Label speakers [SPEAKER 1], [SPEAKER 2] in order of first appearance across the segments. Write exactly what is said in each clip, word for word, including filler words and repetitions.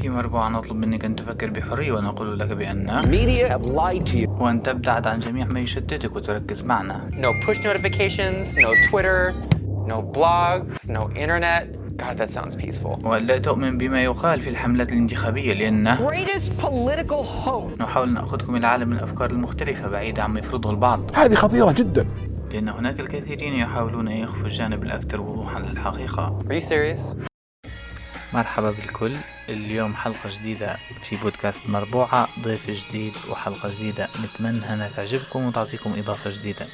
[SPEAKER 1] في مربوعة نطلب منك أن تفكر بحرية ونقول لك بأن
[SPEAKER 2] Media have lied to you.
[SPEAKER 1] وأن تبتعد عن جميع ما يشتتك وتركز معنا.
[SPEAKER 2] No push notifications, no Twitter, no blogs, no internet. God, that sounds peaceful.
[SPEAKER 1] ولا تؤمن بما يقال في الحملات الانتخابية لأن
[SPEAKER 3] greatest political hope.
[SPEAKER 1] نحاول نأخذكم إلى عالم الأفكار المختلفة بعيدة عما يفرضه البعض.
[SPEAKER 4] هذه خطيرة جدا.
[SPEAKER 1] لأن هناك الكثيرين يحاولون أن يخفوا الجانب الأكثر وضوحا للحقيقة.
[SPEAKER 2] Are you serious?
[SPEAKER 1] مرحبا بالكل. اليوم حلقة جديدة في بودكاست مربوعة، ضيف جديد وحلقة جديدة، نتمنى أنها تعجبكم وتعطيكم إضافة جديدة.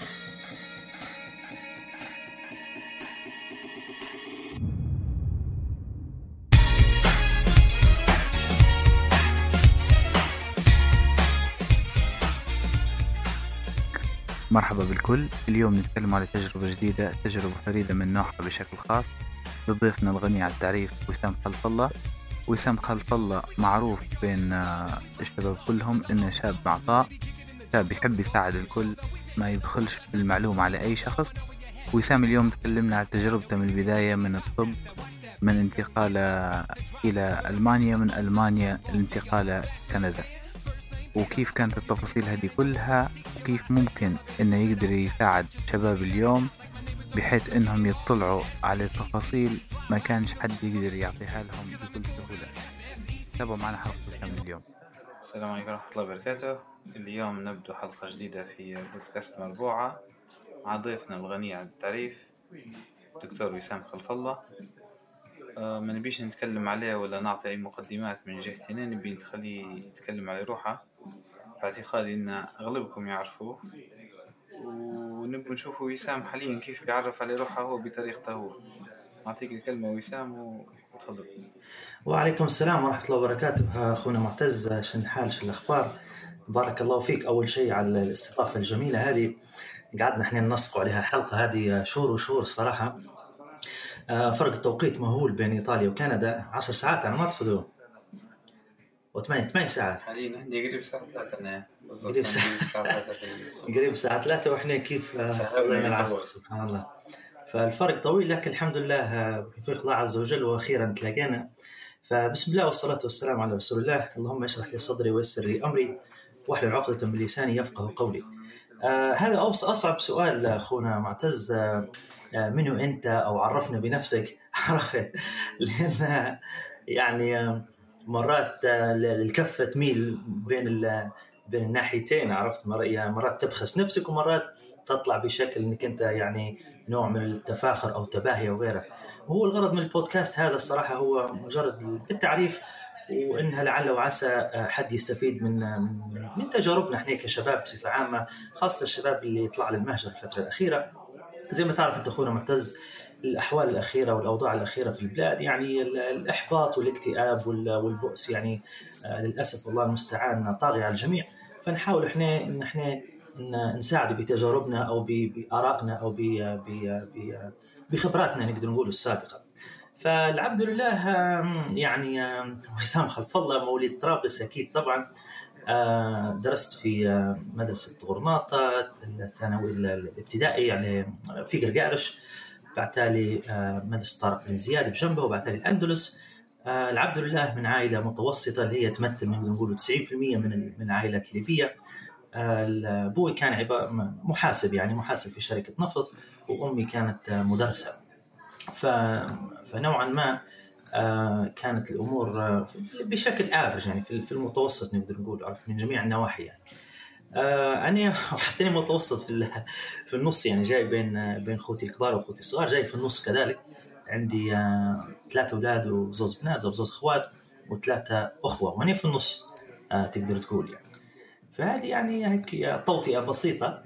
[SPEAKER 1] مرحبا بالكل. اليوم نتكلم على تجربة جديدة، تجربة فريدة من نوعها بشكل خاص، لضيفنا الغني عن التعريف وسام خلف الله. وسام خلف الله معروف بين الشباب كلهم إنه شاب معطاء، شاب يحب يساعد الكل، ما يبخلش بالمعلومة على أي شخص. وسام اليوم تكلمنا عن تجربته من البداية، من الطب، من انتقاله إلى ألمانيا، من ألمانيا الانتقال كندا، وكيف كانت التفاصيل هذه كلها، وكيف ممكن إنه يقدر يساعد شباب اليوم بحيث إنهم يطلعوا على تفاصيل ما كانش حد يقدر يعطيها لهم بكل سهولة. تابعوا معنا حلقة من اليوم. السلام عليكم ورحمة الله وبركاته. اليوم نبدأ حلقة جديدة في بودكاست مربوعة مع ضيفنا الغني عن التعريف دكتور وسام خلف الله. أه ما نبيش نتكلم عليه ولا نعطي أي مقدمات من جهتنا، نبي نخليه يتكلم على روحه، باعتقادي إن أغلبكم يعرفوه، ونبي نشوفه وسام حاليا كيف يعرف على روحه هو بطريقته هو. أعطيك الكلمة وسام وتفضل.
[SPEAKER 5] وعليكم السلام ورحمة الله وبركاته. أخونا معتز، شن الحال، شن الأخبار؟ بارك الله فيك أول شيء على الاستضافة الجميلة هذه، قعدنا احنا ننسق عليها حلقة هذه شهور وشهور الصراحة. فرق التوقيت مهول بين إيطاليا وكندا، عشر ساعات على ما تفضوا، وثمانية ثمانية ساعات
[SPEAKER 1] حاليا عندي قريب ساعة ثلاثة. أنا بالضبط
[SPEAKER 5] قريب ساعة ثلاثة قريب ساعة ثلاثة وإحنا كيف صلينا العصر، سبحان الله. فالفرق طويل، لكن الحمد لله بتوفيق الله عز وجل وأخيرا تلاقينا. فبسم الله والصلاة والسلام على رسول الله. اللهم اشرح لي صدري ويسر لي أمري واحلل عقدة من لساني يفقه قولي. آه هذا أوص أصعب سؤال أخونا معتز. آه منو أنت، أو عرفنا بنفسك. عرفت، لأن يعني مرات الكفة تميل بين بين الناحيتين، عرفت، مرات تبخس نفسك ومرات تطلع بشكل إنك أنت يعني نوع من التفاخر أو تباهي أو غيره. وهو الغرض من البودكاست هذا الصراحة هو مجرد التعريف، وإنها لعل وعسى حد يستفيد من من, من تجاربنا احنا كشباب بصفة عامة، خاصة الشباب اللي يطلع للمهجر الفترة الأخيرة. زي ما تعرف أنت أخونا معتز، الأحوال الأخيرة والأوضاع الأخيرة في البلاد، يعني الإحباط والاكتئاب والبؤس، يعني للأسف والله المستعان طاغي على الجميع. فنحاول إحنا إن إحنا إن نساعد بتجاربنا أو بآرائنا أو بخبراتنا نقدر نقول السابقة. فالعبد لله يعني وسام خلف الله مواليد طرابلس أكيد طبعا. درست في مدرسة غرناطة الثانوي الابتدائي يعني في قرقارش، بعدتالي مدرسة طارق بن زياد بجنبه، وبعدتالي الأندلس. العبد لله من عائلة متوسطة اللي هي تمثل نقدر نقول تسعين بالمئة من من عائلة ليبية. أبوي كان محاسب، يعني محاسب في شركة نفط، وأمي كانت مدرسة. فنوعا ما كانت الأمور بشكل آفرج، يعني في المتوسط نقدر نقول من جميع النواحي. يعني أنا وحتى متوسط في في النص، يعني جاي بين بين أخوتي الكبار وأخوتي الصغار، جاي في النص كذلك. عندي ثلاثة أولاد وزوج بنات وزوج أخوات وثلاثة أخوة، وأنا في النص تقدر تقول يعني. فهذه يعني هيك توطئة بسيطة،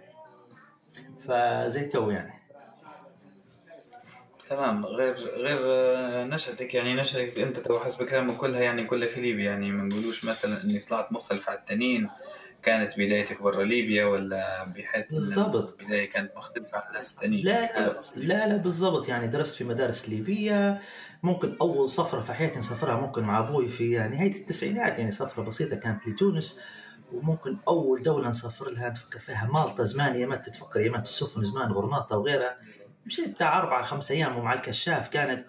[SPEAKER 5] فزي تو يعني.
[SPEAKER 1] تمام. غير غير نشأتك، يعني نشأتك أنت تو حسب كلامك كلها يعني كلها في ليبيا، يعني ما نقولوش مثلا إنك طلعت مختلف عن التانيين. كانت بدايتك برا ليبيا ولا بحيث
[SPEAKER 5] بالضبط
[SPEAKER 1] البداية كانت مختلفة عن الناس التانيين؟
[SPEAKER 5] لا لا لا بالضبط، يعني درست في مدارس ليبية. ممكن أول سفرة في حياتي سافرها ممكن مع أبوي في نهاية التسعينات، يعني سفرة بسيطة كانت لتونس. وممكن أول دولة نسافر لها نفكر فيها مالطا زمان، يمات تتفكر يمات السفن زمان غرناطة وغيرها. مشيت بتاع أربعة خمسة أيام ومع الكشاف كانت.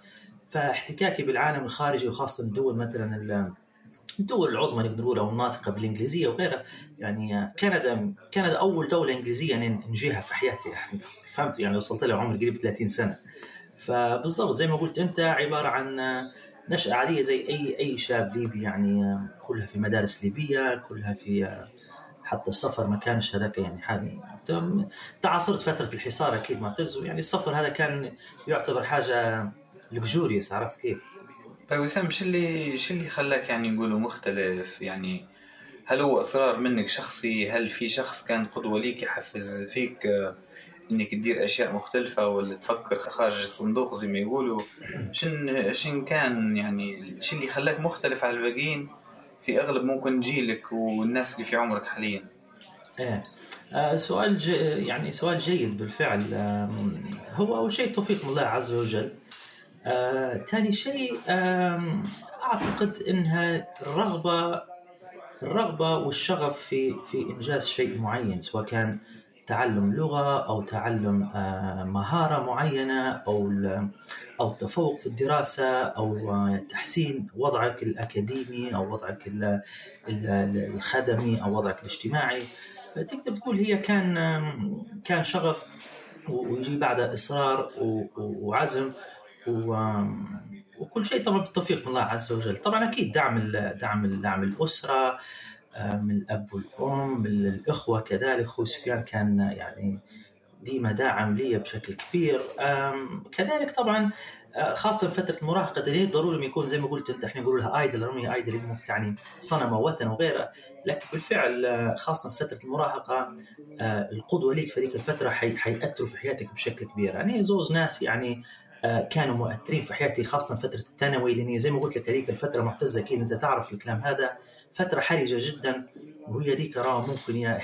[SPEAKER 5] فاحتكاكي بالعالم الخارجي وخاصة الدول مثلا الدول العظمى نقدر نقول أو الناطقة بالإنجليزية وغيرها. يعني كندا كندا أول دولة إنجليزية نجيها في حياتي يعني فهمت يعني وصلت لها عمر قريب ثلاثين سنة. فبالضبط زي ما قلت أنت عبارة عن نشأة عادية زي أي أي شاب ليبي يعني كلها في مدارس ليبية كلها في حتى السفر ما كانش هذاك يعني حال تعاصرت فترة الحصار أكيد ما تزو يعني السفر هذا كان يعتبر حاجة لكجوريوس عرفت كيف.
[SPEAKER 1] طيب وسام شو اللي شو اللي خلاك يعني نقوله مختلف يعني هل هو إصرار منك شخصي هل في شخص كان قدوة ليك يحفز فيك إنك تدير أشياء مختلفة ولا تفكر خارج الصندوق زي ما يقولوا شن شن كان يعني شو اللي خلاك مختلف على الباقيين في أغلب ممكن جيلك والناس اللي في عمرك حاليا؟
[SPEAKER 5] إيه آه سؤال ج... يعني سؤال جيد بالفعل. آه هو أول شيء توفيق من الله عز وجل. آه، تاني شيء آه، أعتقد إنها الرغبة الرغبة والشغف في في إنجاز شيء معين سواء كان تعلم لغة أو تعلم آه، مهارة معينة أو أو التفوق في الدراسة أو آه، تحسين وضعك الأكاديمي أو وضعك ال ال الخدمي أو وضعك الاجتماعي. فتقدر تقول هي كان آه، كان شغف ويجي بعد إصرار وعزم وكل شيء طبعا بالتوفيق من الله عز وجل. طبعا أكيد دعم دعم دعم الأسرة من الأب والأم من الإخوة كذلك. أخوي سفيان كان يعني ديما داعم لي بشكل كبير. كذلك طبعا خاصة فترة المراهقة دي ضروري يكون زي ما قلت أنت إحنا نقول لها آيدل رمي آيدل يعني صنم ووثن وغيره. لكن بالفعل خاصة فترة المراهقة القدوة ليك في ذيك الفترة حيأثروا في حياتك بشكل كبير. يعني زوز ناس يعني كانوا مؤثرين في حياتي خاصة فترة الثانوي لأني زي ما قلت لك هذيك الفترة معتزة كي أنت تعرف الكلام هذا فترة حرجة جدا وهي ديك راه ممكن يا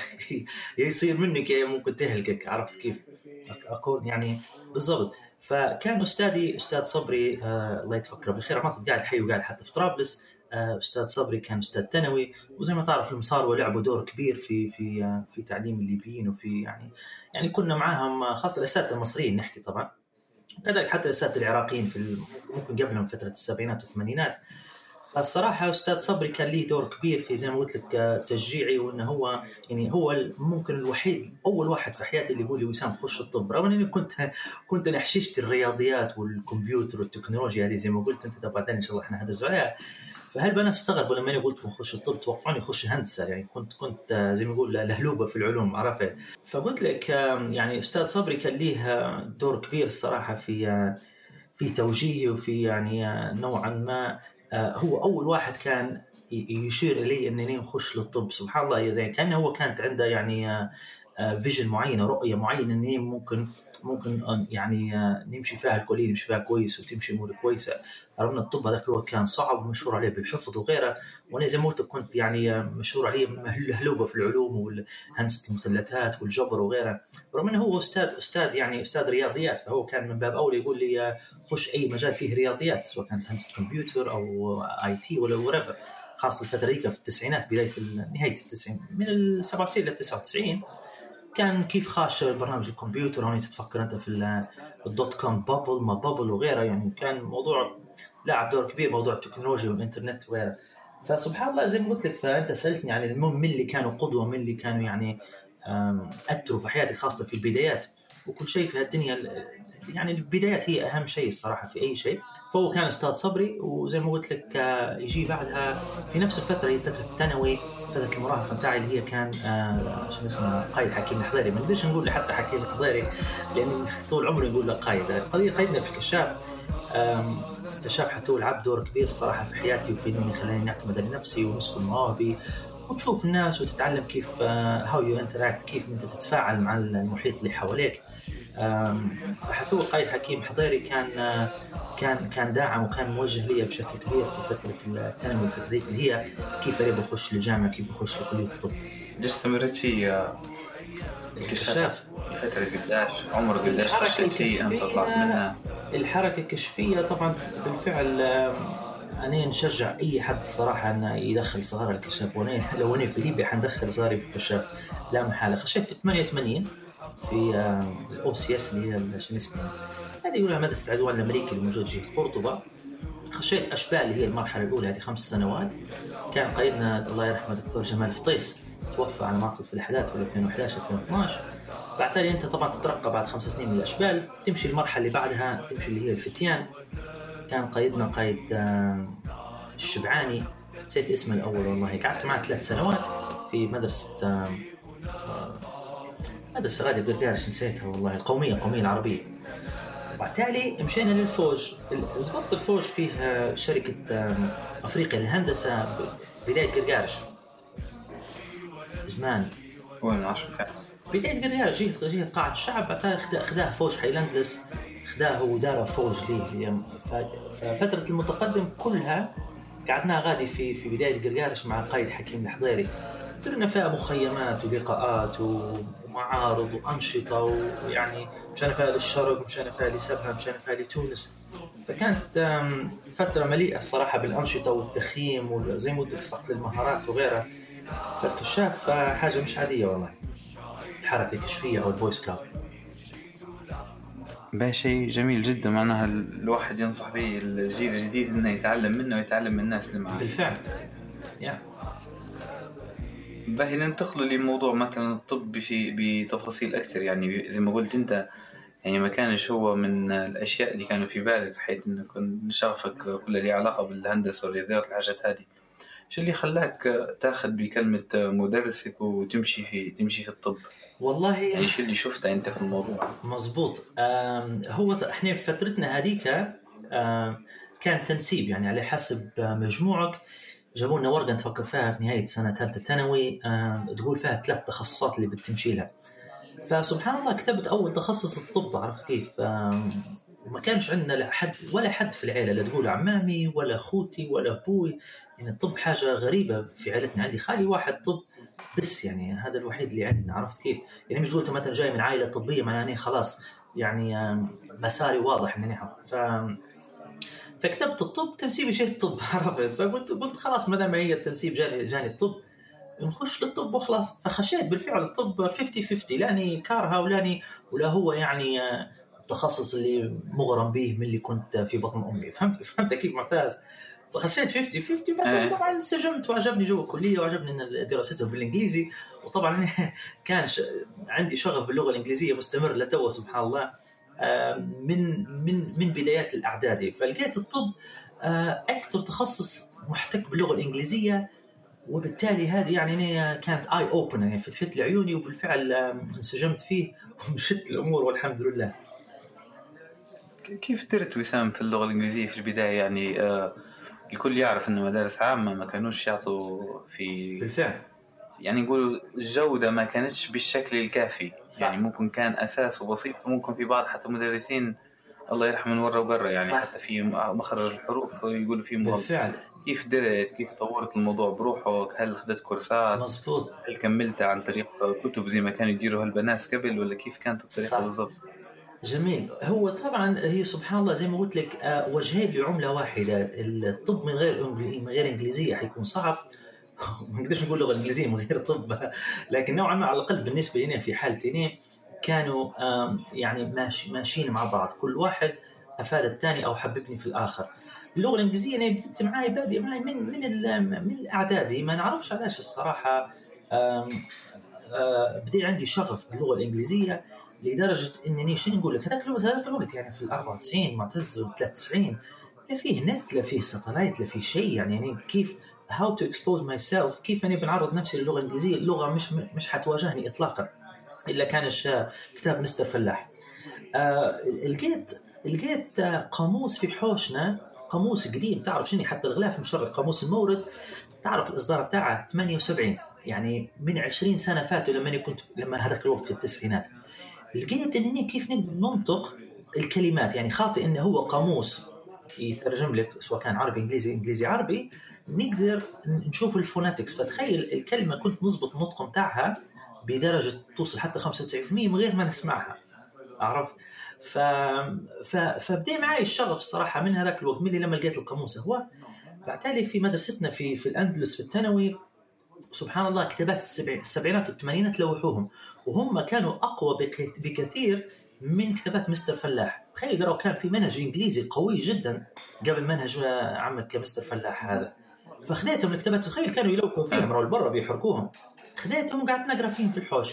[SPEAKER 5] يصير منك يا ممكن تهلكك عرفت كيف أكون يعني بالضبط. فكان أستاذي أستاذ صبري آه الله يتفكره بالخير ما قاعد حي وقاعد حتى في طرابلس. آه أستاذ صبري كان أستاذ ثانوي وزي ما تعرف المصار ولعبوا دور كبير في في آه في تعليم الليبيين وفي يعني يعني كنا معاهم خاصة الأساتذة المصريين نحكي طبعا كذلك حتى الأساتذة العراقيين في ممكن قبلهم فترة السبعينات والثمانينات. فالصراحة أستاذ صبري كان ليه دور كبير في زي ما قلت لك تشجيعي وإنه هو يعني هو ممكن الوحيد أول واحد في حياتي اللي يقول لي وسام خش الطب رغم إني كنت كنت نحشيشت الرياضيات والكمبيوتر والتكنولوجيا هذه زي ما قلت أنت تبعتني إن شاء الله إحنا هندرس عليها. فهل أنا استغرب لما أنا قلت خش الطب توقعوني خش هندسة يعني كنت كنت زي ما يقول لهلوبة في العلوم عرفت. فقلت لك يعني أستاذ صبري كان ليه دور كبير الصراحة في في توجيهي وفي يعني نوعا ما هو أول واحد كان يشير إلي أنني نخش للطب. سبحان الله يعني كان هو كانت عنده يعني فيجن معينة رؤية معينة أنني ممكن ممكن يعني نمشي فيها الكلية نمشي فيها كويس وتمشي أمور كويسة. رغم الطب هذاك الوقت كان صعب ومشهور عليه بالحفظ وغيره وأنا زي ما قلت كنت يعني مشهور عليه مهلوبة في العلوم والهندسة المثلثات والجبر وغيره. رغم أنه هو أستاذ أستاذ يعني أستاذ رياضيات فهو كان من باب أول يقول لي خش أي مجال فيه رياضيات سواء كانت هندسة كمبيوتر أو آي تي ولا ورفع. خاصة الفترة ديك في التسعينات بداية نهاية التسعين من السبعة وتسعين للتسعة وتسعين كان كيف خاش برنامج الكمبيوتر هوني تتفكر أنت في الدوت كوم بابل ما بابل وغيره يعني كان موضوع لعب دور كبير موضوع التكنولوجيا والإنترنت وغيره. فسبحان الله زي ما قلت لك فأنت سألتني عن المهم من اللي كانوا قدوة من اللي كانوا يعني أثروا في حياتي خاصة في البدايات وكل شيء في هالدنيا يعني البدايات هي أهم شيء الصراحة في أي شيء. فهو كان أستاذ صبري وزي ما قلت لك يجي بعدها في نفس الفترة هي فترة الثانوي فترة المراهقة متاعي اللي هي كان شو اسمه قايد حكيم الحضيري. ما نقدرش نقول حتى حكيم الحضيري لأن طول عمري نقول له قايد. قضية قايدنا في الكشاف الكشاف حتى هو لعب دور كبير الصراحة في حياتي وفي إني خلاني نعتمد على نفسي ونسكن مواهبي وتشوف الناس وتتعلم كيف how you interact كيف أنت تتفاعل مع المحيط اللي حواليك. فحتى قايد حكيم حضيري كان كان كان داعم وكان موجه لي بشكل كبير في فترة الثانوي والفترة اللي هي كيف أنا بخش للجامعة كيف بخش لكلية الطب.
[SPEAKER 1] ليش استمرت في الكشاف فترة قداش عمر قداش خشيتي أنت طلعت منها؟
[SPEAKER 5] الحركة الكشفية طبعا بالفعل أنا نشجع أي حد الصراحة أن يدخل صغار الكشاف وأنا لو أنا في ليبيا حندخل صغاري في الكشاف لا محالة. خشيت في ثمانية وثمانين في الأو سي إس اللي هي شنو اسمها هذه يقولها مدرسة عدوان الأمريكي الموجود جهة قرطبة. خشيت أشبال اللي هي المرحلة الأولى هذه خمس سنوات. كان قائدنا الله يرحمه دكتور جمال فطيس توفى على معقد في الحداد في ألفين وإحدى عشر ألفين واثني عشر. بعدين أنت طبعا تترقى بعد خمس سنين من الأشبال تمشي المرحلة اللي بعدها تمشي اللي هي الفتيان. كان قائدنا قائد الشبعاني نسيت اسمه الأول والله. قعدت معه ثلاث سنوات في مدرسة مدرسة غادي بقدارش نسيتها والله القومية القومية العربية. وبعدين مشينا للفوج. زبطت الفوج فيه شركة أفريقيا للهندسة بداية قرقارش زمان
[SPEAKER 1] وين عشر
[SPEAKER 5] بداية قرقارش جيت جيت قاعة الشعب. بعدها خداه فوج حيلاندلس خداه ودار فوج ليه. ففترة المتقدم كلها قعدنا غادي في في بداية قرقارش مع قائد حكيم الحضيري. درنا فيها مخيمات ولقاءات ومعارض وأنشطة ويعني مشينا فيها للشرق مشينا فيها لسبها مشينا فيها لتونس. فكانت فترة مليئة الصراحة بالأنشطة والتخييم وزي ما قلت صقل المهارات وغيرها. فالكشاف حاجة مش عادية والله. الحركة الكشفية أو البوي سكاوت
[SPEAKER 1] شيء جميل جدا. معناها الواحد ينصح به الجيل الجديد انه يتعلم منه ويتعلم من الناس اللي معاه.
[SPEAKER 5] بالفعل. يا
[SPEAKER 1] باهي ننتقل لموضوع مثلا الطب في بتفاصيل اكثر. يعني زي ما قلت انت يعني ما كانش هو من الاشياء اللي كانوا في بالك حيث انه كان شغفك كل اللي علاقه بالهندسه والرياضيات الحاجات هذه. شو اللي خلاك تاخذ بكلمه مدرسك وتمشي في تمشي في الطب؟
[SPEAKER 5] والله
[SPEAKER 1] يعني شو اللي شفته انت في الموضوع؟
[SPEAKER 5] مزبوط. هو احنا في فترتنا هذيك كان تنسيب يعني على حسب مجموعك. جابوا لنا ورقه نفكر فيها في نهايه سنه ثالثه ثانوي تقول فيها ثلاث تخصصات اللي بتمشي لها. فسبحان الله كتبت اول تخصص الطب. عرفت كيف؟ وما كانش عندنا حد ولا حد في العيله لا تقول عمامي ولا اخوتي ولا ابوي. يعني الطب حاجه غريبه في عائلتنا. عندي خالي واحد طب بس يعني هذا الوحيد اللي عندنا. عرفت كيف؟ يعني مش قلت مثلا جاي من عائله طبيه معناه خلاص يعني مساري واضح انني ف فكتبت الطب تنسيبي شيء الطب. عرفت؟ فقلت قلت خلاص ما دام هي التنسيب جاني جاني الطب نخش للطب وخلاص. فخشيت بالفعل الطب خمسين خمسين لاني كارها ولاني ولا هو يعني التخصص اللي مغرم به من اللي كنت في بطن امي. فهمت فهمت كيف معتز؟ فخشيت خمسين خمسين بعدين طبعا انسجمت وعجبني جو الكليه وعجبني ان دراسته بالانجليزي. وطبعا كان عندي شغف باللغه الانجليزيه مستمر لتو سبحان الله من من من بدايات الاعدادي. فلقيت الطب اكثر تخصص محتك باللغه الانجليزيه وبالتالي هذه يعني كانت اي اوبن يعني فتحت لي عيوني وبالفعل انسجمت فيه ومشت الامور والحمد لله.
[SPEAKER 1] كيف درت وسام في اللغه الانجليزيه في البدايه؟ يعني آه الكل يعرف ان مدارس عامه ما كانوش يعطوا في
[SPEAKER 5] بالفعل
[SPEAKER 1] يعني نقول الجوده ما كانتش بالشكل الكافي. صح. يعني ممكن كان اساسه بسيط ممكن في بعض حتى مدرسين الله يرحمه من ورا وقرا يعني صح. حتى في مخرج الحروف يقولوا فيه مغلط.
[SPEAKER 5] بالفعل.
[SPEAKER 1] كيف درت؟ كيف طورت الموضوع بروحك؟ هل أخذت كورسات؟
[SPEAKER 5] مزبوط.
[SPEAKER 1] هل كملت عن طريق كتب زي ما كانوا يديروا هالبنات قبل ولا كيف كانت الطريقة بالضبط؟
[SPEAKER 5] جميل. هو طبعا هي سبحان الله زي ما قلت لك وجهين لعملة واحدة. الطب من غير من غير إنجليزية حيكون صعب. ما نقدرش نقول لغة إنجليزية من غير طب لكن نوعا ما على الأقل بالنسبة لنا في حالتين كانوا يعني ماشي ماشيين مع بعض. كل واحد أفاد الثاني أو حببني في الآخر. اللغة الإنجليزية أنا بدأت معاي بادئ معاي من من من الأعدادي ما نعرفش علاش الصراحة. بدأ عندي شغف باللغة الإنجليزية لدرجة إنني شنو نقول لك هذاك الوقت هذاك الوقت يعني في الأربعة وتسعين معتز ثلاثة وتسعين لا فيه نت لا فيه ساتلايت لا فيه شيء يعني, يعني كيف how to expose myself كيف أنا بنعرض نفسي للغة الإنجليزية. اللغة مش مش حتواجهني إطلاقا إلا كان كتاب مستر فلاح. آه لقيت لقيت قاموس في حوشنا قاموس قديم تعرف شنو حتى الغلاف مشرق قاموس المورد تعرف الإصدار بتاعه ثمانية وسبعين يعني من عشرين سنة فاتوا لما أنا كنت لما هذاك الوقت في التسعينات. لقيت إنني كيف ننطق الكلمات يعني خاطئ إنه هو قاموس يترجم لك سواء كان عربي إنجليزي إنجليزي عربي نقدر نشوف الفوناتكس. فتخيل الكلمة كنت نضبط النطق متاعها بدرجة توصل حتى خمسة وتسعين بالمئة من غير ما نسمعها. أعرف ف... ف... فبدأ معي الشغف الصراحة من هذاك الوقت من اللي لما لقيت القاموس. هو بعتالي في مدرستنا في في الأندلس في الثانوي سبحان الله كتابات السبع... السبعينات والثمانينات لوحوهم وهم كانوا أقوى بك... بكثير من كتابات مستر فلاح. تخيل لو كان في منهج إنجليزي قوي جدا قبل منهج عمك مستر فلاح هذا، فخذيتهم الكتابات. تخيل كانوا يلوكوا فيهم مرة البرة بيحرقوهم، خذيتهم وقعدت نقرأ فيهم في الحوش.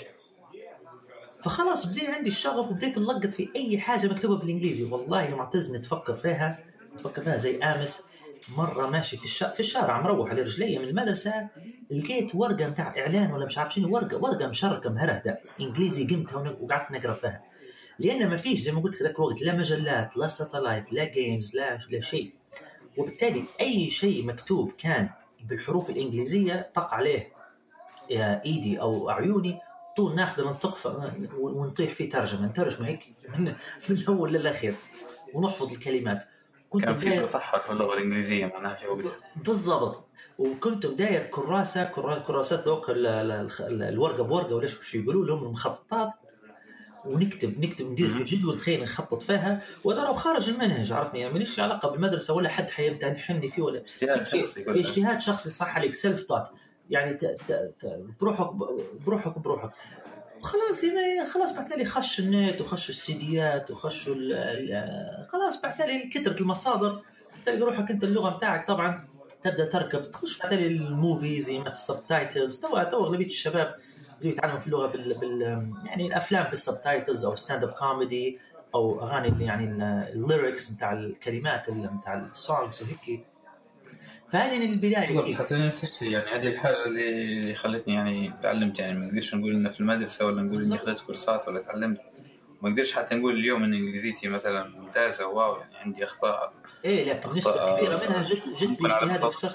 [SPEAKER 5] فخلاص بدي عندي الشغف وبديت نلقط في أي حاجة مكتوبة بالإنجليزي. والله يا معتز نتفكر فيها تفكر فيها زي آمس مرة ماشي في الشارع في الشارع مروح على رجلي من المدرسة، لقيت ورقة متاع إعلان ولا مش عارف شنو، ورقة ورقة مشركة مهرهدة إنجليزي، قمتها وقعدت نقرأ فيها. لأن ما فيش زي ما قلت ذاك الوقت لا مجلات لا ساتلايت لا جيمز لا لا شيء، وبالتالي أي شيء مكتوب كان بالحروف الإنجليزية طق عليه إيدي أو عيوني طول ناخذ ننطق ونطيح فيه ترجمة نترجمة هيك من من الأول للأخير ونحفظ الكلمات.
[SPEAKER 4] كنت كان في تصحح في اللغة الإنجليزية معناها في وقتها
[SPEAKER 5] بالضبط. وكنت داير كراسة كراسات ذوك الورقة بورقة وليش بش يقولوا لهم المخططات، ونكتب نكتب ندير في جدول تخيل نخطط فيها. وهذا لو خارج المنهج عرفني يعني ماليش علاقة بالمدرسة ولا حد حيمتحني فيه ولا اجتهاد شخصي صح عليك سيلف تات يعني ت ت ت بروحك بروحك بروحك خلاص. يعني خلاص بعد لي خش النت وخش السيديات وخش خلاص بعد لي كثرة المصادر تلقى روحك انت اللغة بتاعك طبعا تبدأ تركب تخش بعد لي الموفيز زي ما السبتايتلز. تو تو أغلبية الشباب بدوا يتعلموا في اللغة بال, بال يعني الأفلام بالسبتايتلز أو ستاند اب كوميدي أو أغاني يعني الليركس متاع الكلمات متاع السونغز وهيك. فهذه البداية
[SPEAKER 4] بالضبط. حتى نسيت يعني هذه الحاجة اللي خلتني يعني تعلمت يعني ما نقدرش نقول إن في المدرسة ولا نقول إني أخذت كورسات ولا تعلمت، ما نقدرش حتى نقول اليوم إن إنجليزيتي مثلا ممتازة واو يعني عندي أخطاء
[SPEAKER 5] إيه لكن نسبة كبيرة منها جد جد باجتهاد الشخص.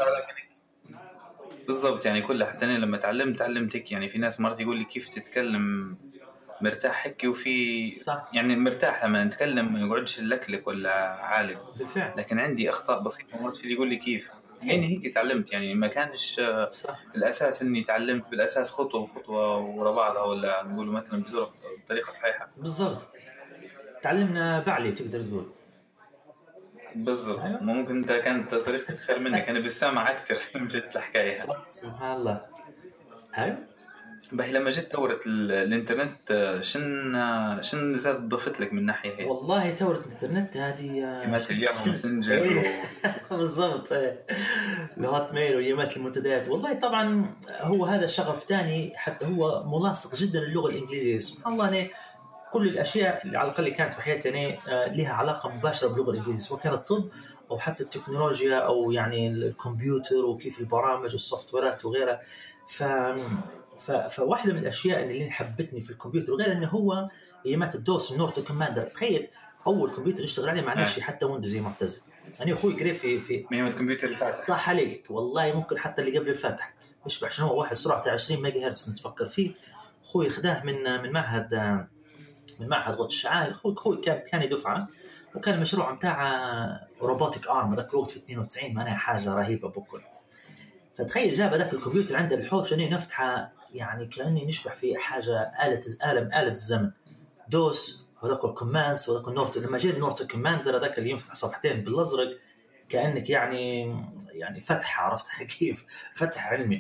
[SPEAKER 4] بالضبط يعني كلها حتى أنا لما تعلمت تعلمتك يعني في ناس مرات يقول لي كيف تتكلم مرتاح حكي وفي
[SPEAKER 5] صح.
[SPEAKER 4] يعني مرتاح لما نتكلم ما يقعدش لكلك ولا عالم
[SPEAKER 5] بالفعل.
[SPEAKER 4] لكن عندي أخطاء بسيطة مرات في يقول لي كيف يعني هيك تعلمت يعني ما كانش
[SPEAKER 5] صح.
[SPEAKER 4] الأساس إني تعلمت بالأساس خطوة بخطوة ورا بعضها ولا نقول مثلا بطريقة صحيحة.
[SPEAKER 5] بالضبط تعلمنا بعلي تقدر تقول.
[SPEAKER 4] بالضبط. أيوة. ممكن أنت كانت طريقتك خير منك أنا بالسامع أكتر جت الحكاية.
[SPEAKER 5] سبحان الله. أيوة.
[SPEAKER 4] بحي لما جت تورة الانترنت شن شن زاد ضفت لك من ناحية هي؟
[SPEAKER 5] والله تورة الانترنت هذه
[SPEAKER 4] يمات اليوم ماسنجر
[SPEAKER 5] بالضبط الهوت ميل ويمات المنتديات. والله طبعا هو هذا شغف ثاني حتى هو ملاصق جدا للغة الإنجليزية. سبحان الله أنا كل الأشياء اللي على الأقل كانت في حياتي أنا لها علاقة مباشرة باللغة الإنجليزية سواء كانت الطب أو حتى التكنولوجيا أو يعني الكمبيوتر وكيف البرامج والسوفتويرات وغيرها. ف فواحدة من الأشياء اللي حبتني في الكمبيوتر وغير أنه هو ايامات الدوس النورتو كوماندر. تخيل أول كمبيوتر اشتغل عليه مع نفسي حتى ويندوز زي معتز. أنا أخوي قريب في في
[SPEAKER 4] ايامات الكمبيوتر الفاتح
[SPEAKER 5] صح عليك والله ممكن حتى اللي قبل الفتح يشبه شنو هو واحد سرعته عشرين ميجا هرتز نتفكر فيه. أخوي خداه من من معهد من معهد غوت الشعال. أخوي أخوي كان كان دفعة وكان المشروع متاع روبوتيك آرم ذاك الوقت في اثنين وتسعين معناها حاجة رهيبة بكل. فتخيل جاب ذاك الكمبيوتر عند الحوش أني نفتحه يعني كأني نشبح في حاجة آلة آلة آلة الزمن. دوس وذاك الكوماندز وذاك النورتو لما جاء النورتو كوماندر هذاك اللي ينفتح صفحتين بالأزرق كأنك يعني يعني فتح عرفت كيف فتح علمي.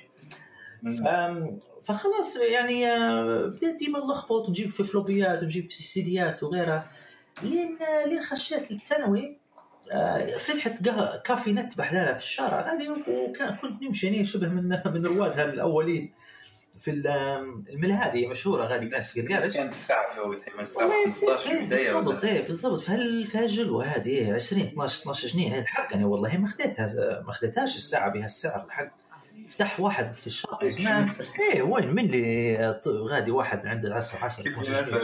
[SPEAKER 5] فخلاص يعني بديت ديما نلخبط ونجيب في فلوبيات ونجيب في سيديات وغيرها لين لين خشيت الثانوي. فتحت كافي نت بحلالة في الشارع هذه وكان كنت نمشي يعني شبه من من روادها الأولين في الملهادي مشهورة غادي كانت في الجارج
[SPEAKER 4] كانت الساعة في وقتها من الساعة خمسطعش بداية
[SPEAKER 5] بالضبط إيه بالضبط في هال في هالجلوة هذه عشرين اثناش اثناش جنيه هذا الحق أنا والله ما خديتها ما خديتهاش الساعة بهالسعر الحق. فتح واحد في الشاطئ زمان إيه وين من اللي غادي واحد عند العشرة عشرة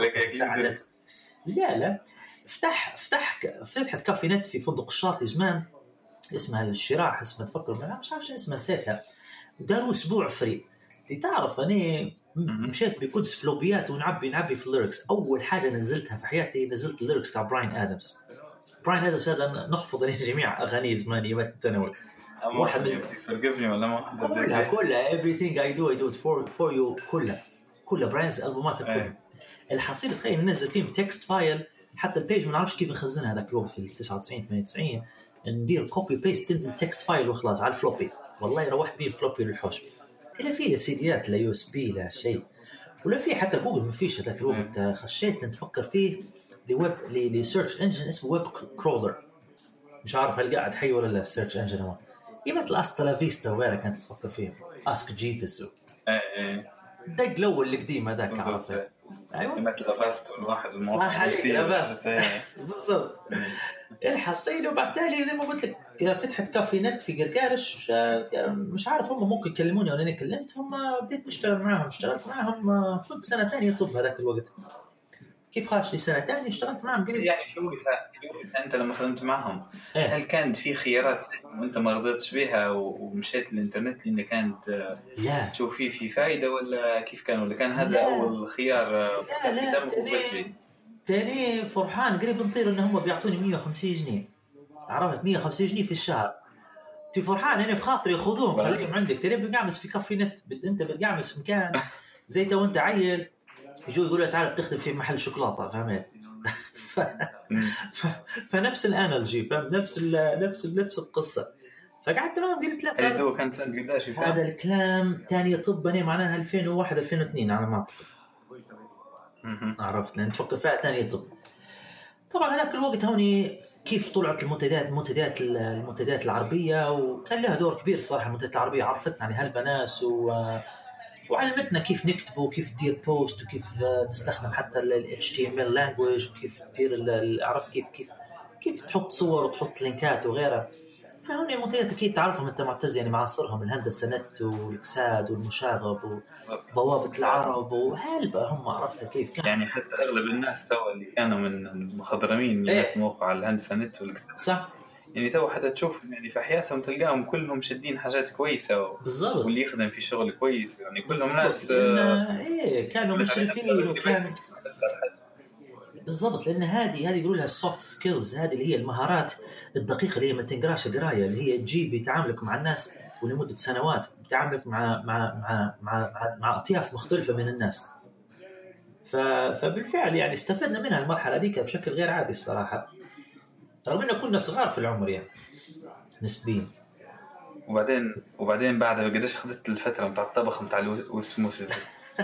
[SPEAKER 5] لا لا فتح فتح فتحت كافي نت في فندق الشاطئ زمان اسمها الشراع اسمها تفكر مش عارف شو اسمها نسيتها. داروا اسبوع فري. تعرف أنا مشيت بقدس فلوبيات ونعبي نعبي في الليركس. أول حاجة نزلتها في حياتي نزلت الليركس تاع براين آدمز. براين آدمز هذا نحفظ جميع أغانيه زمان يوم التنوي.
[SPEAKER 4] واحد من forgive me ولا ما
[SPEAKER 5] كلها كلها everything I do I do it for for you كلها كلها براينز ألبومات كلها. الحصيلة تخيل ننزل فيهم تكست فايل حتى البيج ما نعرفش كيف نخزنها هذاك الوقت في التسعة وتسعين ثمانية وتسعين ندير كوبي بيست تنزل تكست فايل وخلاص على الفلوبي. والله روحت بيه الفلوبي للحوش لا فيه سيديات لا يو اس بي لا شيء ولا فيه حتى جوجل ما فيش هذاك الوقت. خشيت نتفكر فيه لويب لسيرش انجن اسمه ويب كرولر. مش عارف هل قاعد حي ولا لا السيرش انجن هو مثل أستلا فيستا وغيرها كانت تفكر فيها اسك جيفس دق الاول اللي قديم هذاك عرفته.
[SPEAKER 4] ايوه مثل افاست الواحد
[SPEAKER 5] صح عليك افاست بالضبط الحصيله. وبعدين زي ما قلت لك فتحت كافي نت في قرقارش، مش عارف هم ممكن يكلموني ولا انا كلمتهم. بديت نشتغل معاهم اشتغلت معاهم كنت سنه ثانيه طب هذاك الوقت. كيف خاش لي سنه ثانيه اشتغلت معهم قريب.
[SPEAKER 4] يعني في وقتها في وقتها انت لما خدمت معهم إيه؟ هل كانت في خيارات وانت ما رضيتش بيها ومشيت الانترنت لان كانت
[SPEAKER 5] لا.
[SPEAKER 4] تشوف فيه في فائده ولا كيف كان ولا كان هذا لا. اول خيار؟
[SPEAKER 5] لا لا تاني, تاني فرحان قريب نطير ان هم بيعطوني مية وخمسين جنيه عرفت مية وخمسين جنيه في الشهر. تي فرحان انا في خاطري خذوهم خليهم عندك. تاني بقعمس في كافي نت انت بتقعمس في مكان زي تو انت عيل يجوا يقولوا تعال بتخدم في محل شوكولاته فهمت. ف... ف... فنفس الانالوجي فهم نفس ال... نفس ال... نفس القصه. فقعدت معهم قلت لا
[SPEAKER 4] هذا كان سنه قداش في سنه
[SPEAKER 5] هذا الكلام ثاني طب انا معناها ألفين وواحد ألفين واثنين على ما اعتقد عرفت لان تفكر فيها ثاني طب. طبعا هذاك الوقت هوني كيف طلعت المنتديات المنتديات المنتديات العربيه وكان لها دور كبير صراحه. المنتديات العربيه عرفتنا عن هالبناس و وعلمتنا كيف نكتب وكيف تدير بوست وكيف تستخدم حتى ال إتش تي إم إل language وكيف تدير عرفت كيف كيف كيف تحط صور وتحط لينكات وغيرها. فهم المنتديات أكيد تعرفهم أنت معتز يعني معاصرهم الهندسة نت والإكساد والمشاغب وبوابة العرب وهالبا هم عرفتها كيف كان.
[SPEAKER 4] يعني حتى أغلب الناس تو اللي كانوا من المخضرمين
[SPEAKER 5] إيه؟
[SPEAKER 4] موقع الهندسة نت والإكساد
[SPEAKER 5] صح.
[SPEAKER 4] يعني تو حتى تشوف يعني في حياتهم تلقاهم كلهم شادين حاجات كويسة و...
[SPEAKER 5] بالضبط
[SPEAKER 4] واللي يخدم في شغل كويس يعني كلهم ناس
[SPEAKER 5] آه... إيه كانوا مشرفين وكان بالضبط. لأن هذه هذه يقولوا لها السوفت سكيلز هذه اللي هي المهارات الدقيقة اللي هي ما تنقراش قراية اللي هي تجيب يتعاملك مع الناس ولمدة سنوات بتعاملك مع مع مع مع مع, مع أطياف مختلفة من الناس. ف... فبالفعل يعني استفدنا منها المرحلة دي بشكل غير عادي الصراحة رغم إنه كنا صغار في العمر يعني نسبيا.
[SPEAKER 4] وبعدين وبعدين بعد قديش خدت الفترة متاع الطبخ متاع الوسموسز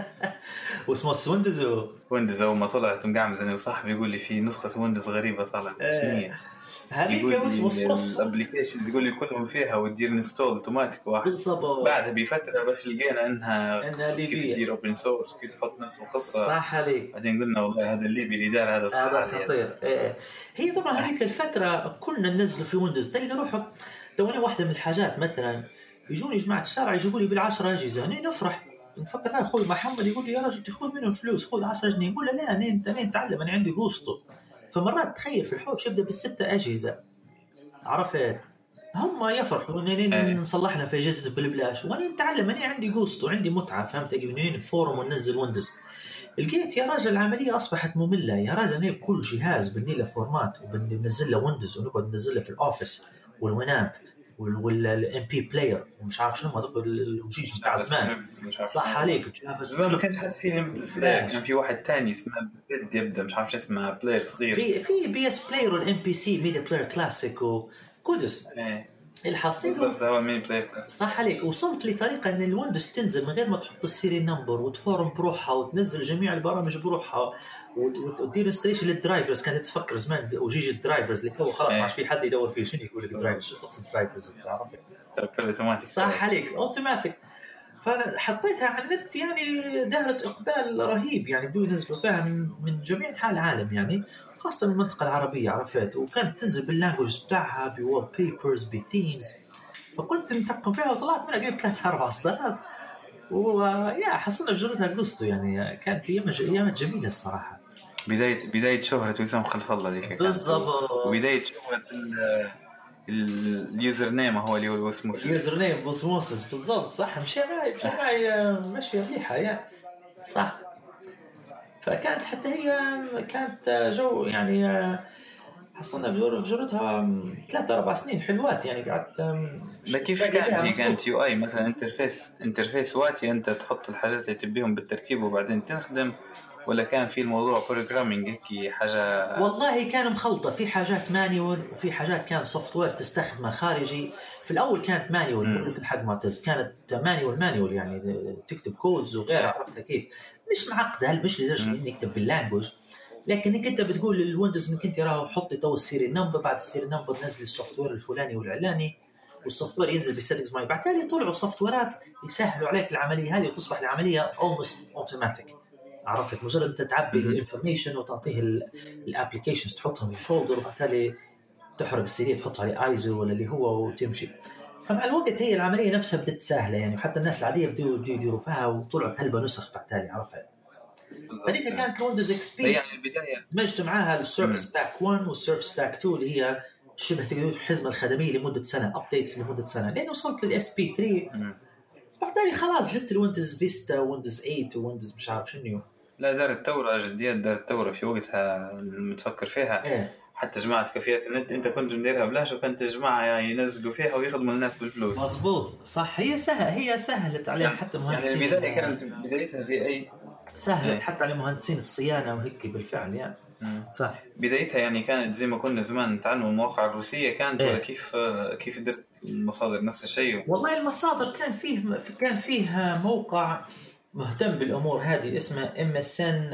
[SPEAKER 5] واسموس ويندوز
[SPEAKER 4] ويندوز أول ما طلعت مقعمز أنا وصاحبي يقول لي في نسخة ويندوز غريبة طلعت شنية
[SPEAKER 5] هذه
[SPEAKER 4] الابليكيشنز يقول لي كلهم فيها وتدير انستول اوتوماتيك واحد بعدها بفتره باش لقينا انها كيف تدير اوبن سورس كيف تحط نفس القصه
[SPEAKER 5] صح عليك.
[SPEAKER 4] بعدين قلنا والله هذا الليبي اللي دار هذا صح
[SPEAKER 5] هذا خطير إيه. هي طبعا هذيك الفتره كلنا ننزل في ويندوز تلقى روحه توني واحده من الحاجات مثلا يجوني جماعه الشارع يجيبوا لي بالعشرة اجهزه انا نفرح نفكر لا خذ محمد يقول لي يا رجل تاخذ منهم فلوس خذ عشرة جنيه يقول لا انا انت انا اتعلم انا عندي قسطه. فمرات تخيل في الحوش يبدأ بالستة أجهزة عرفت هم يفرحوا إننا نصلح لنا في أجهزة بالبلاش وأنا نتعلم أنا عندي قسط وعندي متعة فهمت إننا فورم وننزل ويندوز. لقيت يا راجل العملية أصبحت مملة يا راجل أنا بكل جهاز بني له فورمات وبنزل له ويندوز ونقعد ننزل له في الأوفيس والويناب والام بي بلاير ومش عارف شنو هذوك الوجيج بتاع زمان صح عليك
[SPEAKER 4] زمان ما كانش حد فيهم فلاش كان في واحد تاني اسمه بيد يبدا مش عارف شو اسمه بلاير صغير
[SPEAKER 5] بي في بي اس بلاير والام بي سي ميديا بلاير كلاسيك وكودس
[SPEAKER 4] ايه
[SPEAKER 5] الحصيل
[SPEAKER 4] هو ميديا بلاير
[SPEAKER 5] صح عليك. وصلت لطريقه ان الويندوز تنزل من غير ما تحط السيري نمبر وتفورم بروحها وتنزل جميع البرامج بروحها وتدير انستليشن للدرايفرز. كانت تفكر زمان وجيج الدرايفرز اللي هو خلاص ما عادش في حد يدور فيه شنو يقول لك درايفرز شو تقصد درايفرز تعرف
[SPEAKER 4] اوتوماتيك
[SPEAKER 5] صح عليك اوتوماتيك. فحطيتها على النت يعني دارت اقبال رهيب يعني بدون ينزلوا فيها من, من جميع انحاء العالم يعني خاصه من المنطقه العربيه عرفت. وكانت تنزل باللانجوج بتاعها بوول بيبرز بثيمز فكنت متقن فيها وطلعت منها قريب ثلاثة أربع إصدارات ويا حصلنا بجرتها قصته يعني كانت ايام ايام جميله الصراحه.
[SPEAKER 4] بدايه بدايه شهره وسام خلف الله ذيك
[SPEAKER 5] بالضبط
[SPEAKER 4] وبدايه شهره اليوزر نيم هو اللي هو اسمه
[SPEAKER 5] اليوزر نيم بوسموسس بالضبط صح مشي معي مشي معي ماشي مليحه يا صح. فكانت حتى هي كانت جو يعني حصلنا بجور بجورتها ثلاثة أربع سنين حلوات يعني قعدت.
[SPEAKER 4] ما كيف كانت هي كانت يو اي مثلا انترفيس انترفيس واتي انت تحط الحاجات اللي تبيهم بالترتيب وبعدين تخدم ولا كان في الموضوع بروجرامينج هيك حاجه؟
[SPEAKER 5] والله كان مخلطه في حاجات مانيول وفي حاجات كان سوفت وير تستخدمه خارجي. في الاول كانت مانيول ممكن حق معتز كانت مانيول مانيول يعني تكتب كودز وغيرها عرفتها كيف مش معقده هل مش لازم نكتب باللانجوج لكن انت بتقول للويندوز انك انت راه حطي تو السيريال نمبر، بعد السيريال نمبر نزل السوفت وير الفلاني والعلاني، والسوفت وير ينزل بالسيتنجز ماي. بعدين طلعوا سوفت ويرات يسهلوا عليك العمليه هذه وتصبح العمليه اولموست اوتوماتيك. عرفت؟ مجرد انت تعبي الانفورميشن وتعطيه الابلكيشنز تحطهم في فولدر، وبالتالي تحرق السي دي تحط عليه ايزو ولا اللي هو وتمشي. فمع الوقت هي العمليه نفسها بدت سهله يعني، وحتى الناس العاديه بدوا يديروا فيها وطلعت هلبة نسخ بعدالي. عرفت؟ هذيك كانت ويندوز اكس بي
[SPEAKER 4] يعني البدايه
[SPEAKER 5] دمجت معاها السيرفس باك واحد والسيرفس باك اثنين اللي هي شبه تقدر الحزمه الخدميه لمده سنه، ابديتس لمده سنه، لين وصلت للاس بي ثلاثة. بعدين خلاص جت الويندوز فيستا ويندوز ثمانية ويندوز مش عارف شنو. لا
[SPEAKER 4] دارت ثوره جديه، دارت ثوره في وقتها متفكر فيها.
[SPEAKER 5] إيه.
[SPEAKER 4] حتى جماعه كافيات النت انت كنت مديرها بلاش، وكانت جماعه ينزلوا فيها ويخدموا الناس بالفلوس.
[SPEAKER 5] مزبوط صح. هي سهل هي سهلت عليها حتى مهندسين
[SPEAKER 4] يعني البدايه كانت بدايتها زي اي
[SPEAKER 5] سهلت ايه. حتى على مهندسين الصيانه وهيك بالفعل يعني.
[SPEAKER 4] مم.
[SPEAKER 5] صح.
[SPEAKER 4] بدايتها يعني كانت زي ما كنا زمان نتعلم المواقع الروسيه كانت
[SPEAKER 5] ايه.
[SPEAKER 4] ولا كيف كيف درت المصادر نفس الشيء؟
[SPEAKER 5] والله المصادر كان فيه كان فيه موقع مهتم بالامور هذه اسمه ام اس ان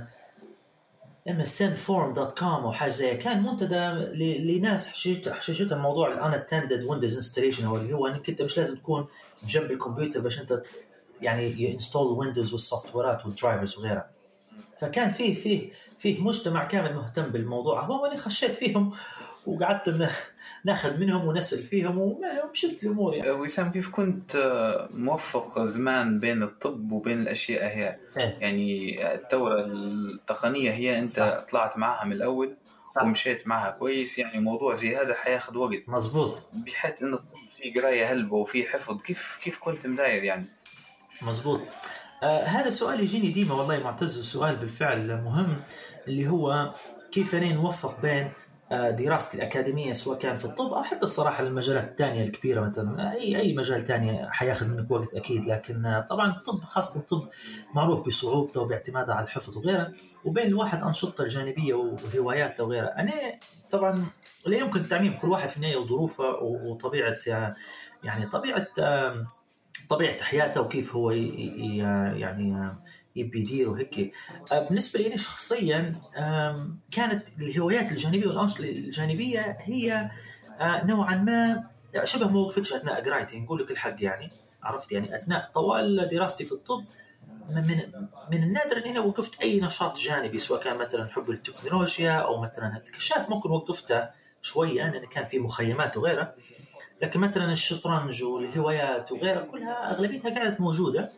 [SPEAKER 5] ام اس ان فورم دوت كوم او حاجه زي، كان منتدى لناس حشيشتها موضوع الانتندد ويندوز انستليشن، او اللي هو انك انت مش لازم تكون جنب الكمبيوتر باش انت يعني ينستول ويندوز والسوفت ويرات والدرايفرز وغيرها. فكان فيه فيه فيه مجتمع كامل مهتم بالموضوع هو، وانا خشيت فيهم وقعدت ناخذ منهم ونسل فيهم ومشيت الامور يعني.
[SPEAKER 4] وسام كيف كنت موفق زمان بين الطب وبين الاشياء هي
[SPEAKER 5] إيه؟
[SPEAKER 4] يعني الثوره التقنيه هي انت صح. طلعت معها من الاول صح. ومشيت معها كويس يعني. موضوع زي هذا حياخذ وقت
[SPEAKER 5] مزبوط،
[SPEAKER 4] بحيث ان الطب فيه قرايه هلبه وفيه حفظ. كيف كيف كنت مداير يعني؟
[SPEAKER 5] مزبوط. آه هذا سؤال يجيني ديما والله معتز، سؤال بالفعل مهم، اللي هو كيف أنا نوفق بين آه دراستي الأكاديمية سواء كان في الطب أو حتى الصراحة المجالات الثانية الكبيرة، مثلا أي أي مجال تاني حياخذ منك وقت أكيد، لكن آه طبعا الطب خاصة الطب معروف بصعوبته وباعتماده على الحفظ وغيره، وبين الواحد أنشطته الجانبية وهواياته وغيره. أنا طبعا لا يمكن التعميم، كل واحد في النهاية وظروفه وطبيعة يعني طبيعة آه طبيعة حياته وكيف هو يعني يبي يدير وهيك. بالنسبة لي شخصيا كانت الهوايات الجانبية والأنشطة الجانبية هي نوعا ما شبه ما وقفتش أثناء قرايتي، نقول لك الحق يعني. عرفت يعني أثناء طوال دراستي في الطب من من النادر أن أنا وقفت أي نشاط جانبي، سواء كان مثلا حب التكنولوجيا أو مثلا الكشاف ممكن وقفته شوية أنا كان في مخيمات وغيره، لكن مثلا الشطرنج والهوايات وغيرها كلها أغلبيتها كانت موجودة.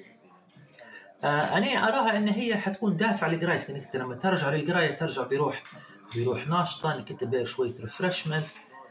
[SPEAKER 5] آه أنا أراها أن هي حتكون دافع لقرايتك، إنك لما ترجع للقراية ترجع بيروح بيروح ناشطة، إنك أنت بشوية ريفرشمنت.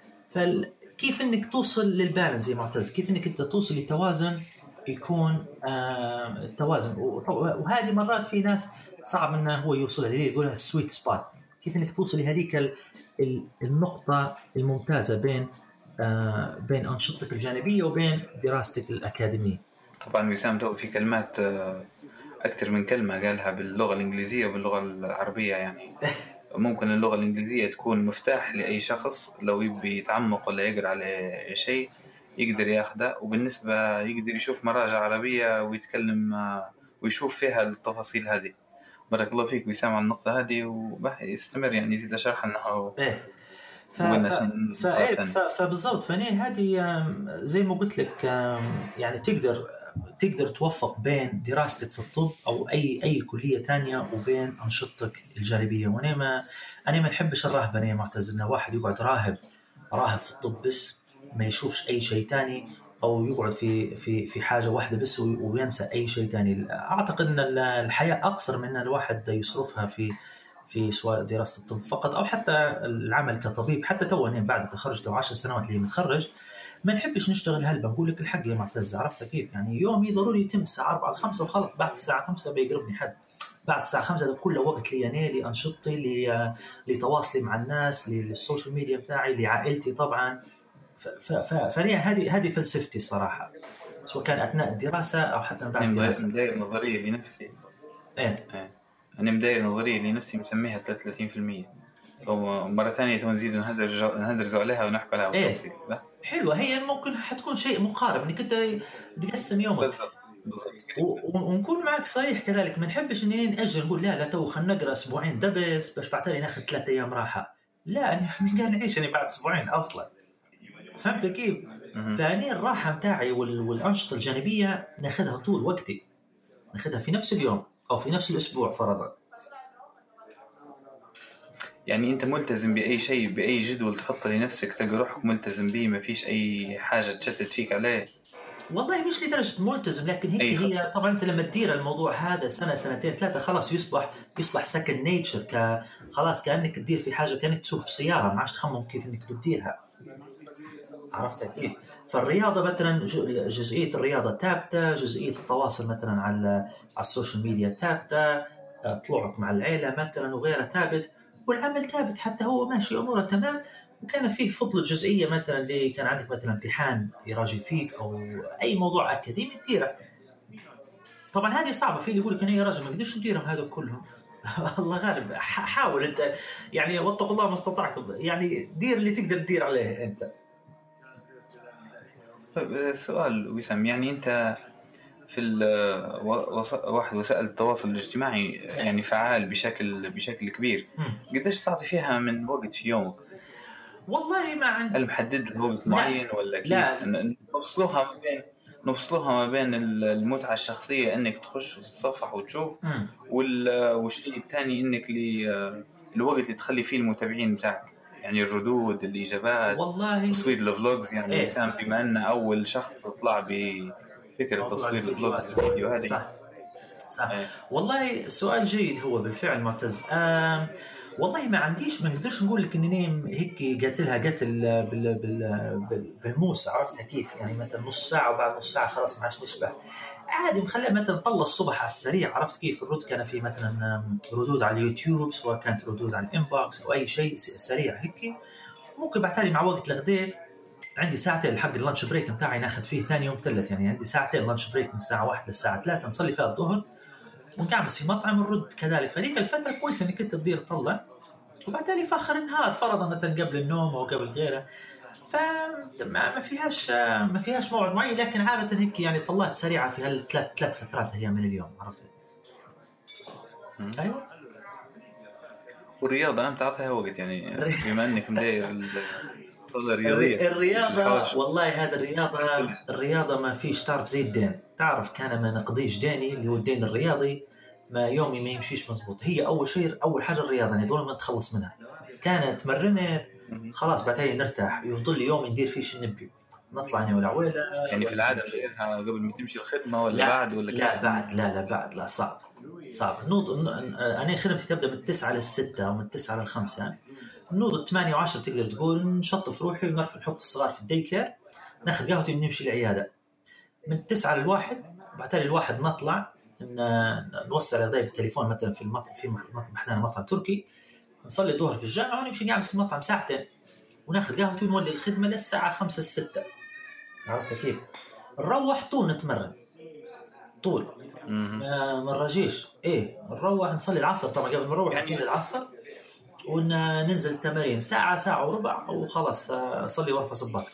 [SPEAKER 5] فكيف إنك توصل للبالانس زي معتز، كيف إنك أنت توصل لتوازن يكون آه توازن، وهذه مرات في ناس صعب إنه هو يوصل ليه، يقولها السويت سبوت، كيف إنك توصل لهذيك النقطة الممتازة بين آه بين أنشطتك الجانبية وبين دراستك الأكاديمية.
[SPEAKER 4] طبعا وسام تو في كلمات آه أكثر من كلمة قالها باللغة الإنجليزية وباللغة العربية يعني. ممكن اللغة الإنجليزية تكون مفتاح لأي شخص لو يبي يتعمق ولا يقرأ على شيء يقدر ياخده، وبالنسبة يقدر يشوف مراجع عربية ويتكلم آه ويشوف فيها التفاصيل هذه. بارك الله فيك وسام على النقطة هذه، ويستمر يعني يزيد شرح أنه
[SPEAKER 5] ف... ف... ف... فبالضبط. فاني هذه زي ما قلت لك يعني تقدر تقدر توفق بين دراستك في الطب او اي اي كليه تانية وبين انشطتك الجانبيه. وانا ما انا ما نحبش الرهبه، انا معتز انه واحد يقعد راهب راهب في الطب بس ما يشوفش اي شيء تاني، او يقعد في في في حاجه واحده بس وينسى اي شيء تاني. اعتقد ان الحياه اقصر من ان الواحد يصرفها في في سواء دراسة الطب فقط أو حتى العمل كطبيب. حتى تواني بعد التخرج تو عشر سنوات اللي متخرج ما نحبش نشتغل هلبا. نقول لك الحق يا معتز، عرفت كيف يعني يومي ضروري يتم الساعة أربعة الخمسة وخلص، بعد الساعة خمسة بيقربني حد، بعد الساعة خمسة ده كله وقت لي أنا لأنشطتي لتواصلي مع الناس للسوشيال ميديا بتاعي لعائلتي طبعا. فهذه هذه هذه فلسفتي الصراحة، سواء كان أثناء الدراسة أو حتى بعد الدراسة.
[SPEAKER 4] مداير نظرية لنفسي
[SPEAKER 5] إيه
[SPEAKER 4] أنا مداير نظرية لنفسي مسميها ثلاثين بالمئة، ومرة ثانية تنزيد نهدرز عليها ونحكي عليها
[SPEAKER 5] إيه؟ حلوة هي، ممكن حتكون شيء مقارب انك انت تقسم يومك. ونكون معك صريح كذلك، ما نحبش اني نأجل نقول لا لا تو خلينا نقرا اسبوعين دبس باش بعدين ناخذ ثلاثة ايام راحه. لا انا من قال نعيش انا بعد اسبوعين اصلا، فهمت كيف؟ فاني الراحه متاعي والانشطه الجانبيه ناخذها طول وقتي، ناخذها في نفس اليوم او في نفس الاسبوع فرضا.
[SPEAKER 4] يعني انت ملتزم باي شيء، باي جدول تحط لنفسك تلقى روحك ملتزم به، ما فيش اي حاجه تشتت فيك عليه؟
[SPEAKER 5] والله مش لدرجه ملتزم، لكن هيك هي طبعا انت لما تدير الموضوع هذا سنه سنتين ثلاثه خلاص يصبح يصبح سكن نيتشر، ك خلاص كانك تدير في حاجه، كانك تسوق في سياره ما عادش تخمم كيف انك بتديرها، عرفت كيف؟ فالرياضه مثلا جزئيه الرياضه ثابته، جزئيه التواصل مثلا على على السوشيال ميديا ثابته، طلوعك مع العيله مثلا وغيرها ثابت، والعمل ثابت حتى هو ماشي اموره تمام. وكان فيه فضل الجزئيه مثلا اللي كان عندك مثلا امتحان يراجع فيك او اي موضوع اكاديمي تديره. طبعا هذه صعبه، في اللي يقول لك انا يا راجل ما قدرش نديرهم هذا كلهم الله غالب، حاول انت يعني، واتقوا الله ما استطعتم، يعني دير اللي تقدر تدير عليه انت.
[SPEAKER 4] سؤال وسام، يعني انت في واحد وسائل التواصل الاجتماعي يعني فعال بشكل بشكل كبير، قديش تعطي فيها من وقت في يومك؟
[SPEAKER 5] والله ما عندي،
[SPEAKER 4] هل محدد لوقت معين ولا كيف؟
[SPEAKER 5] لا.
[SPEAKER 4] نفصلوها ما بين نفصلوها ما بين المتعة الشخصية انك تخش وتتصفح وتشوف، والشيء الثاني انك لي الوقت اللي تخلي فيه المتابعين بتاعك، يعني الردود الاجابات،
[SPEAKER 5] والله
[SPEAKER 4] تصوير الفلوجز. يعني
[SPEAKER 5] إيه؟
[SPEAKER 4] وسام بما ان اول شخص طلع بفكرة تصوير الفلوجز الفيديو هذه،
[SPEAKER 5] صح صح إيه؟ والله سؤال جيد هو بالفعل معتز. آه والله ما عنديش، ما نقدرش نقول لك اني هيك قاتلها قتل بال بال بالموس، عرفتها كيف؟ يعني مثلا نص ساعه وبعد نص ساعه خلاص ما عادش نشبه، عادي مخليها مثلا طلع الصبح على السريع، عرفت كيف؟ الرد كان في مثلا ردود على اليوتيوب، سواء كانت ردود على الانبوكس او اي شيء سريع هيك. ممكن بعتالي مع وقت الغداء عندي ساعتين لحق اللانش بريك متاعي ناخذ فيه ثاني يوم ثلاث، يعني عندي ساعتين لانش بريك من الساعه واحدة للساعه ثلاثة نصلي فيها الظهر ونقعمس في مطعم الرد كذلك. فديك الفتره كويسه انك انت تدير طلع، وبعدين في اخر النهار فرضا مثلا قبل النوم او قبل غيره، فما ما فيهاش ما فيهاش موعد معين، لكن عاده هيك يعني طلعت سريعه في هالثلاث ثلاث فترات هي من اليوم، عرفت؟ ايوه.
[SPEAKER 4] والرياضه انت تعطيها وقت يعني بما انك مدير الرياضيه
[SPEAKER 5] الرياضه والله هذا الرياضه الرياضه ما فيش، تعرف زي الدين، تعرف كان ما نقضيش ديني اللي هو الدين الرياضي، ما يومي ما يمشيش مزبوط. هي اول شيء اول حاجه الرياضه يعني دول ما تخلص منها، كانت تمرنت خلاص بعدين نرتاح، يفضل لي يوم ندير فيه شو نبي، نطلع انا والعويله.
[SPEAKER 4] يعني في العاده تديرها قبل ما تمشي الخدمه ولا لا بعد ولا كيف؟
[SPEAKER 5] لا بعد، لا لا بعد، لا صعب صعب. نوض انا خدمتي تبدا من التسعة للستة او من التسعة للخمسة، نوض الثمانية وعشرة تقدر تقول، نشطف روحي ونرفع نحط الصغار في الديكير، ناخذ قهوتي ونمشي العياده من التسعة للواحد. بعدين الواحد نطلع نوصل الغداء بالتليفون مثلا في المطعم، في مطعم مطعم تركي، نصلي الظهر في الجامعه ونمشي نعمل في المطعم ساعتين وناخذ قهوتي ونولي الخدمه للساعه خمسة ستة، عرفت كيف؟ نروح طول نتمرن طول ما نراجيش ايه، نروح نصلي العصر طبعا قبل ما نروح نصلي العصر وننزل التمارين ساعه ساعه وربع وخلاص اصلي وارفع صباط.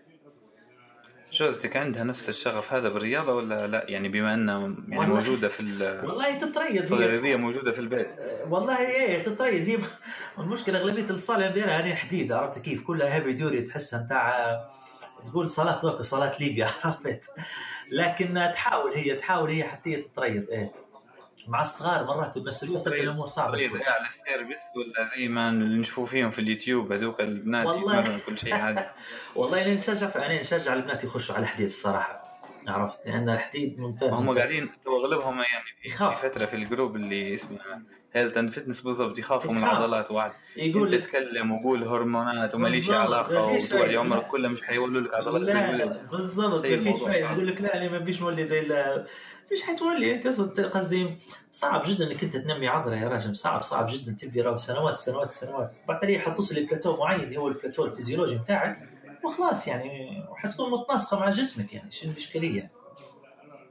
[SPEAKER 4] جوزتك عندها نفس الشغف هذا بالرياضة ولا لا؟ يعني بما أنها يعني موجودة في
[SPEAKER 5] والله تتريض
[SPEAKER 4] هي الرياضية موجودة في البيت.
[SPEAKER 5] والله ايه تتريض هي. المشكلة أغلبية الصلاة نديرها أنا حديد، عرفت كيف؟ كلها هيفي ديوري تحسها متاع تقول صلاة ذوق صلاة ليبيا، عرفت؟ لكن تحاول هي تحاول هي حتى هي تتريض ايه مع الصغار مرات المسؤولية تبقى الأمور صعبة.
[SPEAKER 4] تتريض ايه على السيرفيس ولا زي ما نشوفوا فيهم في اليوتيوب هذوك البنات يتمرنوا كل شيء عادي؟
[SPEAKER 5] والله أنا نشجع أنا نشجع البنات يخشوا على الحديد الصراحة، عرفت؟ لأن الحديد ممتاز.
[SPEAKER 4] هم قاعدين أغلبهم يعني في فترة في الجروب اللي اسمه هيلث اند فتنس بالضبط يخافوا من العضلات، وعد يقول تتكلم وقول هرمونات وما ليش علاقة وتقعد عمرك كله مش حيقولوا لك عضلات زي الولد.
[SPEAKER 5] بالضبط ما فيش فايدة، يقول لك لا أنا ما بيش مولي زي لا مش حتولي أنت قصدي صعب جدا إنك أنت تنمي عضلة يا راجل، صعب صعب جدا تبي راو سنوات سنوات سنوات بعدين حتوصل لبلاتو معين اللي هو البلاتو الفيزيولوجي بتاعك وخلاص يعني وحتكون متناسقة مع جسمك، يعني شو الإشكالية؟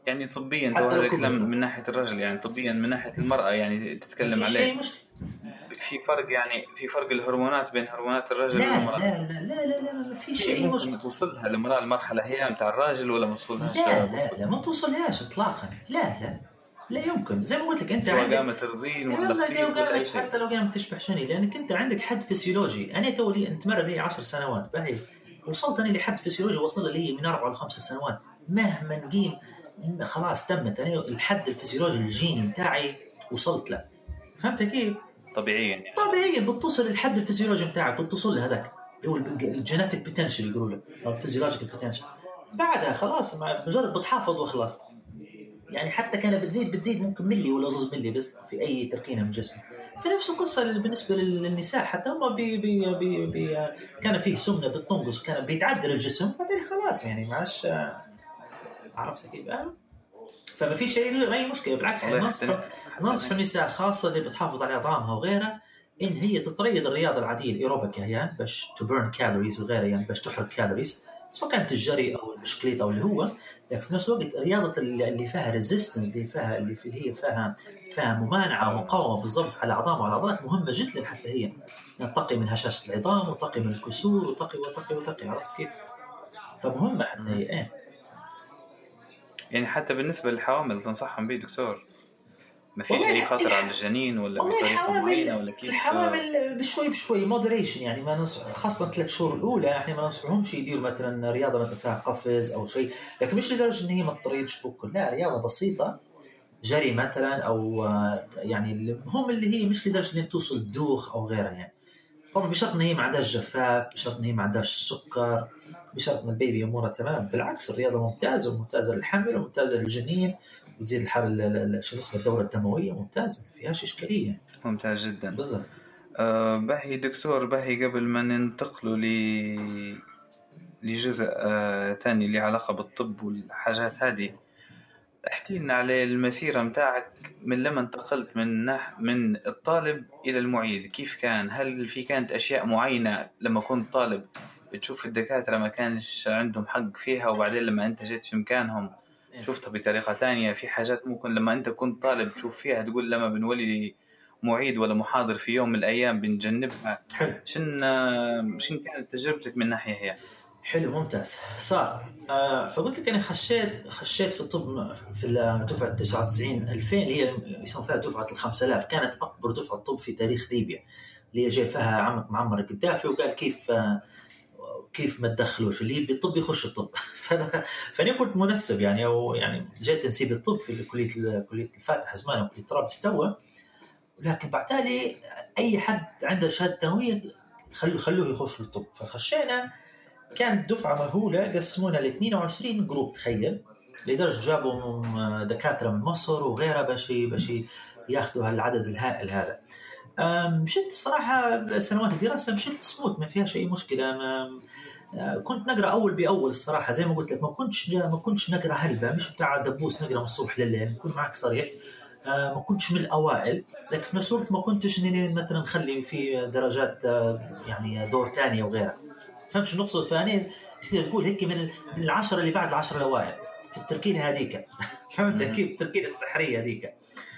[SPEAKER 4] يعني طبيا تو هذا الكلام من ناحيه الرجل، يعني طبيا من ناحيه المراه يعني تتكلم عليه في فرق، يعني في فرق الهرمونات بين هرمونات الرجل
[SPEAKER 5] لا
[SPEAKER 4] والمراه.
[SPEAKER 5] لا لا لا لا لا ما في شيء
[SPEAKER 4] ممكن توصلها المراه المرحله هي متاع الراجل ولا ما توصلهاش؟
[SPEAKER 5] لا لا لا ما توصلهاش اطلاقا، لا لا لا يمكن. زي ما قلت لك انت
[SPEAKER 4] عندك قامت رضين ولا خفيف ولا اي شيء،
[SPEAKER 5] حتى لو قامت تشبه شني، لانك انت عندك حد فسيولوجي. انا تولي انت مر لي عشر سنوات باهي وصلت انا لحد فسيولوجي وصل لي من أربع لخمس سنوات مهما نقيم خلاص تمت انا الحد الفسيولوجي الجيني بتاعي وصلت له. فهمت كيف؟
[SPEAKER 4] طبيعيا يعني
[SPEAKER 5] طبيعيا بتوصل للحد الفسيولوجي بتاعك، بتوصل لهذاك اللي هو الجيناتيك بوتنشال يقولوا له او الفيزيولوجيكال بوتنشال. بعدها خلاص مجرد بتحافظ وخلاص. يعني حتى كان بتزيد بتزيد ممكن ملي ولا نص ملي بس في اي تركينه من جسمه. فنفس القصه بالنسبه للنساء، حتى هم بي بي بي بي كان فيه سمنه بتنقص كان بيتعدل الجسم بعدين خلاص يعني معاش عرفت كيف. فما في شيء اي مشكله، بالعكس احنا ننصح ننصح النساء خاصه اللي بتحافظ على عظامها وغيرها ان هي تتريض الرياضه العاديه الايروبيك يعني باش تو بيرن كالوريز وغيرها، يعني باش تحرق كالوريز سواء كانت الجري او البسكليت او اللي هو. لكن في نفس الوقت رياضه اللي فيها ريزيستنس اللي فيها اللي في هي فيها فيها ممانعه ومقاومه بالضبط على الاعضاء والعضلات مهمه جدا حتى هي يعني تقي من هشاشه العظام وتقي من الكسور وتقي وتقي وتقي عرفت كيف. فمهمه حتى هي ايه
[SPEAKER 4] يعني حتى بالنسبه للحوامل تنصحهم بيه دكتور؟ ما فيش اي خطر على الجنين ولا بطريقه معينه ولا كيف؟
[SPEAKER 5] الحوامل بشوي بشوي مودريشن يعني ما ننصح خاصه ثلاث شهور الاولى احنا ما ننصحهمش يديروا مثلا رياضه مثلا فيها قفز او شيء، لكن مش لدرجه ان هي ما تطريدش بكل، لا رياضه بسيطه جري مثلا او يعني هم اللي هي مش لدرجه ان توصل الدوخ او غيرها يعني. طبعا بشرط ان هي ما عندهاش جفاف، بشرط ان هي ما عندهاش سكر، بشرط ان البيبي اموره تمام. بالعكس الرياضه ممتازه وممتازه للحمل وممتازه للجنين وتزيد الحراره شو اسمه الدوره الدمويه ممتازه ما فيهاش اشكاليه
[SPEAKER 4] ممتاز جدا
[SPEAKER 5] بالضبط.
[SPEAKER 4] آه باهي دكتور باهي قبل ما ننتقلوا ل لجزء آه تاني اللي علاقه بالطب والحاجات هذه، احكي لنا على المسيره متاعك من لما انتقلت من نح من الطالب الى المعيد. كيف كان؟ هل في كانت اشياء معينه لما كنت طالب تشوف الدكاتره ما كانش عندهم حق فيها وبعدين لما انت جيت في مكانهم شفتها بطريقه تانية؟ في حاجات ممكن لما انت كنت طالب تشوف فيها تقول لما بنولي معيد ولا محاضر في يوم من الايام بنجنبها؟ شن شن كانت تجربتك من ناحيه هي؟
[SPEAKER 5] حلو ممتاز صار. آه فقلت لك أنا خشيت خشيت في الطب في الدفعة تسعة وتسعين ألفين اللي هي يسمون فيها دفعة الخمسة آلاف، كانت أكبر دفعة طب في تاريخ ليبيا اللي جاء فيها عمك معمر القدافي وقال كيف آه كيف ما تدخلوش اللي بالطب يخش الطب. فأنا كنت منسب يعني أو يعني جيت نسيب الطب في كلية كلية الفاتح زمان وكلية طرابلس توا، لكن بعتالي أي حد عنده شهادة ثانوية خلوه خلوه يخش الطب. فخشينا كانت دفعة مهولة قسمونا ل اثنين وعشرين جروب تخيل، لدرجة جابوا دكاترة من مصر وغيرها باش باش ياخذوا هالعدد الهائل هذا. مشيت الصراحة سنوات الدراسة مشيت سموت ما فيها شيء مشكلة. كنت نقرأ أول بأول الصراحة زي ما قلت لك ما كنتش ما كنتش نقرأ هلبة مش بتاع دبوس نقرأ من الصبح لليل، نكون معك صريح ما كنتش من الأوائل، لكن في نفس الوقت ما كنتش إني مثلا نخلي في درجات يعني دور تاني وغيرها. فهمش نقصد فاني تقول هيك من العشرة اللي بعد العشرة الأوائل في التركينة هذيك. فهمت كيف التركينة السحرية هذيك.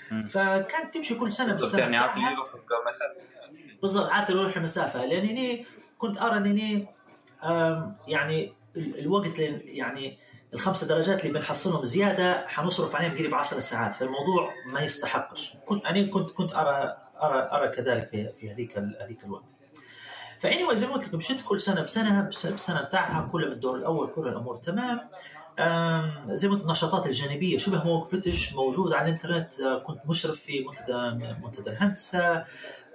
[SPEAKER 5] فكانت تمشي كل سنة بالسنة
[SPEAKER 4] يعني عاطي لي روحك مسافة
[SPEAKER 5] بالضبط عاطي روحي مسافة لأنني كنت أرى أنني يعني الوقت يعني الخمسة درجات اللي بنحصلهم زيادة حنصرف عليهم قريب عشر ساعات فالموضوع ما يستحقش. كنت أنا كنت كنت أرى أرى أرى كذلك في في هذيك هذيك الوقت. فأني زي ما قلت لك مشيت كل سنة بسنة بسنة بتاعها كل من الدور الأول كل الأمور تمام. زي ما النشاطات الجانبية شبه ما وقفتش موجود على الإنترنت. كنت مشرف في منتدى منتدى الهندسة،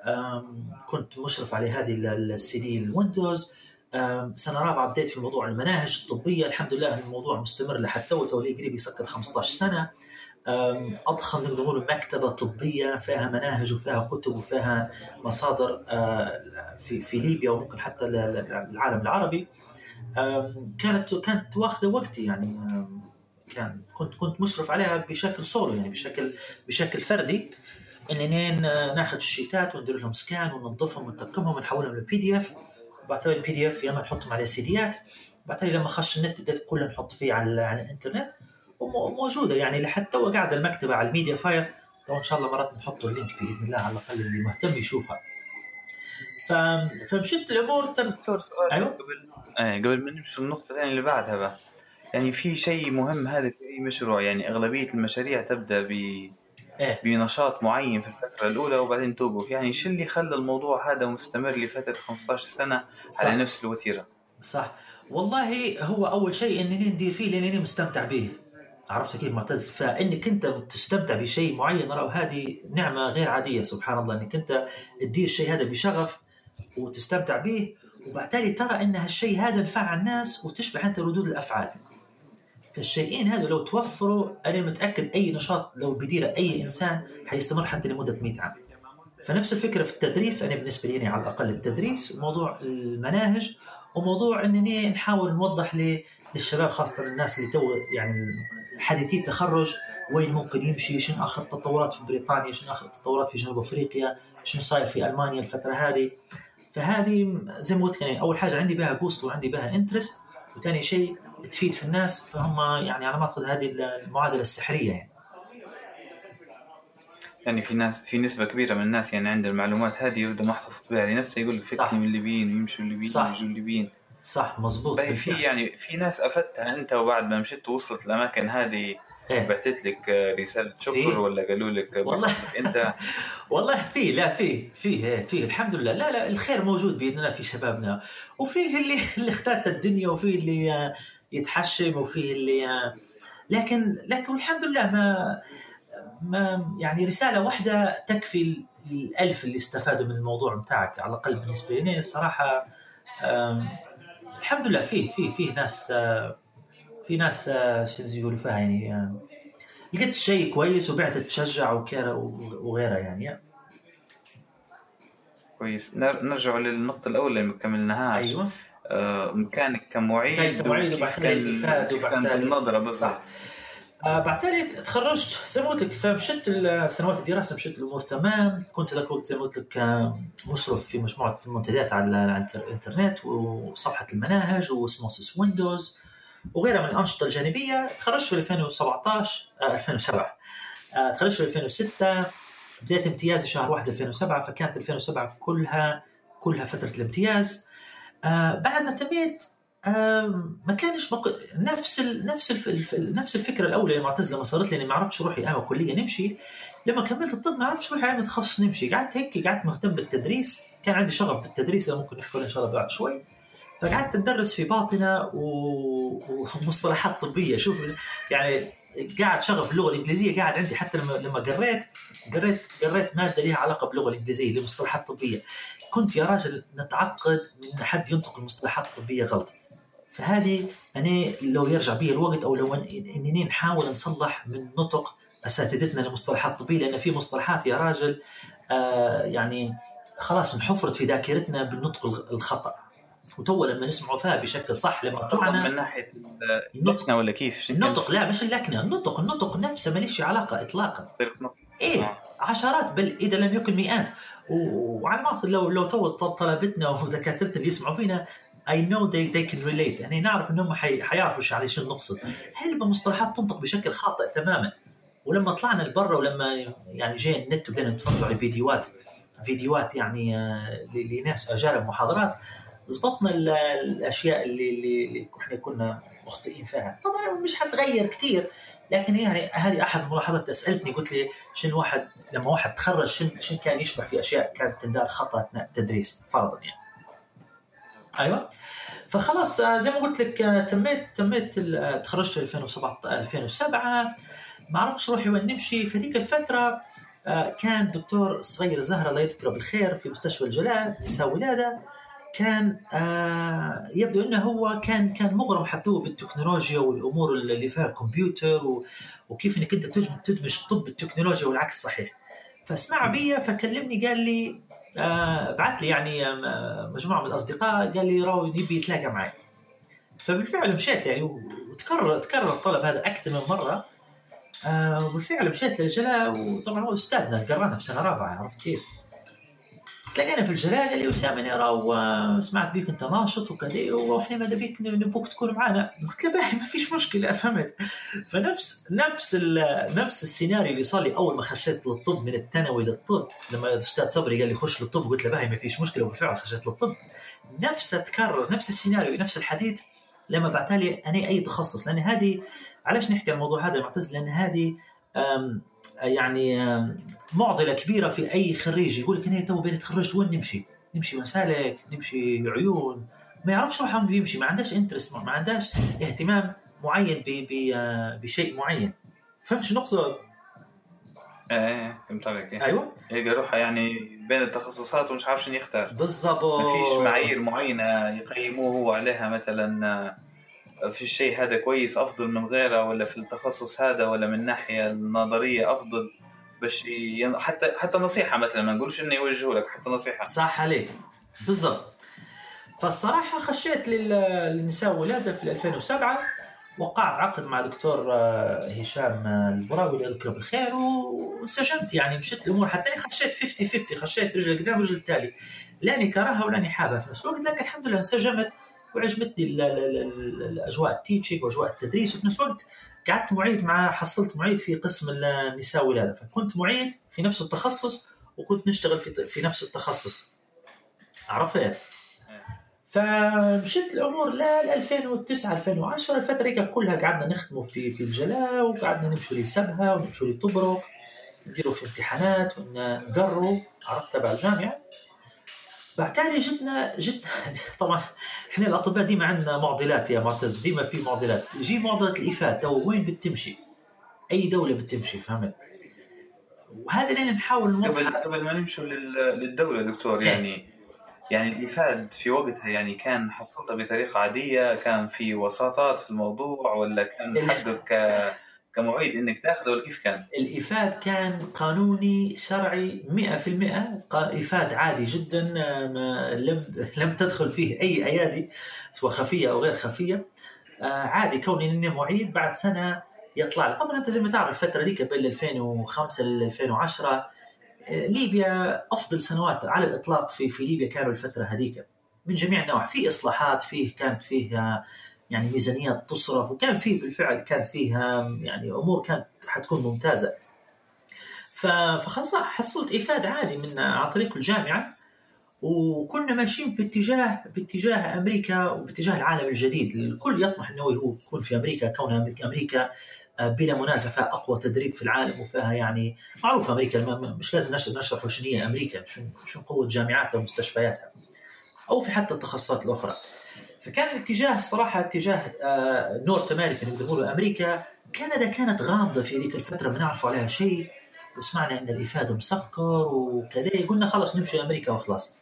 [SPEAKER 5] كنت مشرف على هذه السي دي الويندوز. سنة رابعة بديت في موضوع المناهج الطبية الحمد لله الموضوع مستمر لحتى وتولي قريب يسكر خمسة عشر سنة. أضخم نقدر نقول مكتبة طبية فيها مناهج وفيها كتب وفيها مصادر في في ليبيا وممكن حتى العالم العربي. كانت كانت واخدة وقتي يعني كان كنت كنت مشرف عليها بشكل صوري يعني بشكل بشكل فردي إننا ناخذ الشيتات وندير لهم سكان وننظفهم ونتقمهم ونحولهم للبي دي إف وبعدين البي دي إف يا إما نحطهم على سيديات. بعدين لما خش النت بدأت كله نحط فيه على على الإنترنت وموجوده يعني لحتى وقاعده المكتبه على الميديا فاير، وان شاء الله مرات نحط اللينك باذن الله على الاقل اللي مهتم يشوفها. ف فمشت الامور تم.
[SPEAKER 4] ايوه قبل ايه قبل ما نمشي النقطه الثانيه اللي بعدها بقى، يعني في شيء مهم هذا في اي مشروع، يعني اغلبيه المشاريع تبدا ب
[SPEAKER 5] إيه؟
[SPEAKER 4] بنشاط معين في الفتره الاولى وبعدين توقف. يعني شو اللي خلى الموضوع هذا مستمر لفتره خمسة عشر سنه صح. على نفس الوتيره؟
[SPEAKER 5] صح والله، هو اول شيء انني ندير فيه لانني مستمتع به، عرفت كيف معتز؟ فانك انت تستمتع بشيء معين، راه هذه نعمه غير عاديه سبحان الله، انك انت تدير الشيء هذا بشغف وتستمتع به، وبالتالي ترى ان هالشيء هذا ينفع الناس وتشبه انت ردود الافعال. فالشيئين هذا لو توفروا انا متاكد اي نشاط لو بديره اي انسان حيستمر حتى لمده مئة عام. فنفس الفكره في التدريس، انا بالنسبه لي على الاقل التدريس وموضوع المناهج وموضوع انني نحاول نوضح للشباب خاصه الناس اللي تو يعني حديثي التخرج وين ممكن يمشي، شنو اخر التطورات في بريطانيا، شنو اخر التطورات في جنوب افريقيا، شنو صاير في المانيا الفتره هذه. فهذه زي ما قلت يعني اول حاجه عندي بها بوست وعندي بها انترست، وثاني شيء تفيد في الناس، فهم يعني على ما اعتقد هذه المعادله السحريه يعني.
[SPEAKER 4] يعني في ناس في نسبة كبيرة من الناس يعني عند المعلومات هذه يبدأ محتفظ بها لنفسه، يقول لك فكني من الليبيين ويمشوا الليبيين ويجوا الليبيين.
[SPEAKER 5] صح مزبوط.
[SPEAKER 4] في يعني في ناس أفدتها أنت وبعد ما مشيت ووصلت الأماكن هذه إيه؟ بعثت لك رسالة شكر ولا قالوا لك
[SPEAKER 5] والله
[SPEAKER 4] أنت؟
[SPEAKER 5] والله في لا في في في الحمد لله، لا لا الخير موجود بإذن الله في شبابنا، وفيه اللي اللي اختارت الدنيا وفيه اللي يتحشم وفيه اللي لكن لكن الحمد لله ما ما يعني رسالة واحدة تكفي الألف اللي استفادوا من الموضوع متاعك على الأقل بالنسبة لي الصراحة. الحمد لله في في في ناس في ناس شو يقولوا فيها يعني لقيت شيء كويس وبعت تشجع وكذا وغيرها يعني.
[SPEAKER 4] كويس. نرجع للنقطة الأولى اللي كملناها.
[SPEAKER 5] أيوة.
[SPEAKER 4] آه مكانك كمعيد
[SPEAKER 5] كمعيد وبعد
[SPEAKER 4] كانت النظرة بالضبط.
[SPEAKER 5] آه بعدين تخرجت زي ما قلت لك، فمشيت السنوات الدراسة مشيت الأمور تمام. كنت ذاك الوقت زي ما قلت لك مشرف في مجموعة منتديات على الإنترنت وصفحة المناهج واسموسس ويندوز وغيرها من الأنشطة الجانبية. تخرجت في ألفين وسبعة عشر آه ألفين وسبعة آه تخرجت في ألفين وستة، بداية امتيازي شهر واحد ألفين وسبعة، فكانت ألفين وسبعة كلها كلها فترة الامتياز. آه بعد ما تميت آه ما كانش مق... نفس ال... نفس الف... نفس الفكرة الأولى يا معتز لما صارت لي إني ما عرفتش روحي أنا كلية نمشي. لما كملت الطب ما عرفتش روحي أنا متخصص نمشي، قعدت هيك قعدت مهتم بالتدريس، كان عندي شغف بالتدريس اللي ممكن نحكي إن شاء الله بعد شوي. فقعدت أدرس في باطنة و... ومصطلحات طبية. شوف يعني قاعد شغف اللغة الإنجليزية قاعد عندي، حتى لما لما قريت قريت قريت مادة لها علاقة باللغة الإنجليزية اللي مصطلحات طبية، كنت يا راجل نتعقد من حد ينطق المصطلحات الطبية غلط. فهذه أنا لو يرجع بي الوقت أو لو إنني نحاول نصلح من نطق أساتذتنا للمصطلحات الطبية، لأن في مصطلحات يا راجل آه يعني خلاص انحفرت في ذاكرتنا بالنطق الخطأ، وتو لما نسمعوا فيها بشكل صح لما طلعنا
[SPEAKER 4] من ناحية النطق ولا كيف
[SPEAKER 5] النطق. لا مش اللكنة، النطق النطق نفسه ماليش علاقة إطلاقا. إيه آه. عشرات بل إذا لم يكن مئات. وعلى ما أخذ لو لو تو طلبتنا ودكاترتنا اللي يسمعوا فينا I know they they can relate، يعني نعرف إنهم حي حيعرفوا شو على شو نقصد. هل بمصطلحات تنطق بشكل خاطئ تماما. ولما طلعنا لبرا ولما يعني جاء النت وبدأنا نتفرج على فيديوهات فيديوهات يعني لناس أجانب محاضرات، زبطنا الأشياء اللي اللي إحنا كنا مخطئين فيها. طبعا مش حتغير كتير، لكن يعني هذه أحد الملاحظات. سألتني قلت لي شنو واحد لما واحد تخرج شن شن كان يشبه في أشياء كانت تندار خطأ أثناء التدريس فرضا يعني. أيوة. فخلاص زي ما قلت لك تميت تميت تخرجت في ألفين وسبعة ألفين وسبعة، ما عرفتش روحي وين نمشي. في ذيك الفترة كان دكتور صغير زهرة الله يذكره بالخير في مستشفى الجلال نساء ولادة، كان آه يبدو أنه هو كان كان مغرم حتى بالتكنولوجيا والأمور اللي فيها كمبيوتر وكيف إنك أنت تدمج تدمج طب بالتكنولوجيا والعكس صحيح. فاسمع بيا فكلمني قال لي آه بعت لي يعني مجموعة من الأصدقاء قال لي راوي نبي يتلاقى معي. فبالفعل مشيت يعني وتكرر تكرر الطلب هذا أكثر من مرة. آه وبالفعل مشيت للجلاء، وطبعا هو أستاذنا قرانا في سنة رابعة عرفت كيف. تلاقينا في الجلاله اللي اسامه نرى وسمعت بيك انت ناشط وكذا واحنا ماذا بيك نبوك تكون معنا. قلت له باهي ما فيش مشكله فهمت. فنفس نفس نفس السيناريو اللي صار لي اول ما خشيت للطب من الثانوي للطب، لما الاستاذ صبري قال لي خش للطب قلت له باهي ما فيش مشكله وبالفعل خشيت للطب. نفس تكرر نفس السيناريو نفس الحديث لما بعتها لي انا اي تخصص. لان هذه علاش نحكي الموضوع هذا معتز، لان هذه يعني معضله كبيره في اي خريج يقول لك انا تو بين تخرجت وين نمشي نمشي مسالك نمشي عيون، ما يعرفش روح عم بيمشي، ما عندهاش انترست، ما عندهاش اهتمام معين بشيء معين. فهمت شنو نقصد؟
[SPEAKER 4] ايه فهمت عليك. إيه.
[SPEAKER 5] ايوه
[SPEAKER 4] يلقى روحه يعني بين التخصصات ومش عارف شنو يختار
[SPEAKER 5] بالضبط.
[SPEAKER 4] ما فيش معايير معينه يقيموه هو عليها، مثلا في الشيء هذا كويس أفضل من غيره، ولا في التخصص هذا ولا من ناحية النظرية أفضل، باش ين... حتى حتى نصيحة مثلا ما نقولش إنه يوجهوا لك حتى نصيحة.
[SPEAKER 5] صح عليك بالضبط. فالصراحة خشيت للنساء والولادة في ألفين وسبعة، وقعت عقد مع دكتور هشام البراوي اللي يذكره بالخير وانسجمت. يعني مشيت الأمور حتى أنا خشيت خمسين خمسين، خشيت رجل قدام رجل تالي، لاني كرهها ولاني حابة في نفس الوقت، لأن الحمد لله انسجمت وعجبتني الأجواء التيتشيك وأجواء التدريس. وفي نفس الوقت قعدت معيد مع حصلت معيد في قسم النساء والولادة، فكنت معيد في نفس التخصص وكنت نشتغل في في نفس التخصص، عرفت؟ فمشيت الأمور ل ألفين وتسعة ألفين وعشرة، الفترة كلها قعدنا نخدموا في في الجلاء، وقعدنا نمشوا لسبها ونمشوا لطبرق، نديروا في امتحانات ونقروا، عرفت، تبع الجامعة. بعتالي جتنا جتنا طبعا احنا الاطباء ديما عندنا معضلات يا معتز، ديما في معضلات. يجي معضله الافاد، تو وين بتمشي اي دوله بتمشي، فهمت؟ وهذا اللي نحاول نوضح
[SPEAKER 4] قبل قبل ما نمشوا للدوله دكتور. يعني يعني الافاد في وقتها يعني كان حصلتها بطريقه عاديه، كان في وساطات في الموضوع، ولا كان حدك كمعيد انك تاخذه، ولا كيف كان؟
[SPEAKER 5] الافاد كان قانوني شرعي مئة في المئة، افاد عادي جدا، لم لم تدخل فيه اي ايادي سواء خفيه او غير خفيه، عادي. كوني اني معيد بعد سنه يطلع لي. طبعا انت زي ما تعرف الفتره دي قبل ألفين وخمسة ل ألفين وعشرة ليبيا افضل سنوات على الاطلاق في في ليبيا كانوا الفتره هذيك من جميع النواحي، في اصلاحات، فيه كانت فيه يعني ميزانيات تصرف، وكان فيه بالفعل كان فيها يعني أمور كانت حتكون ممتازة. فخلاص حصلت إفادة عادي من عن طريق الجامعة، وكنا ماشيين باتجاه باتجاه أمريكا وباتجاه العالم الجديد. الكل يطمح أنه هو يكون في أمريكا، كون أمريكا, أمريكا بلا منازع فيها أقوى تدريب في العالم، وفيها يعني معروف أمريكا، مش لازم نشرح وش هي أمريكا، شو قوة جامعاتها ومستشفياتها، أو في حتى التخصصات الأخرى. فكان الاتجاه الصراحة اتجاه آه نورث أمريكا، نقدر نقول أمريكا. كندا كانت غامضة في ذيك الفترة، ما نعرف عليها شيء، وسمعنا أن الإفادة مسكر وكذا، قلنا خلاص نمشي أمريكا وخلاص.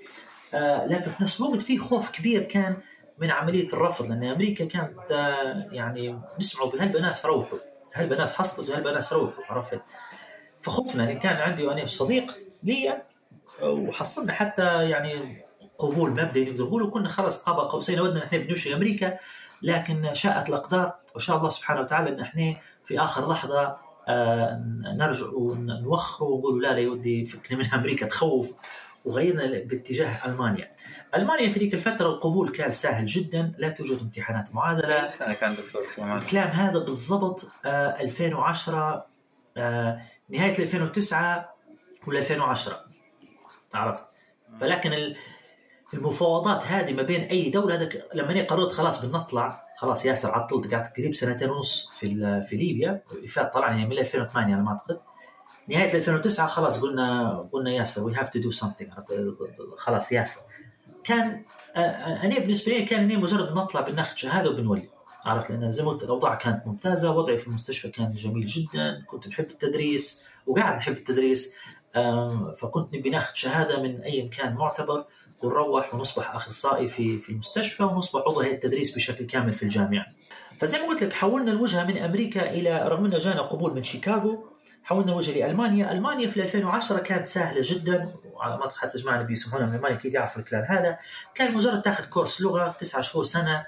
[SPEAKER 5] آه لكن في نفس الوقت في خوف كبير كان من عملية الرفض، لأن أمريكا كانت آه يعني نسمعوا بهالبناس روحوا، هالبناس حصلوا وهالبناس روحوا، عرفت؟ فخوفنا. يعني كان عندي وأنا صديق لي وحصلنا حتى يعني قبول مبدئي نقدر نقول، وكنا خلاص قاب قوسين ودنا نحن بنمشي لأمريكا، لكن شاءت الأقدار وشاء الله سبحانه وتعالى أن احنا في آخر لحظة آه نرجع ونوخر ونقول لا لا يودي فكنا من أمريكا تخوف، وغيرنا باتجاه ألمانيا. ألمانيا في ذيك الفترة القبول كان سهل جدا، لا توجد امتحانات معادلة.
[SPEAKER 4] كان دكتور
[SPEAKER 5] الكلام هذا بالضبط آه ألفين وعشرة، آه نهاية ألفين وتسعة ولا ألفين وعشرة، عرفت؟ فلكن المفاوضات هذه ما بين أي دولة، هذا لما أنا قررت خلاص بنطلع، خلاص ياسر عطلت، قعدت قريب سنتين ونص في في ليبيا، إفاد طلعني من ألفين وثمانية على ما أعتقد، نهاية ألفين وتسعة خلاص قلنا قلنا ياسر we have to do something، خلاص ياسر. كان أنا بالنسبة لي كان أنا مجرد نطلع بناخذ شهادة وبنولي، عرفت؟ لأن زي ما قلت الأوضاع كانت ممتازة، وضعي في المستشفى كان جميل جدا، كنت بحب التدريس وقاعد نحب التدريس، فكنت نبي ناخذ شهادة من أي مكان معتبر ونروح ونصبح أخصائي في في المستشفى، ونصبح عضو هيئة التدريس بشكل كامل في الجامعة. فزي ما قلت لك حولنا الوجهة من أمريكا إلى، رغم أنه جانا قبول من شيكاغو، حولنا الوجهة لألمانيا. ألمانيا في ألفين وعشرة كانت سهلة جدا، وعلى ما حتى جماعة بيسمعونا من ألمانيا كي يعرفوا الكلام هذا، كان مجرد تاخذ كورس لغة تسعة شهور سنة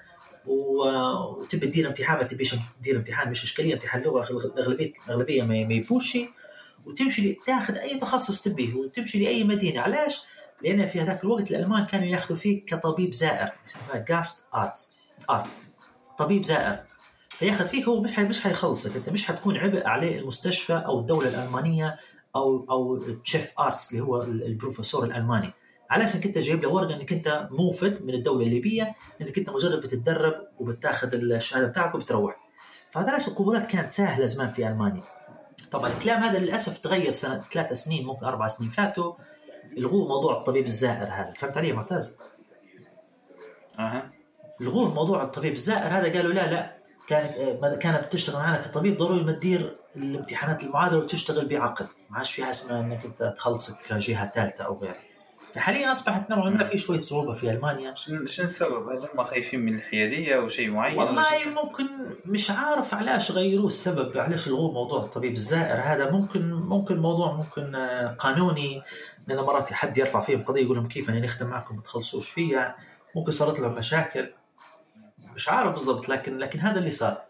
[SPEAKER 5] وتبي تدير امتحان، ما تبيش تدير امتحان مش إشكالية، امتحان لغة الأغلبية الأغلبية ما يبوشي، وتمشي تاخذ أي تخصص تبيه وتمشي لأي مدينة. علاش؟ لأن في هذاك الوقت الألمان كانوا يأخذوا فيه كطبيب زائر، اسمها جاست أرتس أرتس طبيب زائر، فيأخذ فيك هو مش مش حيخلصك، أنت مش حتكون عبء عليه المستشفى أو الدولة الألمانية أو أو تشيف أرتس اللي هو البروفيسور الألماني، علشان كنت جايب له ورقة إنك أنت موفد من الدولة الليبية، إنك أنت مجرد بتتدرب وبتاخذ الشهادة بتاعك وبتروح. فهذاش القبولات كانت سهلة زمان في ألمانيا. طبعا الكلام هذا للأسف تغير سنة ثلاثة سنين ممكن أربع سنين فاتوا، الغوه موضوع الطبيب الزائر هذا. فهمت عليه معتز؟
[SPEAKER 4] أها.
[SPEAKER 5] الغوه موضوع الطبيب الزائر هذا، قالوا لا لا كان كانت بتشتغل معنا كطبيب ضروري ما تدير الامتحانات المعادلة وتشتغل بعقد، ما عادش فيها اسمها انك انت تخلصك كجهة ثالثة او غيرها. فحاليا اصبحت نوعا ما في شوية صعوبة في المانيا.
[SPEAKER 4] شنو السبب؟ هل هم خايفين من الحيادية او شيء معين؟
[SPEAKER 5] والله ممكن مش عارف علاش غيروا السبب، علاش الغوا موضوع الطبيب الزائر هذا. ممكن ممكن موضوع ممكن قانوني، لأن مرات حد يرفع فيهم قضية يقول لهم كيف أنا نخدم معكم ما تخلصوش فيها، ممكن صارت لهم مشاكل مش عارف بالضبط، لكن لكن هذا اللي صار.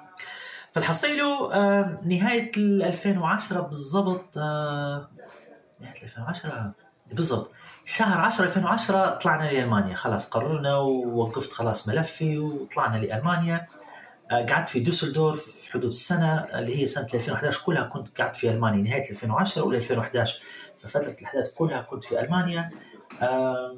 [SPEAKER 5] فالحصيله آه نهاية ألفين وعشرة بالضبط، آه نهاية ألفين وعشرة بالضبط شهر عشرة ألفين وعشرة طلعنا لألمانيا، خلاص قررنا ووقفت خلاص ملفي وطلعنا لألمانيا. آه قعدت في دوسلدورف في حدود السنة اللي هي سنة ألفين وإحدى عشر كلها كنت قعدت في ألمانيا، نهاية ألفين وعشرة ولا ألفين وإحدى عشر، ففترة الأحداث كلها كنت في ألمانيا. آه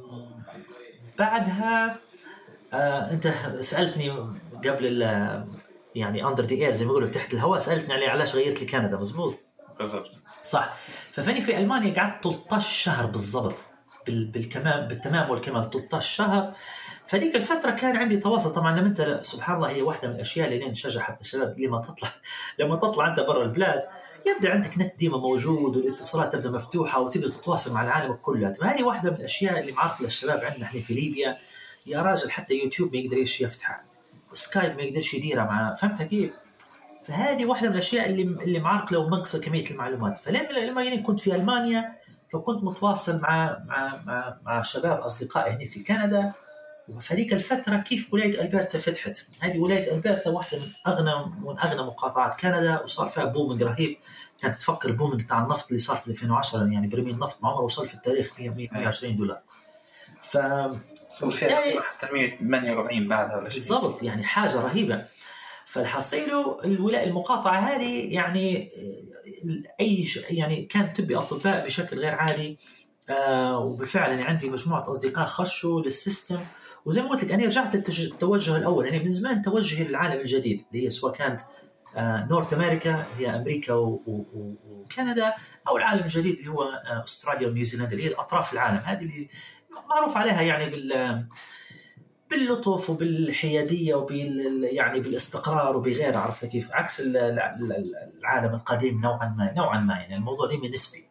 [SPEAKER 5] بعدها آه أنت سألتني قبل يعني أندر دي إير زي ما يقولوا تحت الهواء، سألتني عليه علاش غيرت لي كندا. مزبوط
[SPEAKER 4] بالضبط
[SPEAKER 5] صح. ففاني في ألمانيا قعدت ثلاثة عشر شهر بالضبط بالكمام بالتمام والكمال ثلاثة عشر شهر. فديك الفترة كان عندي تواصل طبعا. لما أنت سبحان الله هي واحدة من الأشياء اللي نشجع حتى الشباب لما تطلع لما تطلع أنت برا البلاد يبدأ عندك نت ديما موجود والاتصالات تبدأ مفتوحة وتقدر تتواصل مع العالم كله. هذه واحدة من الأشياء اللي معرض للشباب عندنا احنا في ليبيا. يا راجل حتى يوتيوب ما يقدرش يفتحها، سكايب ما يقدرش يديرها مع، فهمتها كيف؟ فهذه واحدة من الأشياء اللي اللي معرق له نقص كمية المعلومات. فلما لما يعني كنت في ألمانيا فكنت متواصل مع مع مع, مع شباب أصدقائي هنا في كندا. وفريق الفترة كيف ولاية ألبرتا فتحت. هذه ولاية ألبرتا واحدة من أغنى من أغنى مقاطعات كندا، وصار فيها بومنج رهيب. كانت تفكر البومنج بتاع النفط اللي صار في ألفين وعشرة، يعني برميل النفط ما عمره وصل في التاريخ مية وعشرين دولار. ف
[SPEAKER 4] يعني حتى مية وثمانية وأربعين بعدها ولا شيء
[SPEAKER 5] بالضبط، يعني حاجة رهيبة. فالحصيله الولاية المقاطعة هذه يعني أي يعني كانت تبي أطباء بشكل غير عادي. آه وبالفعل يعني عندي مجموعة أصدقاء خشوا للسيستم. وزي ما قلت لك أنا رجعت للتوجه الأول، يعني من زمان توجهي للعالم الجديد اللي هي سواء كانت آه نورث أمريكا هي أمريكا وكندا، أو العالم الجديد اللي هو آه أستراليا ونيوزيلندا اللي هي الأطراف العالم هذه اللي معروف عليها يعني بال باللطف وبالحيادية وبال يعني بالاستقرار وبغير، عرفت كيف؟ عكس العالم القديم نوعا ما نوعا ما يعني الموضوع ديما نسبي.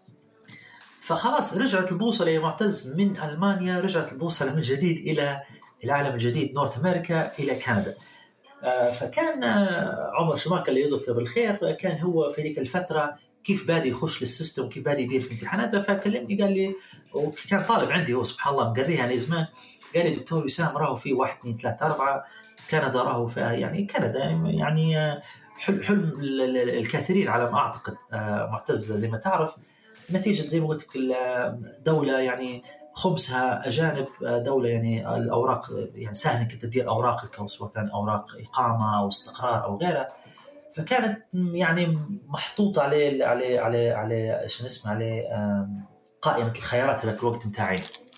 [SPEAKER 5] فخلاص رجعت البوصلة يا معتز من ألمانيا، رجعت البوصلة من جديد إلى العالم الجديد نورث أمريكا إلى كندا. فكان عمر شماكة اللي يذكر بالخير كان هو في ذيك الفترة كيف بادي يخش للسيستم وكيف بادي يدير في امتحاناته. فكلمني قال لي، وكان طالب عندي هو سبحان الله مقريها أنا زمان، قال لي دكتور وسام راهو في واحد اثنين ثلاثة أربعة كندا راهو فيها يعني كندا يعني حلم الكثيرين على ما أعتقد معتز زي ما تعرف، نتيجة زي ما قلت لك دولة يعني خبزها أجانب، دولة يعني الأوراق يعني سهل إنك تدير أوراقك أو سواء كان أوراق إقامة أو استقرار أو غيرها. فكانت يعني محطوطة عليه عليه عليه عليه شو اسمه عليه قائمة الخيارات هذاك الوقت متاعين.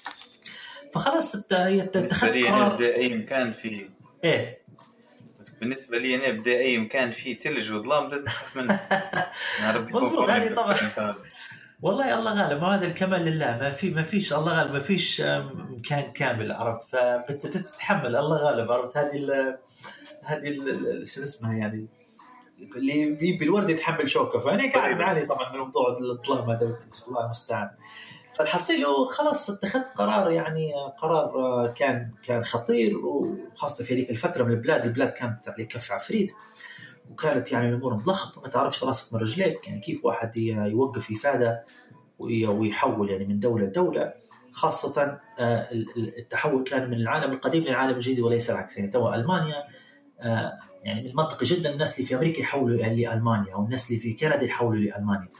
[SPEAKER 5] فخلاص اتخذت قرار.
[SPEAKER 4] بدأ أي مكان فيه
[SPEAKER 5] إيه
[SPEAKER 4] بالنسبة لي أنا بدأ أي مكان فيه ثلج وظلام بدأت أخاف منه.
[SPEAKER 5] مظبوط هذه طبعا والله الله غالب، هذا الكمال لله، ما في ما فيش الله غالب، ما فيش مكان كامل عرفت. فبتتحمل الله غالب عرفت. هذه ال هذه ال شو اسمها يعني اللي بالورد يتحمل شوكة. فأنا قاعد معاني طبعا من موضوع الظلام هذا الله المستعان. فالحصيله خلاص اتخذت قرار يعني قرار كان كان خطير، وخاصة في هذيك الفترة من البلاد البلاد كانت على كف عفريت، وكانت يعني الأمور ملخبطة ما تعرفش راسك من رجليك. يعني كيف واحد يوقف إفادة ويحول يعني من دولة لدولة، خاصة التحول كان من العالم القديم للعالم الجديد وليس العكس. يعني توا ألمانيا يعني من المنطقي جدا الناس اللي في أمريكا يحولوا لألمانيا، والناس اللي في كندا يحولوا لألمانيا.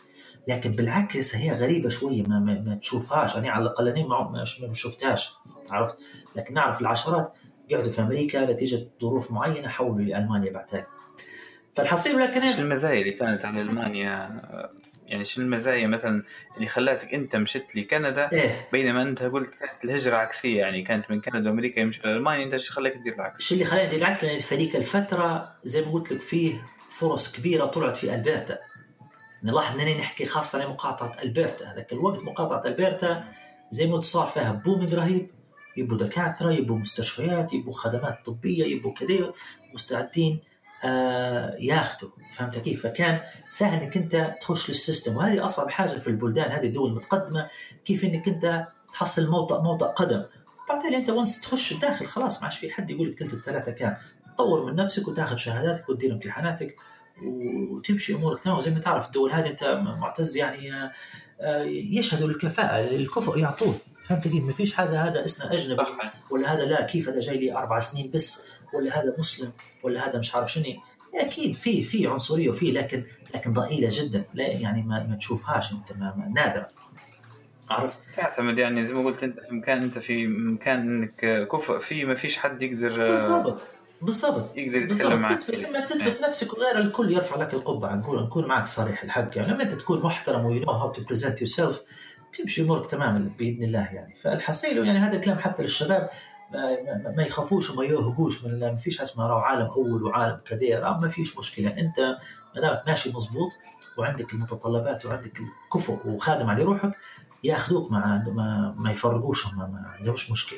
[SPEAKER 5] لكن بالعكس هي غريبة شوية، ما, ما, ما تشوفهاش. أنا على الأقل أنا ما, ما, ما شفتهاش، عرفت. لكن نعرف العشرات قعدوا في أمريكا نتيجة ظروف معينة حولوا لألمانيا بعدها. فالحصيل لكن
[SPEAKER 4] شو المزايا اللي كانت على ألمانيا؟ يعني شو المزايا مثلا اللي خلاتك أنت مشيت لكندا
[SPEAKER 5] إيه؟
[SPEAKER 4] بينما أنت قلت كانت الهجرة عكسية، يعني كانت من كندا وأمريكا يمشي لألمانيا، أنت شو خلاك تدير العكس؟
[SPEAKER 5] شو اللي خلاني أدير العكس؟ لأن في هذيك الفترة زي ما قلت لك فيه فرص كبيرة طلعت في ألبرتا. نلاحظ أنني نحكي خاصة عن مقاطعة ألبرتا. هذاك الوقت مقاطعة ألبرتا زي ما صار فيها بومينج رهيب، يبقوا دكاترة، يبقوا مستشفيات، يبقوا خدمات طبية، يبقوا كده مستعدين آه ياخدوا. فهمت كيف؟ فكان سهل انك انت تخش للسيستم، وهذه اصعب حاجه في البلدان هذه الدول المتقدمه، كيف انك انت تحصل موطأ موطأ قدم. بعدين انت وانس تخش الداخل خلاص ما عادش في حد يقول لك ثلث الثلاثه، كان تطور من نفسك وتاخذ شهاداتك وتدير امتحاناتك وتمشي امورك تمام. وزي ما تعرف الدول هذه انت معتز يعني يشهدوا الكفاءه، الكفؤ يعطوه. فهمت كيف؟ ما فيش حاجه هذا اسمه اجنبي ولا هذا لا كيف هذا جاي لي اربع سنين بس، ولا هذا مسلم، ولا هذا مش عارف شنو. اكيد في في عنصريه وفي، لكن لكن ضئيله جدا، لا يعني ما, ما تشوفهاش انت، ما, ما نادره. عرفت؟
[SPEAKER 4] تعتمد يعني زي ما قلت انت في مكان انت في مكان انك كفء فيه، ما فيش حد يقدر
[SPEAKER 5] بالضبط بالضبط
[SPEAKER 4] يقدر يتكلم معك.
[SPEAKER 5] لما تثبت نفسك وغير الكل يرفع لك القبعه. نقول نكون معك صريح الحق يعني، لما انت تكون محترم ويو نو هاو تو بريزنت يور سيلف تمشي امورك تماما باذن الله يعني. فالحصيل يعني هذا الكلام حتى للشباب ما, ما يخافوش وما يوهقوش من ما فيش اسمه راو عالم اول وعالم كدير، ما فيش مشكله. انت ما دامك ماشي مزبوط وعندك المتطلبات وعندك الكفؤ وخادم على روحك ياخذوك، ما ما, ما يفرقوش، ما, ما عندهمش مشكله.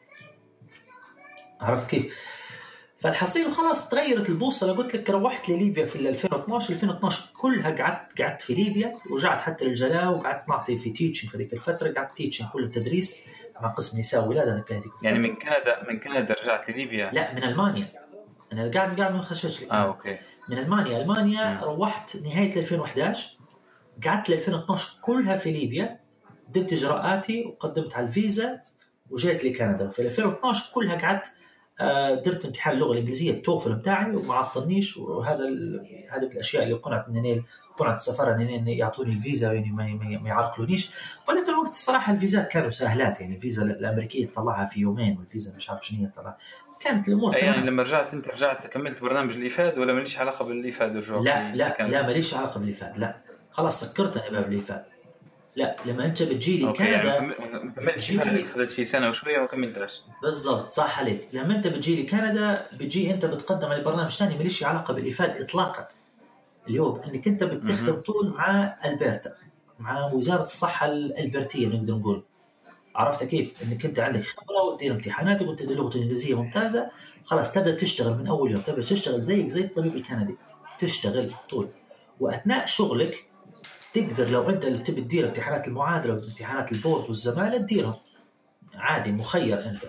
[SPEAKER 5] عرفت كيف؟ فالحصيل خلاص تغيرت البوصله. قلت لك روحت لليبيا في ألفين واثناشر ألفين واثناشر كلها قعدت قعدت في ليبيا، ورجعت حتى للجلاء وقعدت نعطي في تيتشنج في ذيك الفتره، قعدت تيتشنج كل التدريس مع قسم نساء ولاده هذيك.
[SPEAKER 4] يعني من كندا من كندا رجعت لليبيا؟
[SPEAKER 5] لا من المانيا. انا قاعد قاعد من خشش لك
[SPEAKER 4] اه اوكي
[SPEAKER 5] من المانيا. المانيا م. روحت نهايه ألفين وأحد عشر، قعدت ل ألفين واثناشر كلها في ليبيا، درت اجراءاتي وقدمت على الفيزا وجيت لكندا. في ألفين واثناشر كلها قعدت درت امتحان اللغه الانجليزيه التوفل بتاعي وما عطنيش، وهذا هذا الاشياء اللي قنعت انني قنعت السفاره انني يعطوني الفيزا يعني ما ما يعرقلونيش. وذاك الوقت الصراحه الفيزات كانوا سهلات، يعني الفيزا الامريكيه تطلعها في يومين، والفيزا مش عارف شنو طلع، كانت الامور
[SPEAKER 4] يعني تمام. لما رجعت انت رجعت كملت برنامج الإفاد ولا ماليش علاقه بالإفاد الرجوع؟
[SPEAKER 5] لا لا لا ماليش علاقه بالإفاد، لا خلاص سكرت انا باب الإفاد. لا لما انت بتجيلي كندا
[SPEAKER 4] يعني كملت خذت في سنه وشويه وكملتش.
[SPEAKER 5] بالضبط صح عليك. لما انت بتجيلي كندا بتجي انت بتقدم على برنامج ثاني ماليش علاقه بالإفاد اطلاقا، اللي هو انك انت بتخدم طول مع ألبرتا، مع وزاره الصحه الألبرتيه نقدر نقول. عرفت كيف؟ انك انت عندك خبره وتدير امتحاناتك وانت لغتك الانجليزيه ممتازه، خلاص تبدا تشتغل من اول يوم، تبدا تشتغل زيك زي الطبيب الكندي، تشتغل طول. واثناء شغلك تقدر لو انت اللي تبي تدير امتحانات المعادله وامتحانات البورد والزماله تديرهم عادي مخير انت.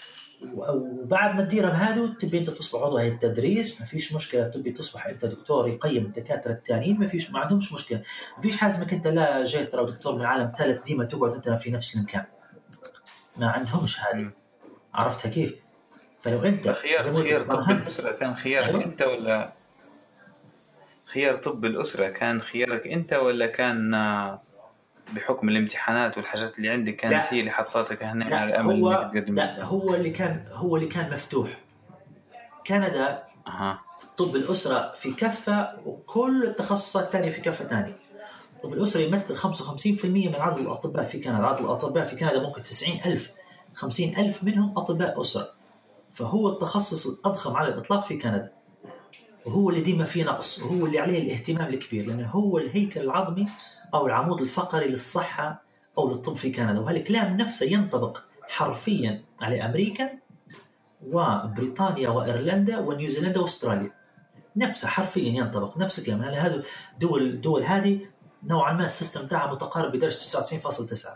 [SPEAKER 5] وبعد ما تديرهم هادو تبي انت تصبح عضو هيئه التدريس ما فيش مشكله، تبي تصبح انت دكتور يقيم الدكاتره الثانيين ما فيش، ما عندهمش مشكله. ما فيش حاجه اسمك انت لا جيت او دكتور من العالم الثالث ديما تقعد انت في نفس المكان، ما عندهمش هذه. عرفتها كيف؟ فلو انت
[SPEAKER 4] خيار خيار طب الاسره كان خيارك أيوة. انت ولا خيار طب الاسره كان خيارك انت ولا كان بحكم الامتحانات والحاجات اللي عندك كانت هي اللي حطتك هنا على الامل انك تقدم؟
[SPEAKER 5] لا هو اللي كان هو اللي كان مفتوح. كندا
[SPEAKER 4] أه.
[SPEAKER 5] طب الاسره في كفه وكل التخصصات الثانيه في كفه ثانيه. طب الاسره يمثل خمسة وخمسين بالمئة من عدد الاطباء في كندا. عدد الاطباء في كندا ممكن تسعين ألف، خمسين ألف منهم اطباء اسره، فهو التخصص الاضخم على الاطلاق في كندا، وهو اللي ديما فيه نقص، وهو اللي عليه الاهتمام الكبير، لانه هو الهيكل العظمي او العمود الفقري للصحه او للطب في كندا. وهالكلام نفسه ينطبق حرفيا على امريكا وبريطانيا وايرلندا ونيوزيلندا واستراليا، نفسه حرفيا ينطبق نفس الكلام. يعني هذا دول الدول هذه نوعا ما السيستم تاعها متقارب بدرجه تسعة وتسعين فاصلة تسعة.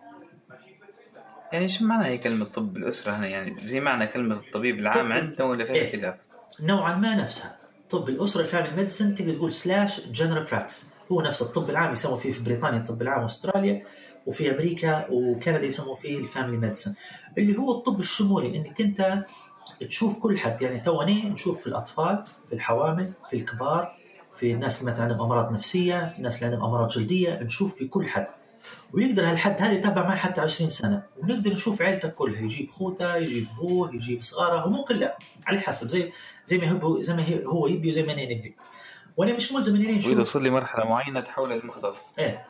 [SPEAKER 4] يعني شو معنى هي كلمه طب الاسره هنا؟ يعني زي معنى كلمه الطبيب العام عندنا ولا فيها اختلاف؟
[SPEAKER 5] إيه؟ نوعا ما نفسها. طب الاسره فاميلي ميديسن تقدر تقول سلاش جنرال براكتس، هو نفس الطب العام يسموا فيه في بريطانيا الطب العام واستراليا، وفي امريكا وكندا يسموا فيه الفاميلي ميديسن، اللي هو الطب الشمولي، انك انت تشوف كل حد. يعني تواني نشوف في الاطفال، في الحوامل، في الكبار، في الناس اللي مثلا عندهم أمراض نفسية، في الناس اللي عندهم أمراض جلدية، نشوف في كل حد. ويقدر هالحد هذا يتابع معي حتى عشرين سنة، ونقدر نشوف عائلته كلها، يجيب خوته، يجيب أبوه، يجيب صغاره، وممكن لا، على حسب زي زي ما هو زي ما هو يبي وزي ما أنا نبي. وأنا مش ملزم إني نشوف.
[SPEAKER 4] وإذا وصل لي مرحلة معينة تحول للمختص.
[SPEAKER 5] إيه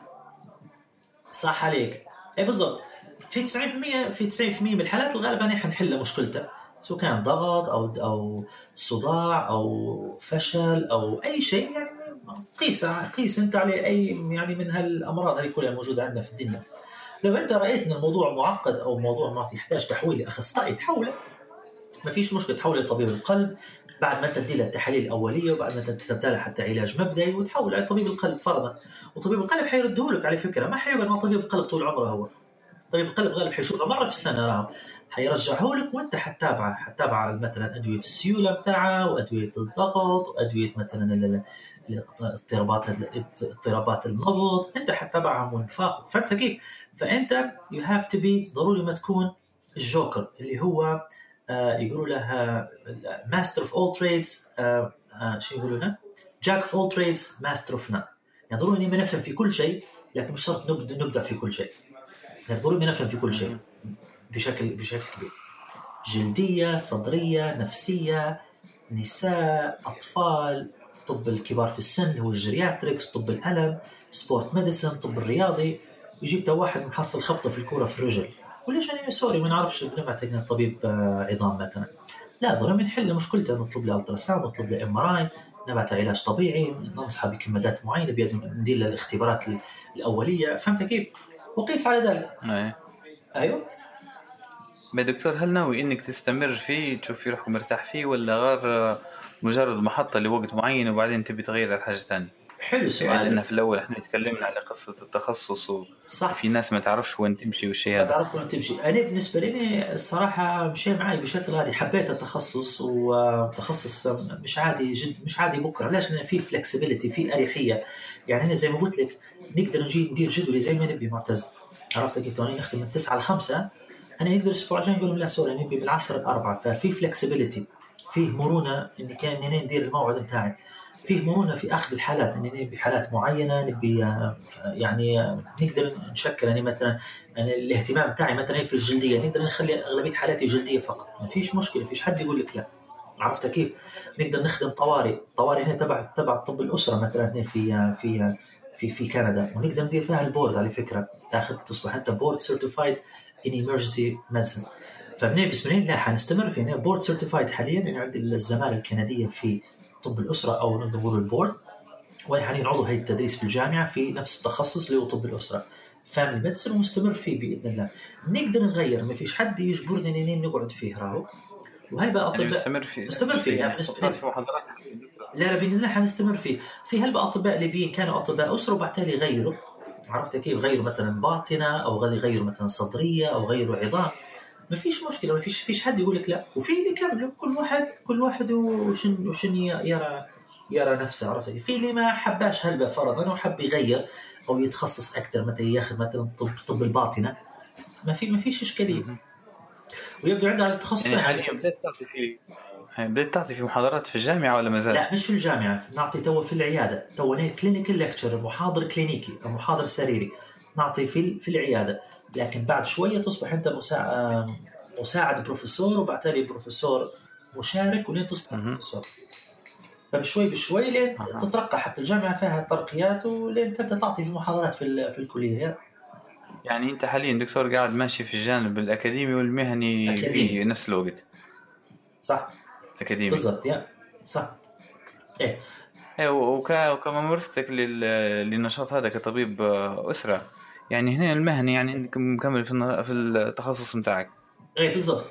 [SPEAKER 5] صح عليك. إيه بالضبط. في تسعين بالمئة في تسعين بالمئة من الحالات الغالب أنا حنحل مشكلته، سواء كان ضغط أو أو صداع أو فشل أو أي شيء. يعني قيس قيس أنت عليه أي يعني من هالأمراض هاي كلها الموجودة عندنا في الدنيا. لو أنت رأيت أن الموضوع معقد أو موضوع ما يحتاج تحويل لأخصائي، تحوله، ما فيش مشكلة، تحوله لطبيب القلب بعد ما تدي له التحاليل الأولية، وبعد ما تبدأ له حتى علاج مبدئي، وتحول على طبيب القلب فرضا. وطبيب القلب حيرده لك على فكرة، ما حيقعد مع طبيب القلب طول عمره. هو طبيب القلب غالب حيشوفه مرة في السنة، راهم حيرجعه لك، وانت حتتابعه حتتابع مثلا أدوية السيولة بتاعه، وأدوية الضغط، وأدوية مثلا اضطرابات اضطرابات النبض، انت حتتابعهم وانفاق. فهمت كيف؟ فانت you have to be ضروري ما تكون الجوكر اللي هو آه يقولوا لها master of all trades، آه آه شو يقولوا له jack of all trades master of none. يعني ضروري ما نفهم في كل شيء، لكن مش شرط نبدأ نبدأ في كل شيء. يعني ضروري ما نفهم في كل شيء بشكل بشكل كبير. جلدية، صدرية، نفسية، نساء، أطفال، طب الكبار في السن هو الجرياتريكس، طب الألم، سبورت ميديسن، طب الرياضي. يجيك واحد محصل خبطة في الكورة في الرجل، وليش أنا سوري ما نعرفش بنبعتنا طبيب عظام مثلا؟ لا، ضروري نحل مشكلته، نطلب له ألتراساوند، نطلب له إم آر آي، نبعته علاج طبيعي، ننصحه بكمادات معينة، بيد ندير له الاختبارات الأولية. فهمت كيف؟ وقيس على ذلك.
[SPEAKER 4] أيه.
[SPEAKER 5] أيوه.
[SPEAKER 4] ما دكتور، هل ناوي إنك تستمر فيه تشوف في روحك مرتاح فيه، ولا غير مجرد محطة لوقت معين وبعدين تبي تغير لحاجة تانية؟
[SPEAKER 5] حلو سؤال.
[SPEAKER 4] يعني لأن في الأول إحنا تكلمنا على قصة التخصص، وفي ناس ما تعرفش وين تمشي والشيء هذا.
[SPEAKER 5] ما تعرف وين تمشي. أنا بالنسبة لي الصراحة مشي معي بشكل عادي، حبيت التخصص، وتخصص مش عادي جد، مش عادي بكرة. ليش؟ لأن فيه flexibility، فيه أريحية. يعني أنا زي ما قلت لك نقدر نجي ندير جدولي زي ما نبي معتز. عرفت كيف؟ توني نخدم من تسعة لخمسة، أنا نقدر أسبوع جاي نقول لا سوري نبي من العصر الأربعة. ففي flexibility، فيه مرونة إني كان إني ندير الموعد بتاعي، فيه مرونة في أخذ الحالات، إني نبي حالات معينة، نبي يعني نقدر نشكل. يعني مثلا يعني الاهتمام بتاعي مثلا في الجلدية، نقدر نخلي أغلبية حالاتي جلدية فقط، ما فيش مشكلة، فيش حد يقول لك لا. عرفت كيف؟ نقدر نخدم طوارئ، طوارئ هنا تبع تبع طب الأسرة مثلا هنا في في في في كندا، ونقدر ندير فيها البورد. على فكرة تاخذ تصبح أنت بورد سيرتيفايد in emergency medicine. فبني بسم الله لا حنستمر في هنا بورد سيرتيفايد حاليا. يعني عندي الزمالة الكندية في طب الأسرة أو نقول البورد، وأنا حاليا عضو هيئة التدريس في الجامعة في نفس التخصص اللي هو طب الأسرة فاميلي ميديسن، ومستمر فيه بإذن الله. نقدر نغير، ما فيش حد يجبرنا إننا نقعد فيه راهو. وهل بقى أطباء
[SPEAKER 4] يعني مستمر فيه
[SPEAKER 5] مستمر فيه يعني
[SPEAKER 4] بالنسبة في محاضرات؟
[SPEAKER 5] لا لا بإذن الله حنستمر فيه. في هل بقى أطباء ليبيين كانوا أطباء أسرة وبعدين يغيروا، عرفت كيف؟ غيروا مثلا باطنة أو غيروا مثلا صدرية أو غيروا عظام، ما فيش مشكلة، ما فيش فيش حد يقول لك لا. وفي اللي كملوا، كل واحد كل واحد وشن وشن يرى يرى نفسه. عرفت في اللي ما حباش هلبة فرضا وحب يغير أو يتخصص أكثر، مثلا ياخذ مثلا طب طب الباطنة، ما في ما فيش إشكالية، ويبدو عنده على التخصص.
[SPEAKER 4] يعني حاليا بدأت تعطي في بدأت تعطي في محاضرات في الجامعة ولا ما زال؟
[SPEAKER 5] لا مش في الجامعة، نعطي تو في العيادة، تو أنا كلينيكال ليكتشر، محاضر كلينيكي أو محاضر سريري، نعطي في في العيادة. لكن بعد شوية تصبح أنت مساعد مساعد بروفيسور، وبعد تالي بروفيسور مشارك، ولين تصبح بروفيسور. فبشوي بشوي لين أه. تترقى، حتى الجامعة فيها ترقيات، ولين تبدأ تعطي في محاضرات في في الكلية.
[SPEAKER 4] يعني أنت حاليا دكتور قاعد ماشي في الجانب الأكاديمي والمهني في نفس الوقت.
[SPEAKER 5] صح.
[SPEAKER 4] أكاديمي
[SPEAKER 5] بالضبط يا صح. إيه.
[SPEAKER 4] إيه وكا وكممارستك للنشاط هذا كطبيب أسرة، يعني هنا المهني يعني إنك مكمل في في التخصص متاعك.
[SPEAKER 5] إيه بالضبط،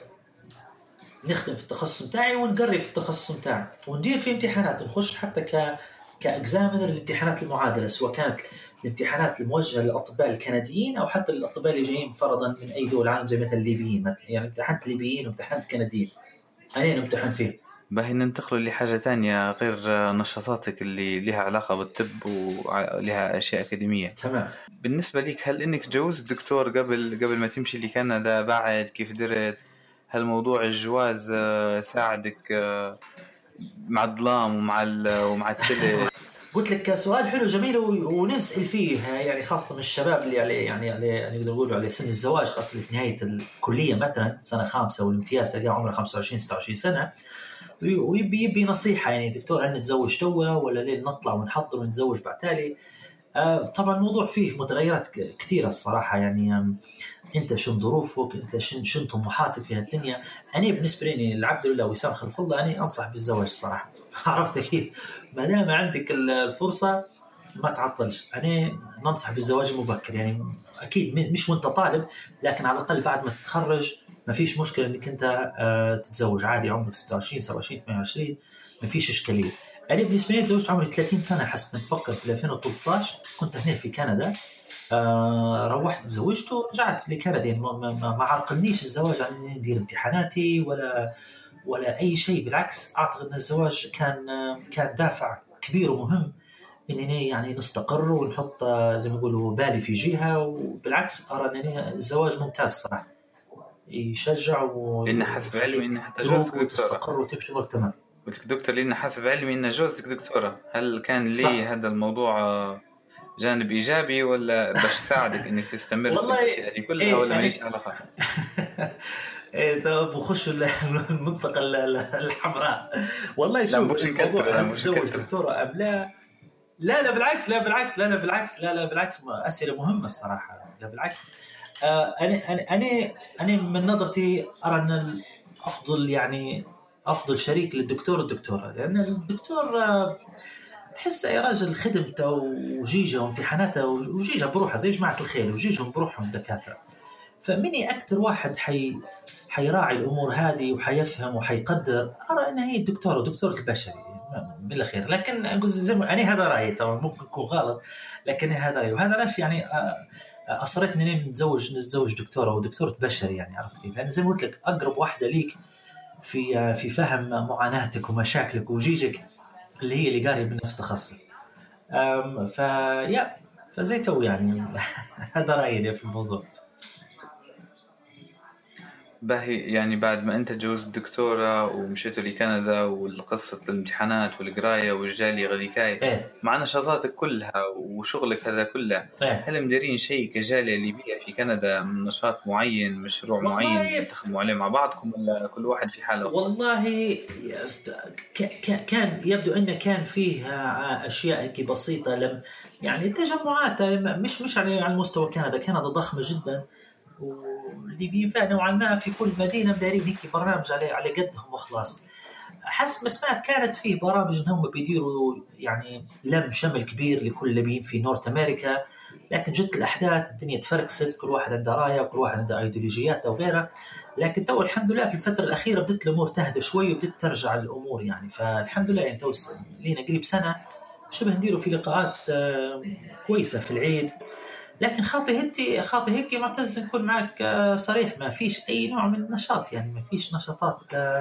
[SPEAKER 5] نخدم في التخصص متاعي ونقري في التخصص متاعي، وندير في امتحانات، نخش حتى ك كإكزامينر الامتحانات المعادلة، سواء كانت الامتحانات الموجهة للأطباء الكنديين أو حتى الأطباء اللي جايين فرضا من أي دول العالم، زي مثل الليبيين مثلا. يعني امتحنت ليبيين وامتحنت كنديين، أنا نمتحن فيه.
[SPEAKER 4] باهي ننتقل لحاجة تانية غير نشاطاتك اللي لها علاقة بالطب ولها أشياء أكاديمية.
[SPEAKER 5] تمام.
[SPEAKER 4] بالنسبة لك، هل إنك جوز دكتور قبل قبل ما تمشي لكندا؟ بعد كيف درت؟ هل موضوع الجواز ساعدك مع الظلام ومع ومع التلت
[SPEAKER 5] قلت لك سؤال حلو جميل ونسأل فيه يعني خاصة من الشباب اللي عليه يعني يعني نقدر نقول عليه سن الزواج، خاصة اللي في نهاية الكلية مثلا سنة خامسة والامتياز تلقاه عمره خمسة وعشرين ستة وعشرين سنة، ويبي يبي نصيحة يعني دكتور هل نتزوج توا ولا ليه نطلع ونحضر ونتزوج بعتالي. آه طبعا الموضوع فيه متغيرات كثيرة الصراحة، يعني انت شن ظروفك، انت شن شن طموحاتك في هالدنيا. انا بالنسبه لي العبد لله وسام خلف الله انا انصح بالزواج صراحه. عرفت كيف؟ ما دام عندك الفرصه ما تعطلش. انا ننصح بالزواج المبكر، يعني اكيد مش وانت طالب، لكن على الاقل بعد ما تتخرج ما فيش مشكله انك انت تتزوج عادي عمرك ستة وعشرين سبعة وعشرين ثمانية وعشرين ما فيش اشكاليه. انا بالنسبه لي تزوجت عمري ثلاثين سنه حسب ما تفكر في ألفين وثلاثة عشر، كنت هنا في كندا. آه روحت تزوجت ورجعت لكندا، يعني ما, ما, ما عرقلنيش الزواج عن اني ندير امتحاناتي ولا ولا اي شيء، بالعكس اعتقد ان الزواج كان كان دافع كبير ومهم انني يعني نستقر ونحط زي ما يقولوا بالي في جهه، وبالعكس ارى ان الزواج ممتاز صراحه، يشجع
[SPEAKER 4] لان حسب علمي ان حتى جوزك
[SPEAKER 5] تستقر وتمشي امورك تمام.
[SPEAKER 4] قلت دكتور لان حسب علمي ان جوزك دكتوره، هل كان لي هذا الموضوع جانب إيجابي ولا باش تساعدك إنك تستمر في الأشياء دي كلها إيه ولا ماليش علاقة؟
[SPEAKER 5] إيه طب وخش المنطقة الحمراء. والله شوف الموضوع هل تتزوج دكتورة أم لا؟ لا لا بالعكس لا بالعكس لا لا بالعكس لا لا بالعكس أسئلة مهمة الصراحة. لا بالعكس آه أنا أنا أنا أنا من نظرتي أرى أن الأفضل يعني أفضل شريك للدكتور الدكتورة، لأن الدكتور آه تحس يا راجل خدمته وجيجه وامتحاناته وجيجه بروحها زي جماعة الخير وجيجهم بروحهم دكاترة، فمني أكتر واحد حي حيراعي الأمور هذه وحيفهم وحيقدر أرى أن هي الدكتورة ودكتورة البشري من الخير. لكن أقول زي ما أنا هذا رأيي، طبعا ممكن يكون غلط لكن هذا رأيي، وهذا ليش يعني أصريت إني نتزوج نتزوج دكتورة ودكتورة بشري، يعني عرفت كيف؟ لأن زي ما قلت لك أقرب واحدة ليك في في فهم معاناتك ومشاكلك وجيجك اللي هي اللي قاري بنفس تخصصك. فيا فزي تو يعني هذا رأيي في الموضوع.
[SPEAKER 4] باهي يعني بعد ما أنت تجوز الدكتورة ومشيتوا لكندا والقصة الامتحانات والقراية والجالية غليكاي
[SPEAKER 5] إيه؟
[SPEAKER 4] مع نشاطاتك كلها وشغلك هذا كله
[SPEAKER 5] إيه؟
[SPEAKER 4] هل مديرين شيء كجالية ليبية في كندا من نشاط معين مشروع معين تخدموا عليه مع بعضكم ولا كل واحد في حاله؟
[SPEAKER 5] والله كان يبدو أنه كان فيه أشياء بسيطة لم يعني تجمعات مش مش على المستوى كندا. كندا ضخمة جدا واللي بينفع نوعا ما في كل مدينة مدارين هيك برنامج عليه على قدهم وخلاص. حسب ما سمعت كانت فيه برامج انهم بيديروا يعني لم شمل كبير لكل اللي بين في نورث امريكا، لكن جت الاحداث الدنيا تفرقست، كل واحد عنده رايه وكل واحد عنده ايديولوجيات او غيرها. لكن تو الحمد لله في الفتره الاخيره بدت الامور تهدى شوي وبدت ترجع الامور يعني. فالحمد لله يعني تو لينا قريب سنه شبه نديروا في لقاءات كويسه في العيد. لكن خاطي هيك خاطي هيك معتز نكون معك صريح، ما فيش اي نوع من النشاط، يعني ما فيش نشاطات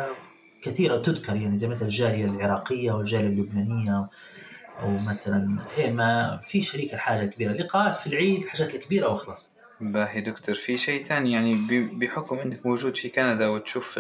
[SPEAKER 5] كثيره تذكر يعني زي مثل الجاليه العراقيه والجاليه اللبنانيه او مثلا إيه ما في شريك الحاجه كبيره لقاءات في العيد حاجات الكبيره وخلاص.
[SPEAKER 4] باهي دكتور في شيء ثاني يعني بحكم انك موجود في كندا وتشوف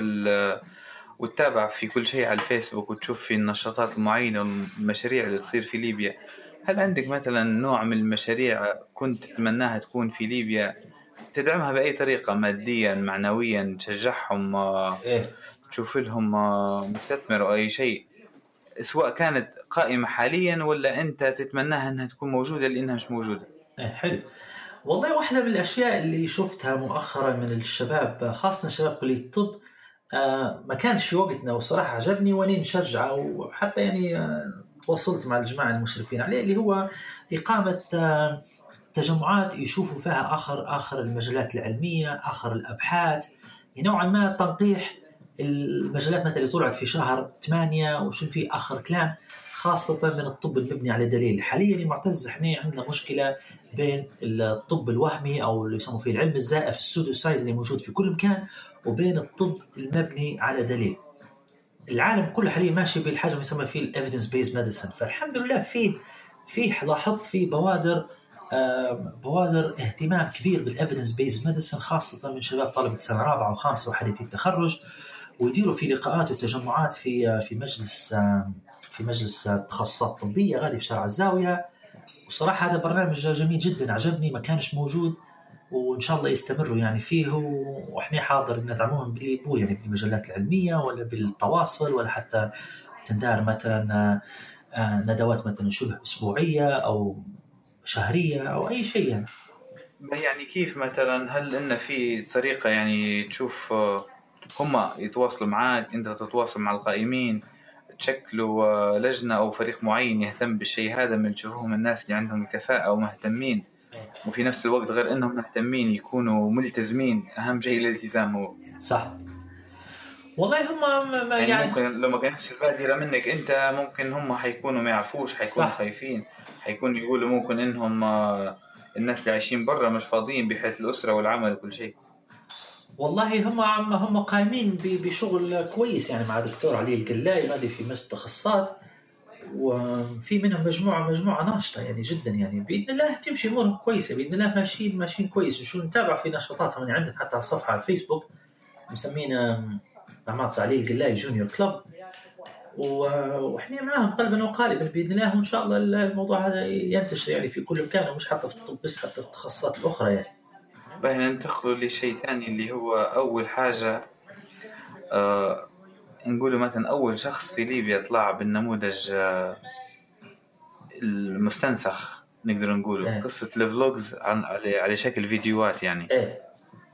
[SPEAKER 4] وتتابع في كل شيء على الفيسبوك وتشوف في النشاطات المعينه والمشاريع اللي تصير في ليبيا، هل عندك مثلا نوع من المشاريع كنت تتمناها تكون في ليبيا تدعمها بأي طريقة ماديا معنويا تشجعهم
[SPEAKER 5] إيه؟
[SPEAKER 4] تشوف لهم مستثمر أو أي شيء سواء كانت قائمة حاليا ولا أنت تتمناها أنها تكون موجودة لأنها مش موجودة؟
[SPEAKER 5] إيه حلو. والله واحدة من الأشياء اللي شفتها مؤخرا من الشباب خاصة شباب كلية الطب آه ما كانش في وقتنا وصراحة عجبني وني نشجعه، وحتى يعني آه تواصلت مع الجماعة المشرفين عليه، اللي هو إقامة آه تجمعات يشوفوا فيها آخر آخر المجالات العلمية آخر الأبحاث، نوعا ما تنقيح المجالات مثل اللي طلعت في شهر ثمانية وشو في آخر كلام، خاصة من الطب المبني على دليل. حاليا معتز احنا عندنا مشكلة بين الطب الوهمي أو اللي يسموه فيه العلم الزائف السودو سايز اللي موجود في كل مكان وبين الطب المبني على دليل. العالم كله حاليا ماشي بالحاجة يسمى فيه الإيفيدنس بيز ميديسن، فالحمد لله فيه فيه لاحظت فيه بوادر آه بوادر اهتمام كبير بالإيفيدنس بيز ميديسن خاصة من شباب طلبة سنة رابعة وخامسة وحديثي التخرج، ويديروا في لقاءات وتجمعات في في مجلس في مجلس تخصصات طبية غادي في شارع الزاوية. وصراحة هذا برنامج جميل جدا، عجبني، ما كانش موجود، وإن شاء الله يستمروا يعني فيه، وإحنا حاضر ندعموهم باللي يبغوا يعني بالمجلات العلمية ولا بالتواصل، ولا حتى تندار مثلا ندوات مثلا شبه أسبوعية أو شهرية أو أي شيء يعني.
[SPEAKER 4] يعني كيف مثلا، هل إن في طريقة يعني تشوف هم يتواصلوا معاك، أنت تتواصل مع القائمين، تشكلوا لجنة أو فريق معين يهتم بالشيء هذا من تشوفهم الناس اللي عندهم الكفاءة ومهتمين، وفي نفس الوقت غير إنهم مهتمين يكونوا ملتزمين، أهم شيء الالتزام هو
[SPEAKER 5] صح. والله هم ما
[SPEAKER 4] يعني,
[SPEAKER 5] يعني
[SPEAKER 4] ممكن لو ما كانتش البادرة منك أنت ممكن هم حيكونوا ما يعرفوش، حيكونوا
[SPEAKER 5] صح.
[SPEAKER 4] خايفين، حيكونوا يقولوا ممكن إنهم الناس اللي عايشين برا مش فاضيين بحيث الأسرة والعمل وكل شيء.
[SPEAKER 5] والله هم هم قائمين بشغل كويس يعني مع دكتور علي القلاي غادي في مجلس تخصصات، وفي منهم مجموعة مجموعة ناشطة يعني جدا، يعني بإذن الله تمشي أمورهم كويسة بإذن الله، ماشيين ماشيين كويس. وشو نتابع في نشاطاتهم يعني، عندهم حتى على الصفحة على الفيسبوك مسمينا جماعة علي القلاي جونيور كلوب، وإحنا معهم قلبا وقالبا بإذن الله، وإن شاء الله الموضوع هذا ينتشر يعني في كل مكان، ومش حتى في الطب بس، حتى في التخصصات الأخرى يعني.
[SPEAKER 4] بقى ننتقل لشيء ثاني اللي هو أول حاجة، آه نقوله مثلا أول شخص في ليبيا طلع بالنموذج آه المستنسخ، نقدر نقوله
[SPEAKER 5] إيه.
[SPEAKER 4] قصة الفلوجز عن على على شكل فيديوهات يعني.
[SPEAKER 5] إيه.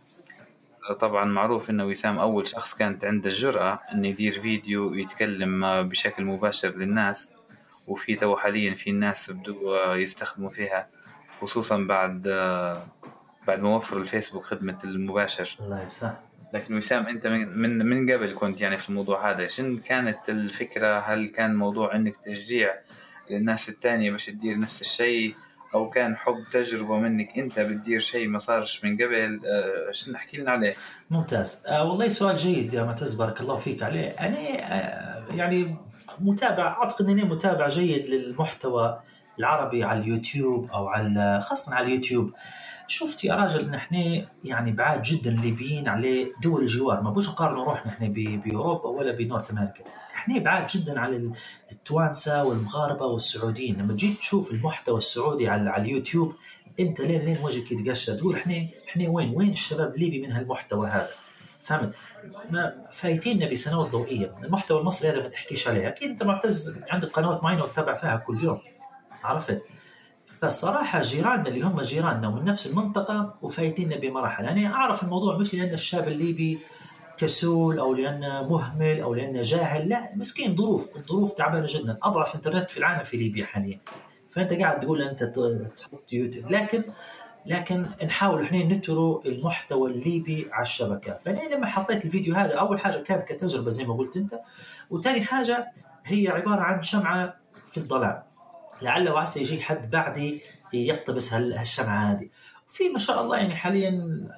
[SPEAKER 4] طبعا معروف إنه وسام أول شخص كانت عنده الجرأة إن يدير فيديو يتكلم بشكل مباشر للناس، وفي تو حاليا في الناس بدوا يستخدموا فيها، خصوصا بعد آه بعد ما وفر الفيسبوك خدمة المباشر.
[SPEAKER 5] الله يسعدك.
[SPEAKER 4] لكن وسام أنت من من من قبل كنت يعني في الموضوع هذا، شن كانت الفكرة؟ هل كان موضوع إنك تشجيع للناس التانية باش تدير نفس الشيء، أو كان حب تجربة منك أنت بتدير شيء ما صارش من قبل؟ آه شن نحكي لنا عليه؟
[SPEAKER 5] ممتاز. آه والله سؤال جيد يا معتز، بارك الله فيك عليه. أنا آه يعني متابع، أعتقد أني متابع جيد للمحتوى العربي على اليوتيوب، أو على خاصة على اليوتيوب. شفت يا راجل نحن يعني بعاد جدا الليبيين على دول الجوار، ما بوش نقارن نروح نحن بأوروبا ولا بنورث أمريكا، نحن بعاد جدا على التوانسة والمغاربة والسعوديين. لما تجي تشوف المحتوى السعودي على على اليوتيوب انت لين لين وجهك يتقشر، تقول احنا احنا وين وين الشباب الليبي من هالمحتوى هذا؟ فهمت؟ ما فايتيننا بسنوات ضوئية. المحتوى المصري هذا ما تحكيش عليه، اكيد انت معتز عندك قنوات معينة وتتابع فيها كل يوم، عرفت؟ فالصراحة جيراننا اللي هم جيراننا ومن نفس المنطقة وفايتيننا بمراحل. أنا يعني أعرف الموضوع مش لأن الشاب الليبي كسول أو لأنه مهمل أو لأنه جاهل، لا، مسكين ظروف الظروف تعبانة جدا، أضعف إنترنت في العالم في ليبيا حاليا، فأنت قاعد تقول أنت تحط يوتيوب، لكن لكن نحاول إحنا نترو المحتوى الليبي على الشبكة. فأنا لما حطيت الفيديو هذا أول حاجة كانت كتجربة زي ما قلت أنت، وتاني حاجة هي عبارة عن شمعة في الظلام، لعل وعسى يجي حد بعدي يقتبس هالشمعة هذه. وفي ما شاء الله يعني حاليا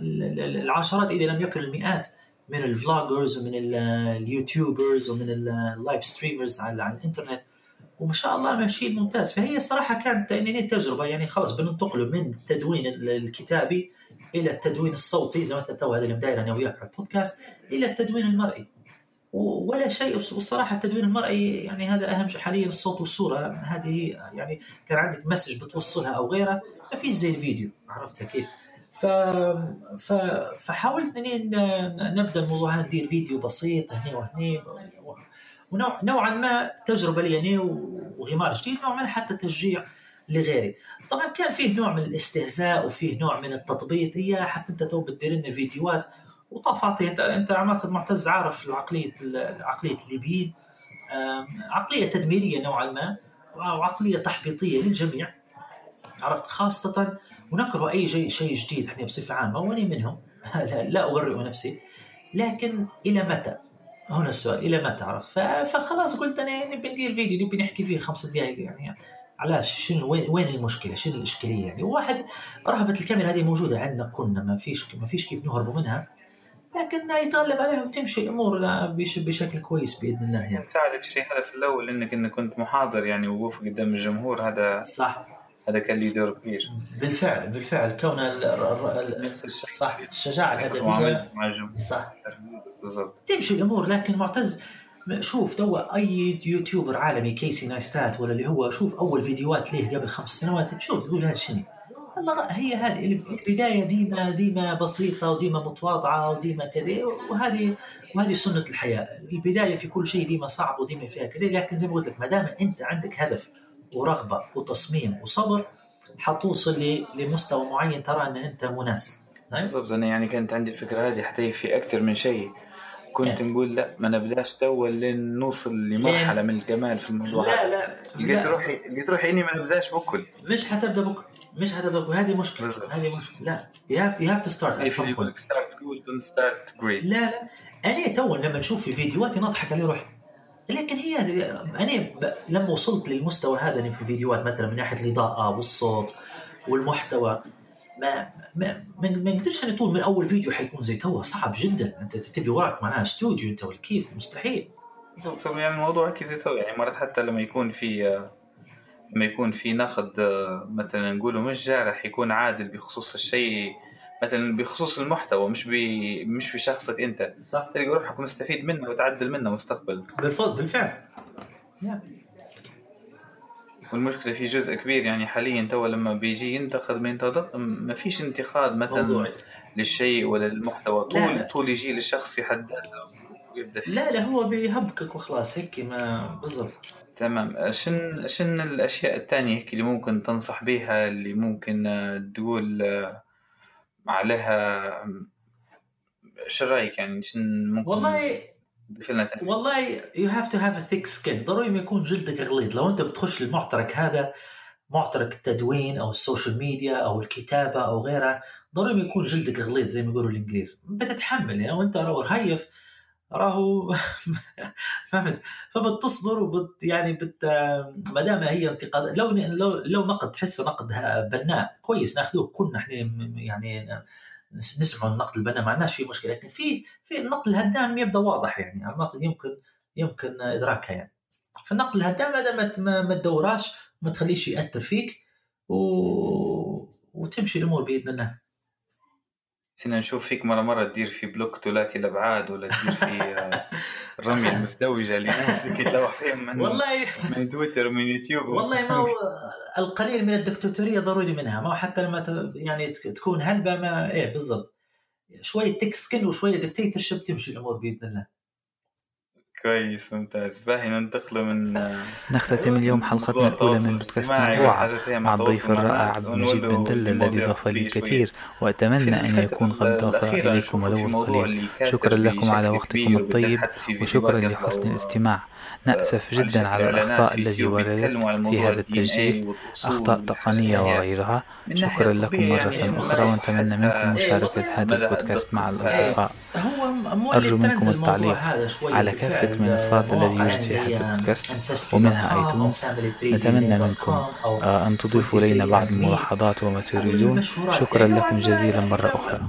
[SPEAKER 5] العشرات إذا لم يكن المئات من الفلوجرز ومن اليوتيوبرز ومن اللايف ستريمرز على الانترنت، وما شاء الله ماشي ممتاز. فهي صراحة كانت يعني تجربة، يعني خلاص بننتقل من التدوين الكتابي إلى التدوين الصوتي زي ما تتوه هذا اللي مداير أنا وياك على البودكاست، إلى التدوين المرئي. ولا شيء والصراحة التدوين المرئي يعني هذا أهم شيء حاليا، الصوت والصورة هذه يعني كان عندك مسج بتوصلها أو غيرها، ما فيش زي الفيديو، عرفتها كيف؟ ف... ف... فحاولت إني نبدأ الموضوع هذا، ندير فيديو بسيط هني وهني، ونوع نوعا ما تجربة لي يعني وغمار جديد، نوعا ما حتى تشجيع لغيري. طبعا كان فيه نوع من الاستهزاء وفيه نوع من التطبيط، هي حتى أنت تو بتدير لنا فيديوهات وطافاتي، انت انت عملت معتز عارف العقليه العقليه الليبيين، عقليه تدميريه نوعا ما وعقليه تحبيطيه للجميع، عرفت؟ خاصه ونكره اي شيء شيء جديد احنا بصفه عامه، واني منهم لا, لا ابرئ نفسي، لكن الى متى؟ هنا السؤال، الى متى؟ عرفت؟ فخلاص قلت انا نبي ندير فيديو نبي نحكي فيه خمس دقائق يعني، علاش؟ شنو وين وين المشكله؟ شنو الاشكاليه يعني؟ واحد رهبه الكاميرا هذه موجوده عندنا كنا، ما فيش ما فيش كيف نهرب منها، لكن يتغلب عليها وتمشي الأمور بشكل كويس بإذن الله. يعني
[SPEAKER 4] نساعدك الشيء هذا في الأول إنك إنك كنت محاضر يعني وقوف قدام الجمهور، هذا
[SPEAKER 5] صح
[SPEAKER 4] هذا كان لي دور كبير.
[SPEAKER 5] بالفعل بالفعل كون ال- ال- ال-
[SPEAKER 4] نفس الشيء.
[SPEAKER 5] صح الشجاعة الأدبية
[SPEAKER 4] وعملت مع الجمهور.
[SPEAKER 5] صح
[SPEAKER 4] بالضبط.
[SPEAKER 5] تمشي الأمور. لكن معتز شوف توا أي يوتيوبر عالمي كيسي نايستات ولا اللي هو شوف أول فيديوهات ليه قبل خمس سنوات تشوف تقول هذا شنو والله هي هذه البداية ديما ديما بسيطة وديما متواضعة وديما كذا وهذه وهذه سنة الحياة. البداية في كل شيء ديما صعب وديما فيها كذا لكن زي ما قلت لك ما دام أنت عندك هدف ورغبة وتصميم وصبر حتوصل لمستوى معين ترى أن أنت مناسب.
[SPEAKER 4] بالضبط. أنا يعني كانت عندي الفكرة هذه حتى في أكثر من شيء كنت يعني. نقول لا ما نبداش توا لين نوصل لمرحلة من الكمال في الموضوع.
[SPEAKER 5] لا لا
[SPEAKER 4] لقيت روحي لقيت روحي إني ما نبداش بكل
[SPEAKER 5] مش حتبدأ بكل مش حتبدأ بكل هذه مشكلة هذه مشكلة. لا you have to, you have to start at some point.
[SPEAKER 4] start good and start great.
[SPEAKER 5] لا لا أنا تو لما نشوف في فيديوهاتي نضحك عليه روحي لكن هي أنا ب... لما وصلت للمستوى هذا في فيديوهات مثلا من ناحية الإضاءة والصوت والمحتوى ما ما من من قدرش أن تقول من أول فيديو حيكون زي توا صعب جدا. أنت تبي وراك معناها استوديو أنت والكيف مستحيل.
[SPEAKER 4] بالضبط. يعني الموضوع كي زي توا يعني مرات حتى لما يكون في لما يكون في نقد مثلا نقوله مش جارح يكون عادل بخصوص الشيء مثلا بخصوص المحتوى مش بي مش في شخصك أنت تلقى روحك مستفيد منه وتعدل منه مستقبلا.
[SPEAKER 5] بالفضل بالفعل.
[SPEAKER 4] والمشكلة في جزء كبير يعني حاليا توا لما بيجي ينتقد من ينتقد ما فيش انتقاد مثلا موضوعي. للشيء ولا المحتوى طول لا لا. طول يجي للشخص يحدد ويبدأ فيه.
[SPEAKER 5] لا لا هو بيهبكك وخلاص هيك ما بالضبط.
[SPEAKER 4] تمام. شن شن الأشياء التانية هيك اللي ممكن تنصح بيها اللي ممكن تقول عليها شو رأيك يعني شن ممكن
[SPEAKER 5] والله والله you have to have a thick skin. ضروري ما يكون جلدك غليظ. لو أنت بتخش للمعترك هذا معترك التدوين أو السوشيال ميديا أو الكتابة أو غيرها ضروري ما يكون جلدك غليظ زي ما يقولوا الإنجليز بتتحمل يعني وأنت راهو رهيف راهو فهمت فبتصبر وبت يعني بت ما دام هي انتقاد لو لو لو نقد تحس نقد بناء كويس ناخذوه كلنا احنا يعني نسمع النقد البناء ما عندناش فيه مشكلة. لكن في في النقد الهدام يبدأ واضح يعني النقد يمكن يمكن إدراكها يعني. فالنقد الهدام هذا ما ما تدوراش ما تخليش يأثر فيك و... وتمشي الأمور بإذن الله.
[SPEAKER 4] هنا نشوف فيك مرة مرة تدير في بلوك ثلاثي الأبعاد ولا تدير في الرمي المزدوجة اللي الناس اللي تلوح فيهم من
[SPEAKER 5] والله
[SPEAKER 4] من تويتر ومن يوتيوب.
[SPEAKER 5] والله ما هو القليل من الدكتاتورية ضروري منها ما هو حتى لما يعني تكون هلبة ما إيه بالضبط شوية تكسكن وشوية دكتاتورشيب تمشي الأمور بإذن الله.
[SPEAKER 4] كويس ممتاز. باهي ننتقل من
[SPEAKER 1] نختتم اليوم حلقتنا الأولى من بودكاست موضوع مع الضيف الرائع عبد المجيد بن دلة الذي ضاف لي الكثير وأتمنى أن يكون قد ضاف إليكم ولو القليل. شكرا لكم على وقتكم الطيب وشكرا لحسن الاستماع. نأسف جدا على الأخطاء التي وردت في هذا التسجيل أخطاء تقنية وغيرها. شكرا لكم مرة أخرى ونتمنى منكم مشاركة هذا البودكاست مع الأصدقاء. أرجو منكم التعليق على كافة منصات الذي يوجد في هذا البودكاست ومنها ايتونز. نتمنى منكم أن تضيفوا لنا بعض الملاحظات وما تريدون. شكرا لكم جزيلا مرة أخرى.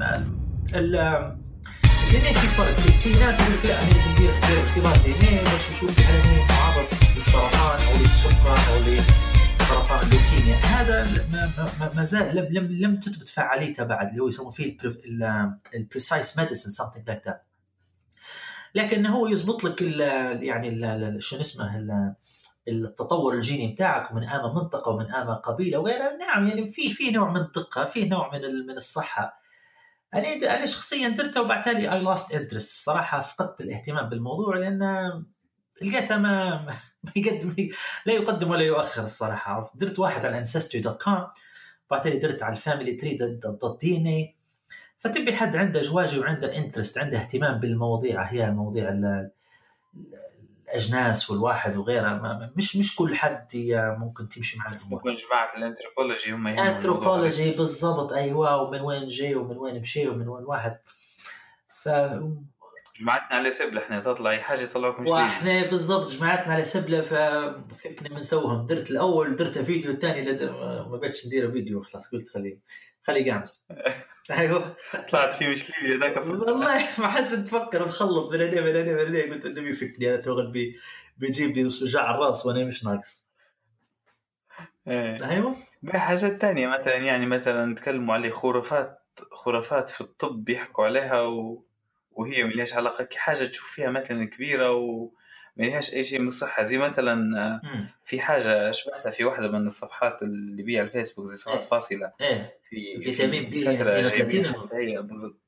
[SPEAKER 5] لأن في فرق في ناس يقول لا أنا بدي اختبار دي إن إيه باش نشوف هل هي معرض للسرطان أو للسكر أو لسرطان اللوكيميا. هذا ما ما ما زال لم لم لم تثبت فعاليتها بعد اللي هو يسموه فيه ال precise medicine something like that. لكن هو يزبط لك ال يعني ال شو اسمه التطور الجيني بتاعك من آمة منطقة ومن آمة قبيلة وغيرها. نعم يعني في في نوع من الدقة في نوع من من الصحة. أنا أنا شخصياً درته وبعتالي I lost interest صراحة فقدت الاهتمام بالموضوع لأن لقيتها ما ما يقدم لا يقدم ولا يؤخر الصراحة. درت واحد على ancestry دوت كوم بعتالي درت على family tree دوت دي إن إيه. فتبي حد عنده جواجي وعنده interest عنده اهتمام بالمواضيع هي مواضيع الأجناس والواحد وغيرها. مش مش كل حد ممكن تمشي مع الأمور.
[SPEAKER 4] ممكن جماعة الانثروبولوجي هم
[SPEAKER 5] الانثروبولوجي بالضبط أيوة ومن وين جاي ومن وين مشي ومن وين واحد. ف
[SPEAKER 4] جماعتنا على سبلة إحنا تطلع أي حاجة طلعوكم شيء.
[SPEAKER 5] وإحنا بالضبط جماعتنا على سبلة ففكنا بنسوهم. درت الأول درت فيديو الثاني لدر ما بدش ندير فيديو خلاص قلت خليه خلي قامس. أيوة
[SPEAKER 4] طلعت فيه مش ليبي هذاك
[SPEAKER 5] والله ما حسيت تفكر مخلط بين أنا بين أنا بين أنا قلت النبي يفكني أنا تغل بي بيجيب لي وجع الرأس وأنا مش ناقص.
[SPEAKER 4] إيه
[SPEAKER 5] أيوة
[SPEAKER 4] بحاجات تانية مثلا، يعني مثلا نتكلموا عليه خرافات خرافات في الطب يحكوا عليها و... وهي ملهاش علاقة، كي حاجة تشوف فيها مثلا كبيرة وملهاش أي شيء من الصحة. زي مثلا آه،
[SPEAKER 5] مم.
[SPEAKER 4] في حاجة شبهتها في واحدة من الصفحات اللي بيها الفيسبوك زي صفحات
[SPEAKER 5] ايه
[SPEAKER 4] فاصلة.
[SPEAKER 5] ايه
[SPEAKER 4] في
[SPEAKER 5] فيتامين
[SPEAKER 4] في
[SPEAKER 5] بي
[SPEAKER 4] فترة جايبين
[SPEAKER 5] اثنين وثلاثين.
[SPEAKER 4] حتى هي بالضبط،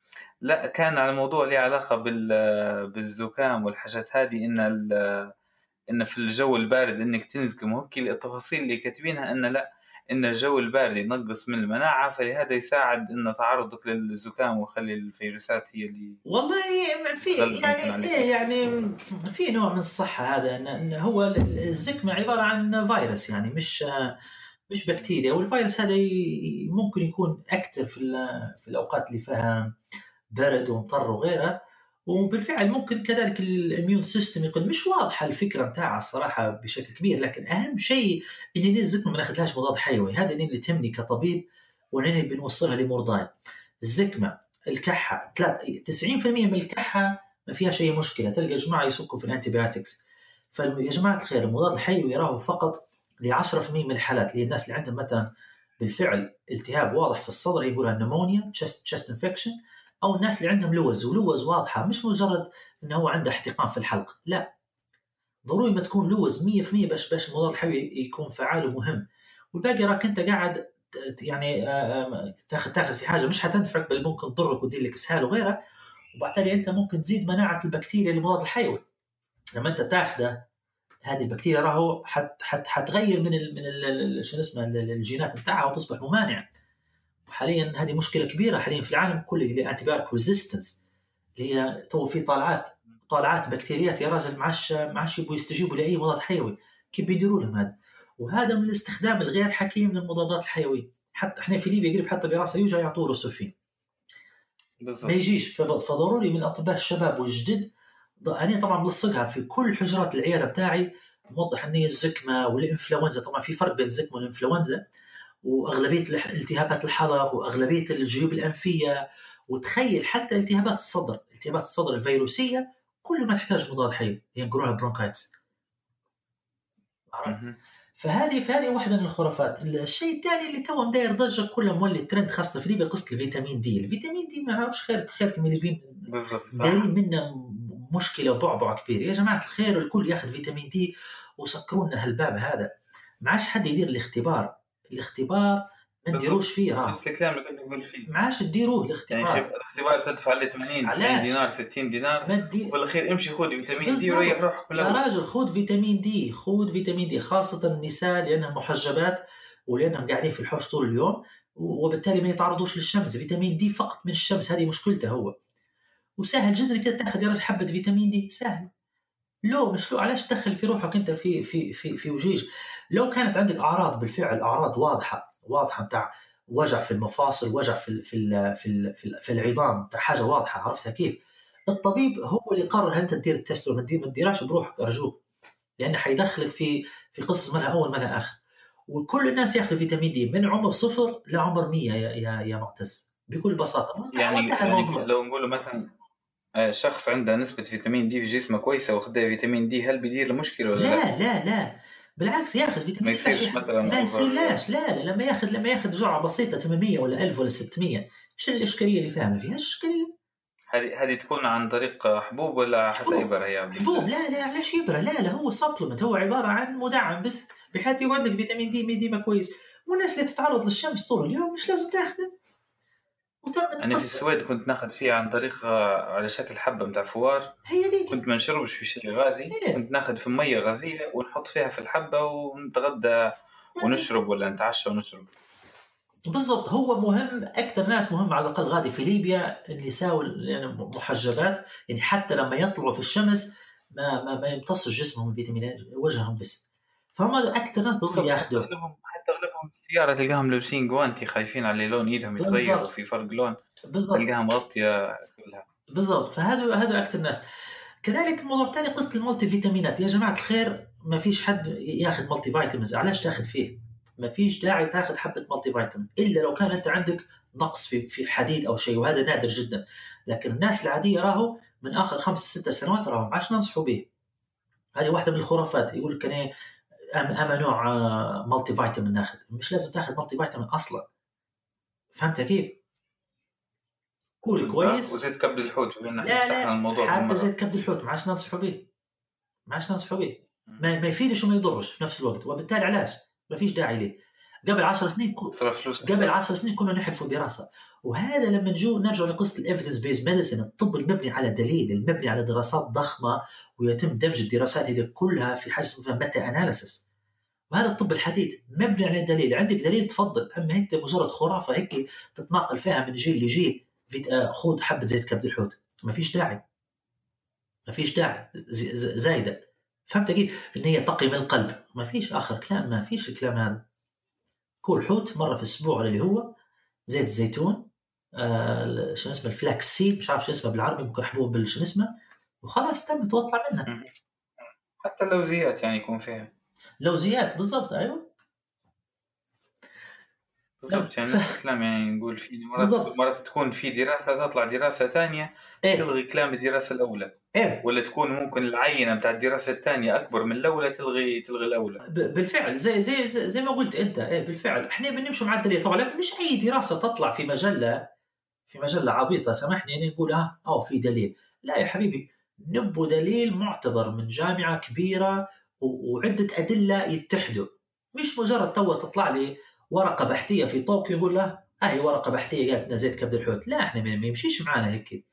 [SPEAKER 4] لا كان على الموضوع له علاقة بال بالزكام والحاجات هذه، إن ال... إن في الجو البارد إنك تنزكم وهيك. التفاصيل اللي كاتبينها إن لا، إن الجو البارد ينقص من المناعة، فلهذا يساعد إن تعرضك للزكام ويخلي الفيروسات هي اللي
[SPEAKER 5] والله في
[SPEAKER 4] تغلب ممكن
[SPEAKER 5] يعني
[SPEAKER 4] عليك.
[SPEAKER 5] ايه يعني في نوع من الصحة هذا، إن إن هو الزكمة عبارة عن فيروس، يعني مش مش بكتيريا. والفيروس هذا ي- ممكن يكون أكثر في ال- في الأوقات اللي فيها برد ومطر وغيرها. وبالفعل ممكن كذلك الاميون سيستم يقل. مش واضحة الفكرة متاعها الصراحة بشكل كبير، لكن أهم شيء إني الزكمة ما ناخذلهاش مضاد حيوي. هذا اللي تهمني كطبيب وإنني بنوصلها لمرضاي. الزكمة، الكحة، تسعين بالمئة من الكحة ما فيها شيء مشكلة، تلقى جماعة يسكوا في الانتيبيوتكس. فيا جماعة الخير المضاد الحيوي يراه فقط ل عشرة بالمئة من الحالات، اللي الناس اللي عندهم مثلا بالفعل التهاب واضح في الصدر يقولها نمونيا تشست تشست انفكشن، او الناس اللي عندهم لوز، ولوز واضحه مش مجرد انه هو عنده احتقان في الحلق، لا ضروري ما تكون لوز مية بالمية باش باش المضاد الحيوي يكون فعال ومهم. والباقي راك انت قاعد يعني تاخذ تاخذ في حاجه مش حتنفعك، بل ممكن تضرك وتدير لك اسهال وغيرها. وبالتالي انت ممكن تزيد مناعه البكتيريا للمضاد الحيوي. لما انت تاخذه هذه البكتيريا راهو حت حت حتغير من ال من ال شو اسمه الجينات بتاعها وتصبح ممانعه. وحاليا هذه مشكله كبيره حاليا في العالم كله، اللي انتيبيوتيك ريزيستنس، اللي هي تو في طالعات طالعات بكتيريات يا راجل ما عادش ما عادش يبغوا يستجيبوا لاي مضاد حيوي. كيف بيديروا لهم هذا؟ وهذا من الاستخدام الغير حكيم للمضادات الحيويه. حتى احنا في ليبيا قريب حتى دراسه يوجع يعطوه روسوفين ما يجيش. فضروري من الاطباء الشباب والجدد، انا طبعا ملصقها في كل حجرات العياده بتاعي، موضح ان الزكمه والانفلونزا، طبعا في فرق بين الزكمه والانفلونزا، واغلبيه التهابات الحلق واغلبيه الجيوب الانفيه. وتخيل حتى التهابات الصدر، التهابات الصدر الفيروسيه كل ما تحتاج مضاد حيوي، يعني نقولها برونكايتس. فهذه فهذه واحده من الخرافات. الشيء الثاني اللي تو مداير ضجه كله مولي ترند خاصه في ليبيا، قصه الفيتامين دي. الفيتامين دي ما عرفش خير خيركم الليبيين دايرين منه مشكله وبعبع كبير. يا جماعه الخير الكل ياخذ فيتامين دي وسكرونا هالباب هذا. ما عادش حد يدير الاختبار. الاختبار ما نديروش فيه راه.
[SPEAKER 4] بس الكلام اللي كنا نقول فيه
[SPEAKER 5] ما عادش تديروه الاختبار.
[SPEAKER 4] يعني الاختبار تدفع عليه ثمانين تسعين دينار ستين دينار، وبالاخير امشي خذ فيتامين دي وريح روحك.
[SPEAKER 5] يا راجل خذ فيتامين دي، خذ فيتامين دي، خاصه النساء لانهم محجبات ولانهم قاعدين في الحوش طول اليوم وبالتالي ما يتعرضوش للشمس. فيتامين دي فقط من الشمس، هذه مشكلته هو. وسهل جدا كده تاخذ يا راجل حبه فيتامين دي، سهل. لو مش لو علاش تدخل في روحك انت في في في في وجيج. لو كانت عندك اعراض بالفعل، اعراض واضحه واضحه بتاع وجع في المفاصل، وجع في ال في ال في ال في, ال في العظام، بتاع حاجه واضحه عرفتها كيف، الطبيب هو اللي يقرر هل انت تدير التست ولا ما تديرهاش بروحك ارجوك، لانه حيدخلك في في قصص منها اول منها اخر. وكل الناس ياخذوا فيتامين دي من عمر صفر لعمر مية يا يا, يا معتز بكل بساطه.
[SPEAKER 4] يعني, يعني لو نقول مثلا شخص عنده نسبة فيتامين دي في جسمه كويسة وخذ فيتامين دي، هل بيدير له مشكلة ولا لا؟
[SPEAKER 5] لا لا لا بالعكس ياخذ فيتامين.
[SPEAKER 4] ما يصيرش مثلا
[SPEAKER 5] ما يصيرلاش. لا لا لما ياخذ لما ياخذ جرعة بسيطة ثمانمية ولا ألف ولا ستمية، شو الإشكالية اللي فاهمة فيها؟ إشكالية
[SPEAKER 4] هذه هذه تكون عن طريق حبوب ولا حتى إبرة؟ هي
[SPEAKER 5] حبوب. لا لا علاش إبرة؟ لا لا هو سبلمنت، هو عبارة عن مدعم بس بحيث يقعد لك فيتامين دي ديما كويس. والناس اللي تتعرض للشمس طول اليوم مش لازم تاخذه.
[SPEAKER 4] أنا في السويد كنت ناخذ فيها عن طريق على شكل حبة متاع فوار.
[SPEAKER 5] هي دي.
[SPEAKER 4] كنت ما نشربش في شيء غازي.
[SPEAKER 5] هي.
[SPEAKER 4] كنت ناخذ في مية غازية ونحط فيها في الحبة ونتغدى ونشرب ولا نتعشى ونشرب.
[SPEAKER 5] بالضبط. هو مهم أكثر ناس مهم على الأقل غادي في ليبيا النساء يعني محجبات، يعني حتى لما يطلعوا في الشمس ما ما, ما يمتص جسمهم من فيتامينات وجههم بس. فهم أكثر ناس ضروري ياخذوا.
[SPEAKER 4] حتى أغلبهم السيارة تلقاهم لابسين جوانتي خايفين على لون إيدهم يتغير وفي فرق لون.
[SPEAKER 5] بالضبط.
[SPEAKER 4] تلقاها مغطية كلها.
[SPEAKER 5] بالضبط. فهذا هذا أكثر ناس. كذلك موضوع ثاني قصة المالتي فيتامينات. يا جماعة الخير ما فيش حد ياخذ مالتي فيتامينز. علاش تاخذ فيه؟ ما فيش داعي تاخذ حبة مالتي فيتامين إلا لو كان أنت عندك نقص في في حديد أو شيء، وهذا نادر جدا. لكن الناس العادية راهو من آخر خمس ستة سنوات راهو عاش ننصحوا به. هذه واحدة من الخرافات. يقول لك أنا أما نوع مالتي فيتامين ناخذ، مش لازم تاخذ مالتي فيتامين أصلا. فهمت كيف؟ كول كويس.
[SPEAKER 4] وزيت كبد الحوت،
[SPEAKER 5] لا لا الموضوع حتى زيت كبد الحوت ما عادش ننصحوا به، ما عادش ننصحوا به، ما ما يفيدش وما يضرش في نفس الوقت، وبالتالي علاش ما فيش داعي ليه. قبل عشر سنين كو... قبل عشر سنين كنا نحلفوا دراسة، وهذا لما نجو نرجع لقصة الإيفيدنس بيز ميديسين، الطب المبني على دليل، المبني على دراسات ضخمة، ويتم دمج الدراسات هذه كلها في حاجة اسمها ميتا أناليسيس. وهذا الطب الحديث مبني على دليل، عندك دليل تفضل، أما أنت مجرد خرافة هيك تتناقل فيها من جيل لجيل، خذ حبة زيت كبد الحوت، ما فيش داعي، ما فيش داعي زايدة. فهمت كيف؟ إن هي تقي من القلب، ما فيش آخر كلام، ما فيش الكلام هذا. كل حوت مرة في الأسبوع اللي هو زيت الزيتون، آه شو اسمه الفلاكس سيد، مش عارف شو اسمه بالعربي، ممكن حبوب بالشو اسمه، وخلاص تمت واطلع منها.
[SPEAKER 4] حتى اللوزيات يعني يكون فيها
[SPEAKER 5] لوزيات بالضبط. أيوة
[SPEAKER 4] بالضبط، يعني نفس الكلام. يعني نقول في مرات مرات تكون في دراسة تطلع دراسة تانية
[SPEAKER 5] إيه؟
[SPEAKER 4] تلغي كلام الدراسة الأولى،
[SPEAKER 5] إيه؟
[SPEAKER 4] ولا تكون ممكن العينة بتاع الدراسة الثانية أكبر من الأولى تلغي تلغي الأولى.
[SPEAKER 5] بالفعل زي زي زي, زي ما قلت أنت. إيه بالفعل إحنا بنمشي مع الدليل طبعا، مش أي دراسة تطلع في مجلة في مجلة عبيطة سامحني يعني نقول آه أو في دليل. لا يا حبيبي، نبو دليل معتبر من جامعة كبيرة وعدة أدلة يتحدوا، مش مجرد تو تطلع لي ورقة بحثية في طوكيو يقول له هاي ورقة بحثية قالت لنا زيت كبد الحوت. لا احنا ما يمشيش معانا هيك.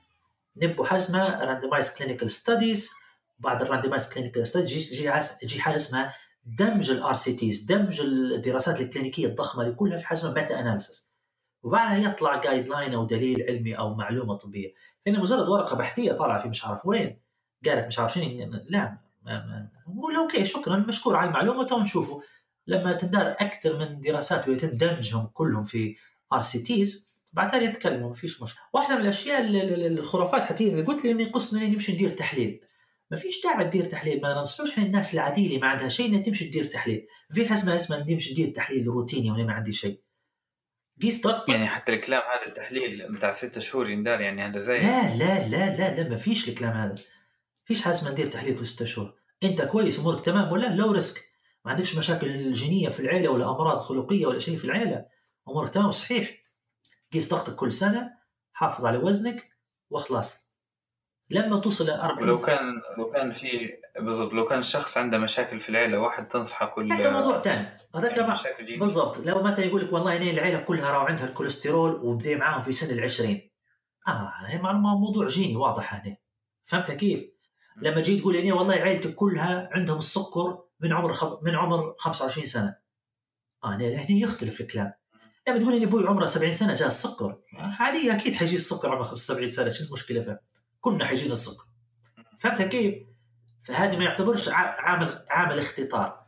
[SPEAKER 5] نبو حاجة اسمها randomized clinical studies، بعد الراندمايز clinical studies يجي يجي حاجة اسمها دمج الار سي تيز، دمج الدراسات الكلينيكية الضخمة اللي كلها في حاجة اسمها ميتا اناليسيس، وبعدها يطلع جايد لاين او دليل علمي او معلومة طبية. هنا مجرد ورقة بحثية طالعة في مش عارف وين قالت مش عارف شنو، لا نقول اوكي شكرا مشكور على المعلومة، تو نشوفوا لما تندار أكثر من دراسات ويتم دمجهم كلهم في آر سي تيز بعدها يتكلموا ما فيش مشكلة. واحدة من الأشياء الخرافات حتى اللي قلت لي إني قصنا نمشي ندير تحليل، ما فيش داعي تدير تحليل، ما ننصحوش حين الناس العادية اللي ما عندها شيء إنها تمشي تدير تحليل. في حاجة اسمها اسمها نمشي ندير تحليل روتيني وأنا ما عندي شيء. قيس ضغطك
[SPEAKER 4] يعني حتى الكلام هذا التحليل متاع ستة شهور يندار، يعني هذا زي
[SPEAKER 5] لا لا لا لا لا ما فيش الكلام هذا، فيش حاجة اسمها ندير تحليل كل ستة شهور. أنت كويس أمورك تمام ولا لو ريسك، ما عندكش مشاكل جينية في العيلة ولا أمراض خلقية ولا شيء في العيلة، أمورك تمام صحيح، قيس ضغطك كل سنة، حافظ على وزنك وخلاص. لما توصل لأربعين
[SPEAKER 4] لو كان لو كان في بالضبط لو كان الشخص عنده مشاكل في العيلة واحد تنصحه كل
[SPEAKER 5] هذا موضوع تاني، هذا
[SPEAKER 4] يعني
[SPEAKER 5] كمان بالضبط. لو متى يقول لك والله إني العيلة كلها راو عندها الكوليسترول وبدأ معاهم في سن العشرين، آه هي موضوع جيني واضح هذا. فهمت كيف؟ لما جيت تقول إني والله عائلتك كلها عندهم السكر من عمر خب... من عمر خمسة وعشرين سنة، آه هنا يختلف الكلام. لما تقول إني أبوي عمره سبعين سنة جاء السكر، عادي أكيد حيجي السكر عمره خمسة وسبعين سنة، شو المشكلة فهم؟ كنا حيجينا السكر. فهمت كيف؟ فهذه ما يعتبرش عامل عامل اختطار.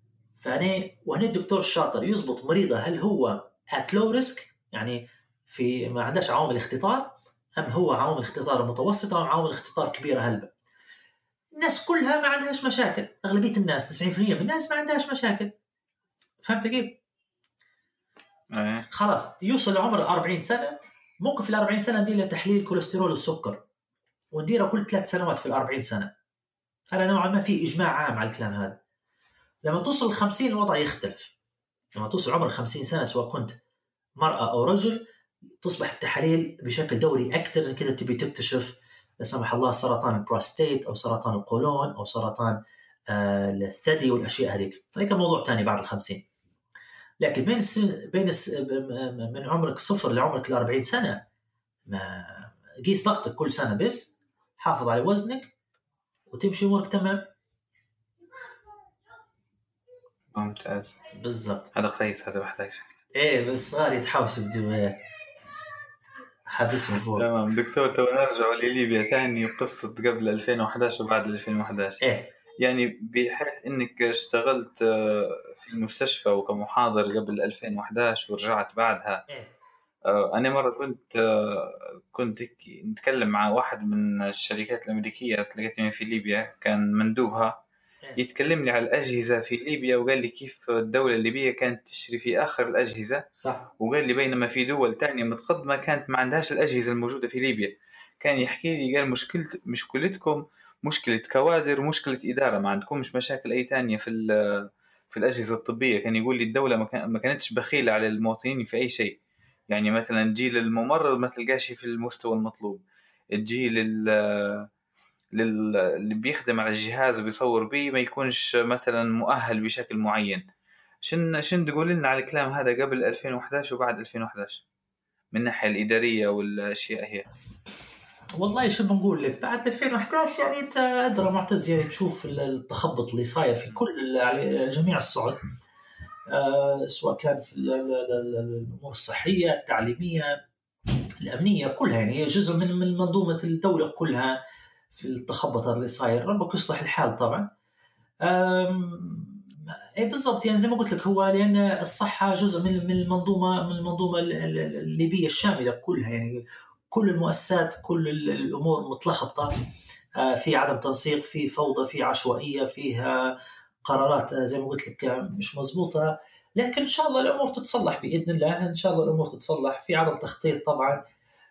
[SPEAKER 5] فهنا وهنا الدكتور الشاطر يضبط مريضه هل هو at low risk يعني في ما عندهش عوامل اختطار، أم هو عوامل اختطار متوسطة أو عوامل اختطار كبيرة هلبة. الناس كلها ما عندهاش مشاكل، أغلبية الناس تسعين بالمئة من الناس ما عندهاش مشاكل. فهمت كيف؟
[SPEAKER 4] أه.
[SPEAKER 5] خلاص يوصل لعمر أربعين سنة، ممكن في الأربعين سنة ندير له تحليل كوليسترول والسكر ونديره كل ثلاث سنوات في الأربعين سنة. فأنا نوعا ما في إجماع عام على الكلام هذا. لما توصل الخمسين الوضع يختلف. لما توصل عمر خمسين سنة سواء كنت مرأة أو رجل تصبح التحاليل بشكل دوري أكثر، كده تبي تكتشف لا سمح الله سرطان البروستات أو سرطان القولون أو سرطان آه الثدي والأشياء هذيك، هذا موضوع تاني بعد الخمسين. لكن بين السن بين الس... من عمرك صفر لعمرك الأربعين سنة ما قيس ضغطك كل سنة بس، حافظ على وزنك وتمشي أمورك تمام.
[SPEAKER 4] ممتاز
[SPEAKER 5] بالضبط.
[SPEAKER 4] هذا كويس، هذا بحتاج
[SPEAKER 5] إيه بس صار يتحوس بدو حبسهم فوق.
[SPEAKER 4] تمام دكتور. تو نرجع لليبيا ثاني وقصة قبل ألفين وأحد عشر وبعد ألفين وأحد عشر.
[SPEAKER 5] إيه
[SPEAKER 4] يعني بحيث إنك اشتغلت في المستشفى وكمحاضر قبل ألفين وأحد عشر ورجعت بعدها.
[SPEAKER 5] إيه.
[SPEAKER 4] أنا مرة كنت كنت نتكلم مع واحد من الشركات الأمريكية تلاقيتني في ليبيا، كان مندوبها يتكلم لي على الأجهزة في ليبيا، وقال لي كيف الدولة الليبية كانت تشتري في آخر الأجهزة.
[SPEAKER 5] صح.
[SPEAKER 4] وقال لي بينما في دول تانية متقدمة كانت ما عندهاش الأجهزة الموجودة في ليبيا. كان يحكي لي قال مشكلة مشكلتكم مشكلة كوادر ومشكلة إدارة، ما عندكمش مشاكل أي تانية في في الأجهزة الطبية. كان يقول لي الدولة ما كانتش بخيلة على المواطنين في أي شيء، يعني مثلا جيل الممرض ما تلقاش في المستوى المطلوب، الجيل اللي بيخدم على الجهاز وبيصور بيه ما يكونش مثلا مؤهل بشكل معين. شن شن تقول لنا على الكلام هذا قبل ألفين وإحدى عشر وبعد ألفين وإحدى عشر من الناحية الإدارية والأشياء هي؟
[SPEAKER 5] والله شو بنقول لك، بعد ألفين وإحدى عشر يعني انت ادرى معتز، يعني تشوف التخبط اللي صاير في كل على جميع الصعد، أه سواء كان في الامور الصحيه، التعليميه، الامنيه، كلها يعني جزء من من منظومه الدوله كلها في التخبط هذا اللي صاير. ربك يصلح الحال طبعا. اي بالضبط، يعني زي ما قلت لك، هو لان الصحه جزء من من المنظومه من المنظومه الليبيه الشامله كلها، يعني كل المؤسسات، كل الامور متلخبطه، في عدم تنسيق، في فوضى، في عشوائيه، فيها قرارات زي ما قلت لك مش مضبوطه. لكن ان شاء الله الامور تتصلح باذن الله، ان شاء الله الامور تتصلح. في عدم تخطيط طبعا،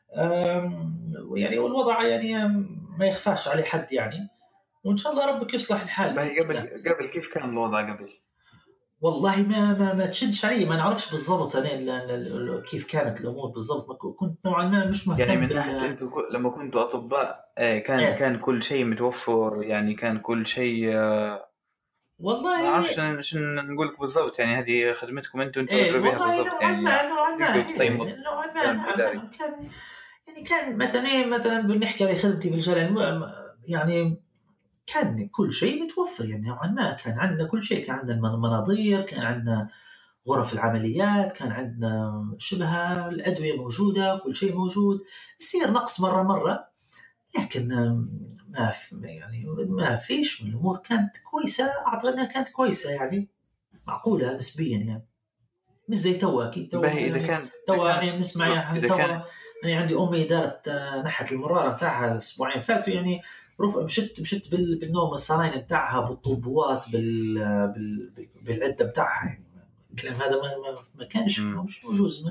[SPEAKER 5] يعني والوضع يعني ما يخفاش عليه حد يعني، وان شاء الله ربك يصلح الحال.
[SPEAKER 4] قبل قبل كيف كان الوضع قبل؟
[SPEAKER 5] والله ما ما ما تشدش علي، ما نعرفش بالضبط انا كيف كانت الامور بالضبط. ما كنت نوعا ما مش مهتم
[SPEAKER 4] يعني من ناحيه انتم لما كنتوا اطباء كان إيه؟ كان كل شيء متوفر، يعني كان كل شيء
[SPEAKER 5] والله
[SPEAKER 4] ما اعرفش شنو نقول لك بالضبط، يعني هذه خدمتكم انتم انتم
[SPEAKER 5] إيه
[SPEAKER 4] بها بالضبط، يعني
[SPEAKER 5] نوعا ما نوعا ما كان يعني كان مثلا ايه مثلا بنحكي على خدمتي في الجلال، يعني كان كل شيء متوفر، يعني نوعا ما كان عندنا كل شيء، كان عندنا المناظير، كان عندنا غرف العمليات، كان عندنا شبه الأدوية موجودة، كل شيء موجود. يصير نقص مرة مرة، لكن ما يعني ما فيش، من الأمور كانت كويسة، أعتقد أنها كانت كويسة يعني معقولة نسبيا، يعني مش زي توا. أكيد توا يعني توا يعني نسمع يعني توا يعني عندي أمي دارت نحت المرارة بتاعها الأسبوعين فاتوا، يعني رفع مشت مشت بالنوم الصراين بتاعها بالطوبوات بال بال بالعدة بتاعها، يعني الكلام هذا ما ما كانش مش موجود. ما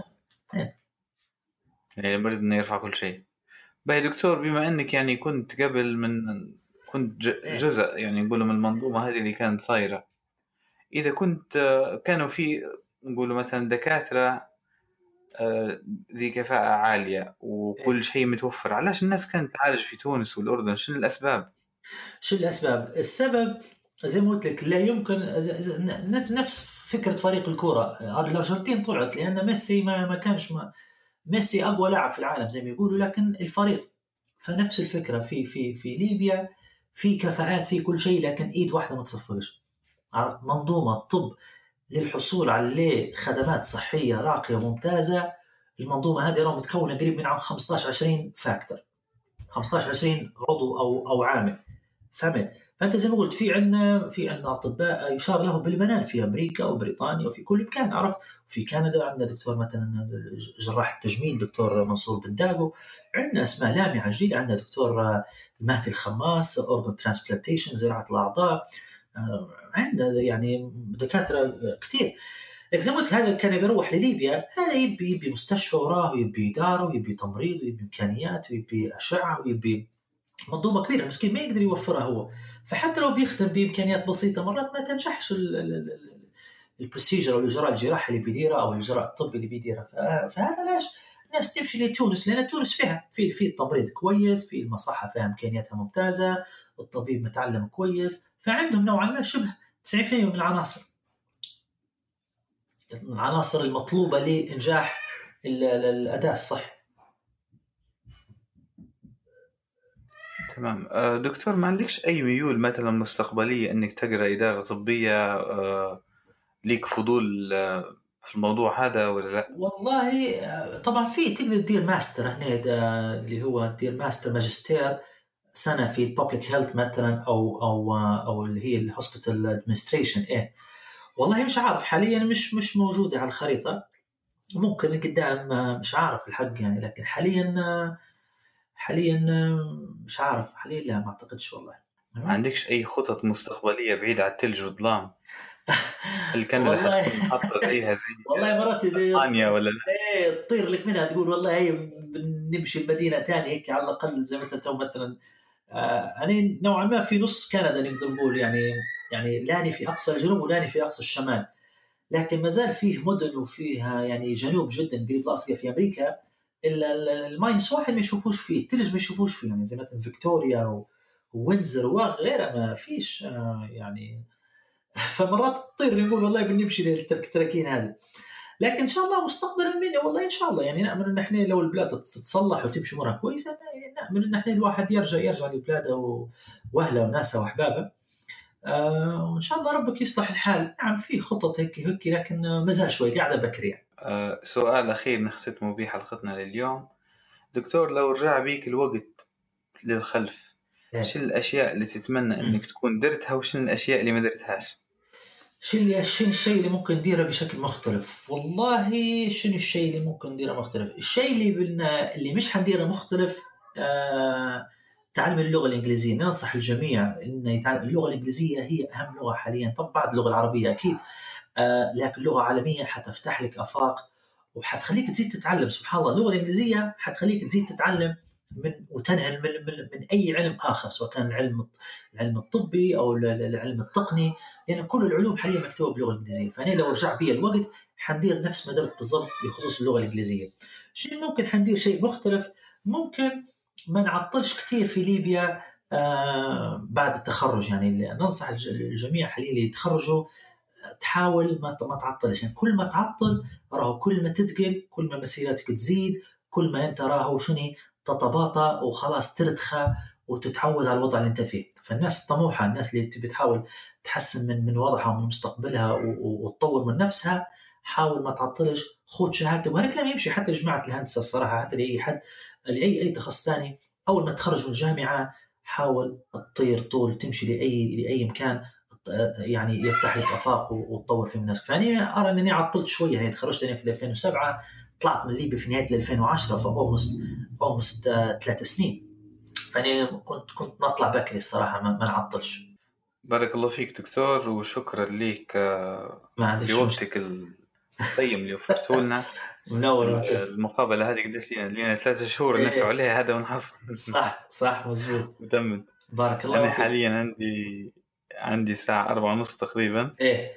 [SPEAKER 4] يعني بريد إنه يرفع كل شيء. باي دكتور، بما إنك يعني كنت قبل من كنت جزء يعني نقولوا من المنظومة هذه اللي كانت صايرة، إذا كنت كانوا في نقولوا مثلا دكاترة ذي كفاءة عالية وكل شيء متوفر، علاش الناس كانت تعالج في تونس والأردن؟ شنو الأسباب؟
[SPEAKER 5] شو الأسباب؟ السبب زي ما قلت لك، لا يمكن نفس فكرة فريق الكرة الأرجنتين طلعت لأن ميسي ما ما كانش ما ميسي أقوى لاعب في العالم زي ما يقولوا، لكن الفريق. فنفس الفكرة في في في ليبيا، في كفاءات في كل شيء، لكن إيد واحدة ما تصفقش. عرفت؟ منظومة طب للحصول على خدمات صحية راقية ممتازة. المنظومة هذه راه متكونة قريب من خمسطعش عشرين فاكتور، خمسطعش عشرين عضو أو أو عامل، فهمت؟ فأنت زي ما قلت في عنا في عنا أطباء يشار له بالبنان في أمريكا وبريطانيا وفي كل مكان، عرفت؟ وفي كندا عندنا دكتور مثلا جراح التجميل دكتور منصور بنداغو، عندنا أسماء لامعة جديدة، عندنا دكتور المهدي الخماس أورغان ترانسبلانتيشن زراعة الأعضاء، عندنا يعني دكاترة كتير. لكن زي ما قلت هذا كان بيروح لليبيا، هذا يبي يبي مستشفى وراه، ويبي إدارة، ويبي تمريض، ويبي إمكانيات، ويبي أشعة، ويبي منظومة كبيرة، مسكين ما يقدر يوفرها هو. فحتى لو بيخدم بإمكانيات بسيطة مرات ما تنجحش البروسيجر أو الإجراء الجراحي اللي بيديره أو الإجراء الطبي اللي بيديره. فهذا لاش الناس تمشي لتونس، لأن تونس فيها في في التمريض كويس، في المصحة فيها إمكانياتها ممتازة، الطبيب متعلم كويس، فعندهم نوعا ما شبه تسعين بالمئة من العناصر العناصر المطلوبة لإنجاح الأداء الصحي.
[SPEAKER 4] تمام. دكتور، ما عندكش أي ميول مثلا مستقبلية إنك تقرأ إدارة طبية؟ ليك فضول في الموضوع هذا ولا لا؟
[SPEAKER 5] والله طبعا في، تقدر تدير ماستر هنا اللي هو تدير ماستر ماجستير سنة في البابليك هيلث مثلا، أو أو أو اللي هي الهوسبيتال ادمنستريشن. إيه والله مش عارف حاليا، مش مش موجودة على الخريطة، ممكن قدام مش عارف الحق يعني، لكن حاليا حاليا مش عارف حاليا، لا ما أعتقدش والله.
[SPEAKER 4] ما عندكش أي خطط مستقبلية بعيدة على الثلج والظلام؟ هل كندا حتكون محطة زيها زي
[SPEAKER 5] والله مرات
[SPEAKER 4] بريطانيا ولا لا؟
[SPEAKER 5] ايه تطير لك منها تقول والله هي بنمشي المدينة تاني هيك على الأقل، زي ما انت مثلا أنا نوعا ما في نص كندا نقدر نقول، يعني يعني لاني في أقصى الجنوب ولاني في أقصى الشمال، لكن ما زال فيه مدن وفيها يعني جنوب جدا قريب لاصقة في أمريكا الماينس واحد ما يشوفوش فيه، التلج ما يشوفوش فيه، يعني زي مثلا فيكتوريا ووينزر وغيرها ما فيش يعني. فمرات تطير نقول والله بنمشي للتركين هذه، لكن إن شاء الله مستقبلا مني والله إن شاء الله يعني نأمل إن إحنا لو البلاد تتصلح وتمشي مرة كويسة نأمل إن إحنا الواحد يرجع يرجع لبلاده وأهله وناسه وأحبابه. آه وإن شاء الله ربك يصلح الحال. نعم في خطط هيك هيك لكن ما زال شوي قاعدة بكري يعني.
[SPEAKER 4] آه سؤال أخير نختم به حلقتنا لليوم دكتور، لو رجع بيك الوقت للخلف
[SPEAKER 5] إيه.
[SPEAKER 4] شو الأشياء اللي تتمنى إنك تكون درتها وشو الأشياء اللي ما درتهاش؟
[SPEAKER 5] شو اللي شو الشيء اللي ممكن نديره بشكل مختلف؟ والله شنو الشيء اللي ممكن نديره مختلف؟ الشيء اللي بدنا اللي مش حنديره مختلف آه تعلم اللغة الإنجليزية. ننصح الجميع إنه يتعلم اللغة الإنجليزية، هي أهم لغة حاليا، طبعا بعد اللغة العربية أكيد، آه لكن لغة عالمية حتفتح لك آفاق وحتخليك تزيد تتعلم. سبحان الله اللغة الإنجليزية حتخليك تزيد تتعلم من وتنهل من, من, من أي علم آخر، سواء كان العلم العلم الطبي أو العلم التقني، لأن يعني كل العلوم حاليا مكتوبة باللغة الإنجليزية. فأنا لو رجع بي الوقت حندير نفس ما درت بالضبط بخصوص اللغة الإنجليزية. شيء ممكن حندير شيء مختلف، ممكن ما نعطلش كتير في ليبيا آه بعد التخرج. يعني ننصح الجميع حاليا اللي يتخرجوا تحاول ما ما تعطلش، يعني كل ما تعطل راهو كل ما تتقل، كل ما مسيرتك تزيد، كل ما انت راهو شنو تتباطأ وخلاص ترتخى وتتعود على الوضع اللي انت فيه. فالناس الطموحه، الناس اللي تبي تحاول تحسن من من وضعها ومن مستقبلها وتطور من نفسها، حاول ما تعطلش، خذ شهادتك. وهذا الكلام يمشي حتى لجماعه الهندسه الصراحه، حتى لاي حد لاي اي تخصص ثاني. اول ما تخرج من الجامعه حاول تطير طول تمشي لاي لاي مكان يعني يفتح لك آفاق وتطور في الناس. فاني ارى انني عطلت شويه، يعني تخرجت انا في ألفين وسبعة، طلعت من ليبيا في نهايه ألفين وعشرة، فاومست اومست ثلاث سنين. فاني كنت كنت نطلع بكري الصراحه، ما, ما نعطلش.
[SPEAKER 4] بارك الله فيك دكتور، وشكرا لك لوقتك الطيب اللي وفرته لنا.
[SPEAKER 5] منور.
[SPEAKER 4] المقابله هذه قديش لنا لنا ثلاثة شهور نسعوا عليها هذا ونحصل.
[SPEAKER 5] صح صح مزبوط
[SPEAKER 4] متمت.
[SPEAKER 5] بارك الله
[SPEAKER 4] أنا
[SPEAKER 5] فيك.
[SPEAKER 4] حاليا عندي عندي ساعة أربعة ونص تقريبا.
[SPEAKER 5] إيه.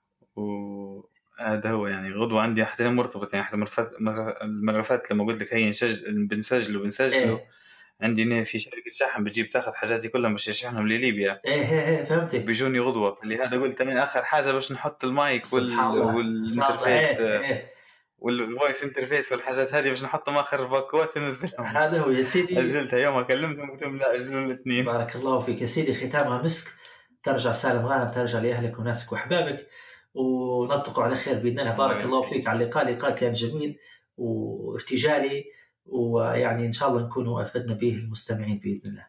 [SPEAKER 4] وهذا هو يعني غدوة عندي حتى مرتبط، يعني حتى مرفات المرفات لما قلت لك هي نسجل بنسجله بنسجله
[SPEAKER 5] إيه.
[SPEAKER 4] عندي هنا في شركة شحن بتجيب تاخذ حاجاتي كلها مش يشحنهم لليبيا.
[SPEAKER 5] إيه إيه فهمتك.
[SPEAKER 4] بيجوني غدوة، فلهذا قلت أنا آخر حاجة باش نحط المايك وال والانترفيس
[SPEAKER 5] إيه إيه.
[SPEAKER 4] والفويس انترفيس والحاجات هذه باش نحطهم آخر باكوات ننزلهم.
[SPEAKER 5] هذا هو يا سيدي.
[SPEAKER 4] أجلتها يوم كلمتهم قلت لهم لا أجلوا الاثنين.
[SPEAKER 5] بارك الله فيك يا سيدي، ختامها مسك، ترجع سالم غانم، ترجع لأهلك وناسك وأحبابك، ونلتقوا على خير بإذن الله. بارك الله فيك على اللقاء، لقاء كان جميل وارتجالي، ويعني إن شاء الله نكونوا أفدنا به المستمعين بإذن الله.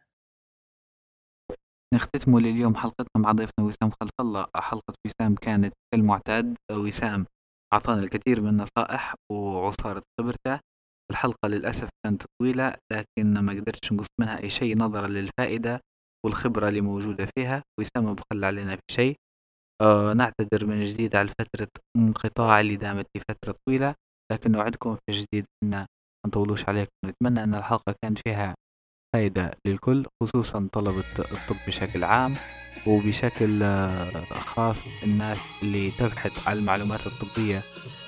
[SPEAKER 1] نختتموا لليوم حلقتنا مع ضيفنا وسام خلف الله. حلقة وسام كانت كالمعتاد، وسام أعطانا الكثير من النصائح وعصارة خبرته. الحلقة للأسف كانت طويلة، لكن ما قدرتش نقص منها أي شيء نظرا للفائدة والخبرة اللي موجودة فيها. وسام ما بخل علينا في شيء. آه نعتذر من جديد على فترة انقطاع اللي دامت لفترة طويلة، لكن نوعدكم في جديد أن ما نطولوش عليكم. نتمنى أن الحلقة كان فيها فائدة للكل، خصوصا طلبة الطب بشكل عام، وبشكل خاص الناس اللي تبحث عن المعلومات الطبية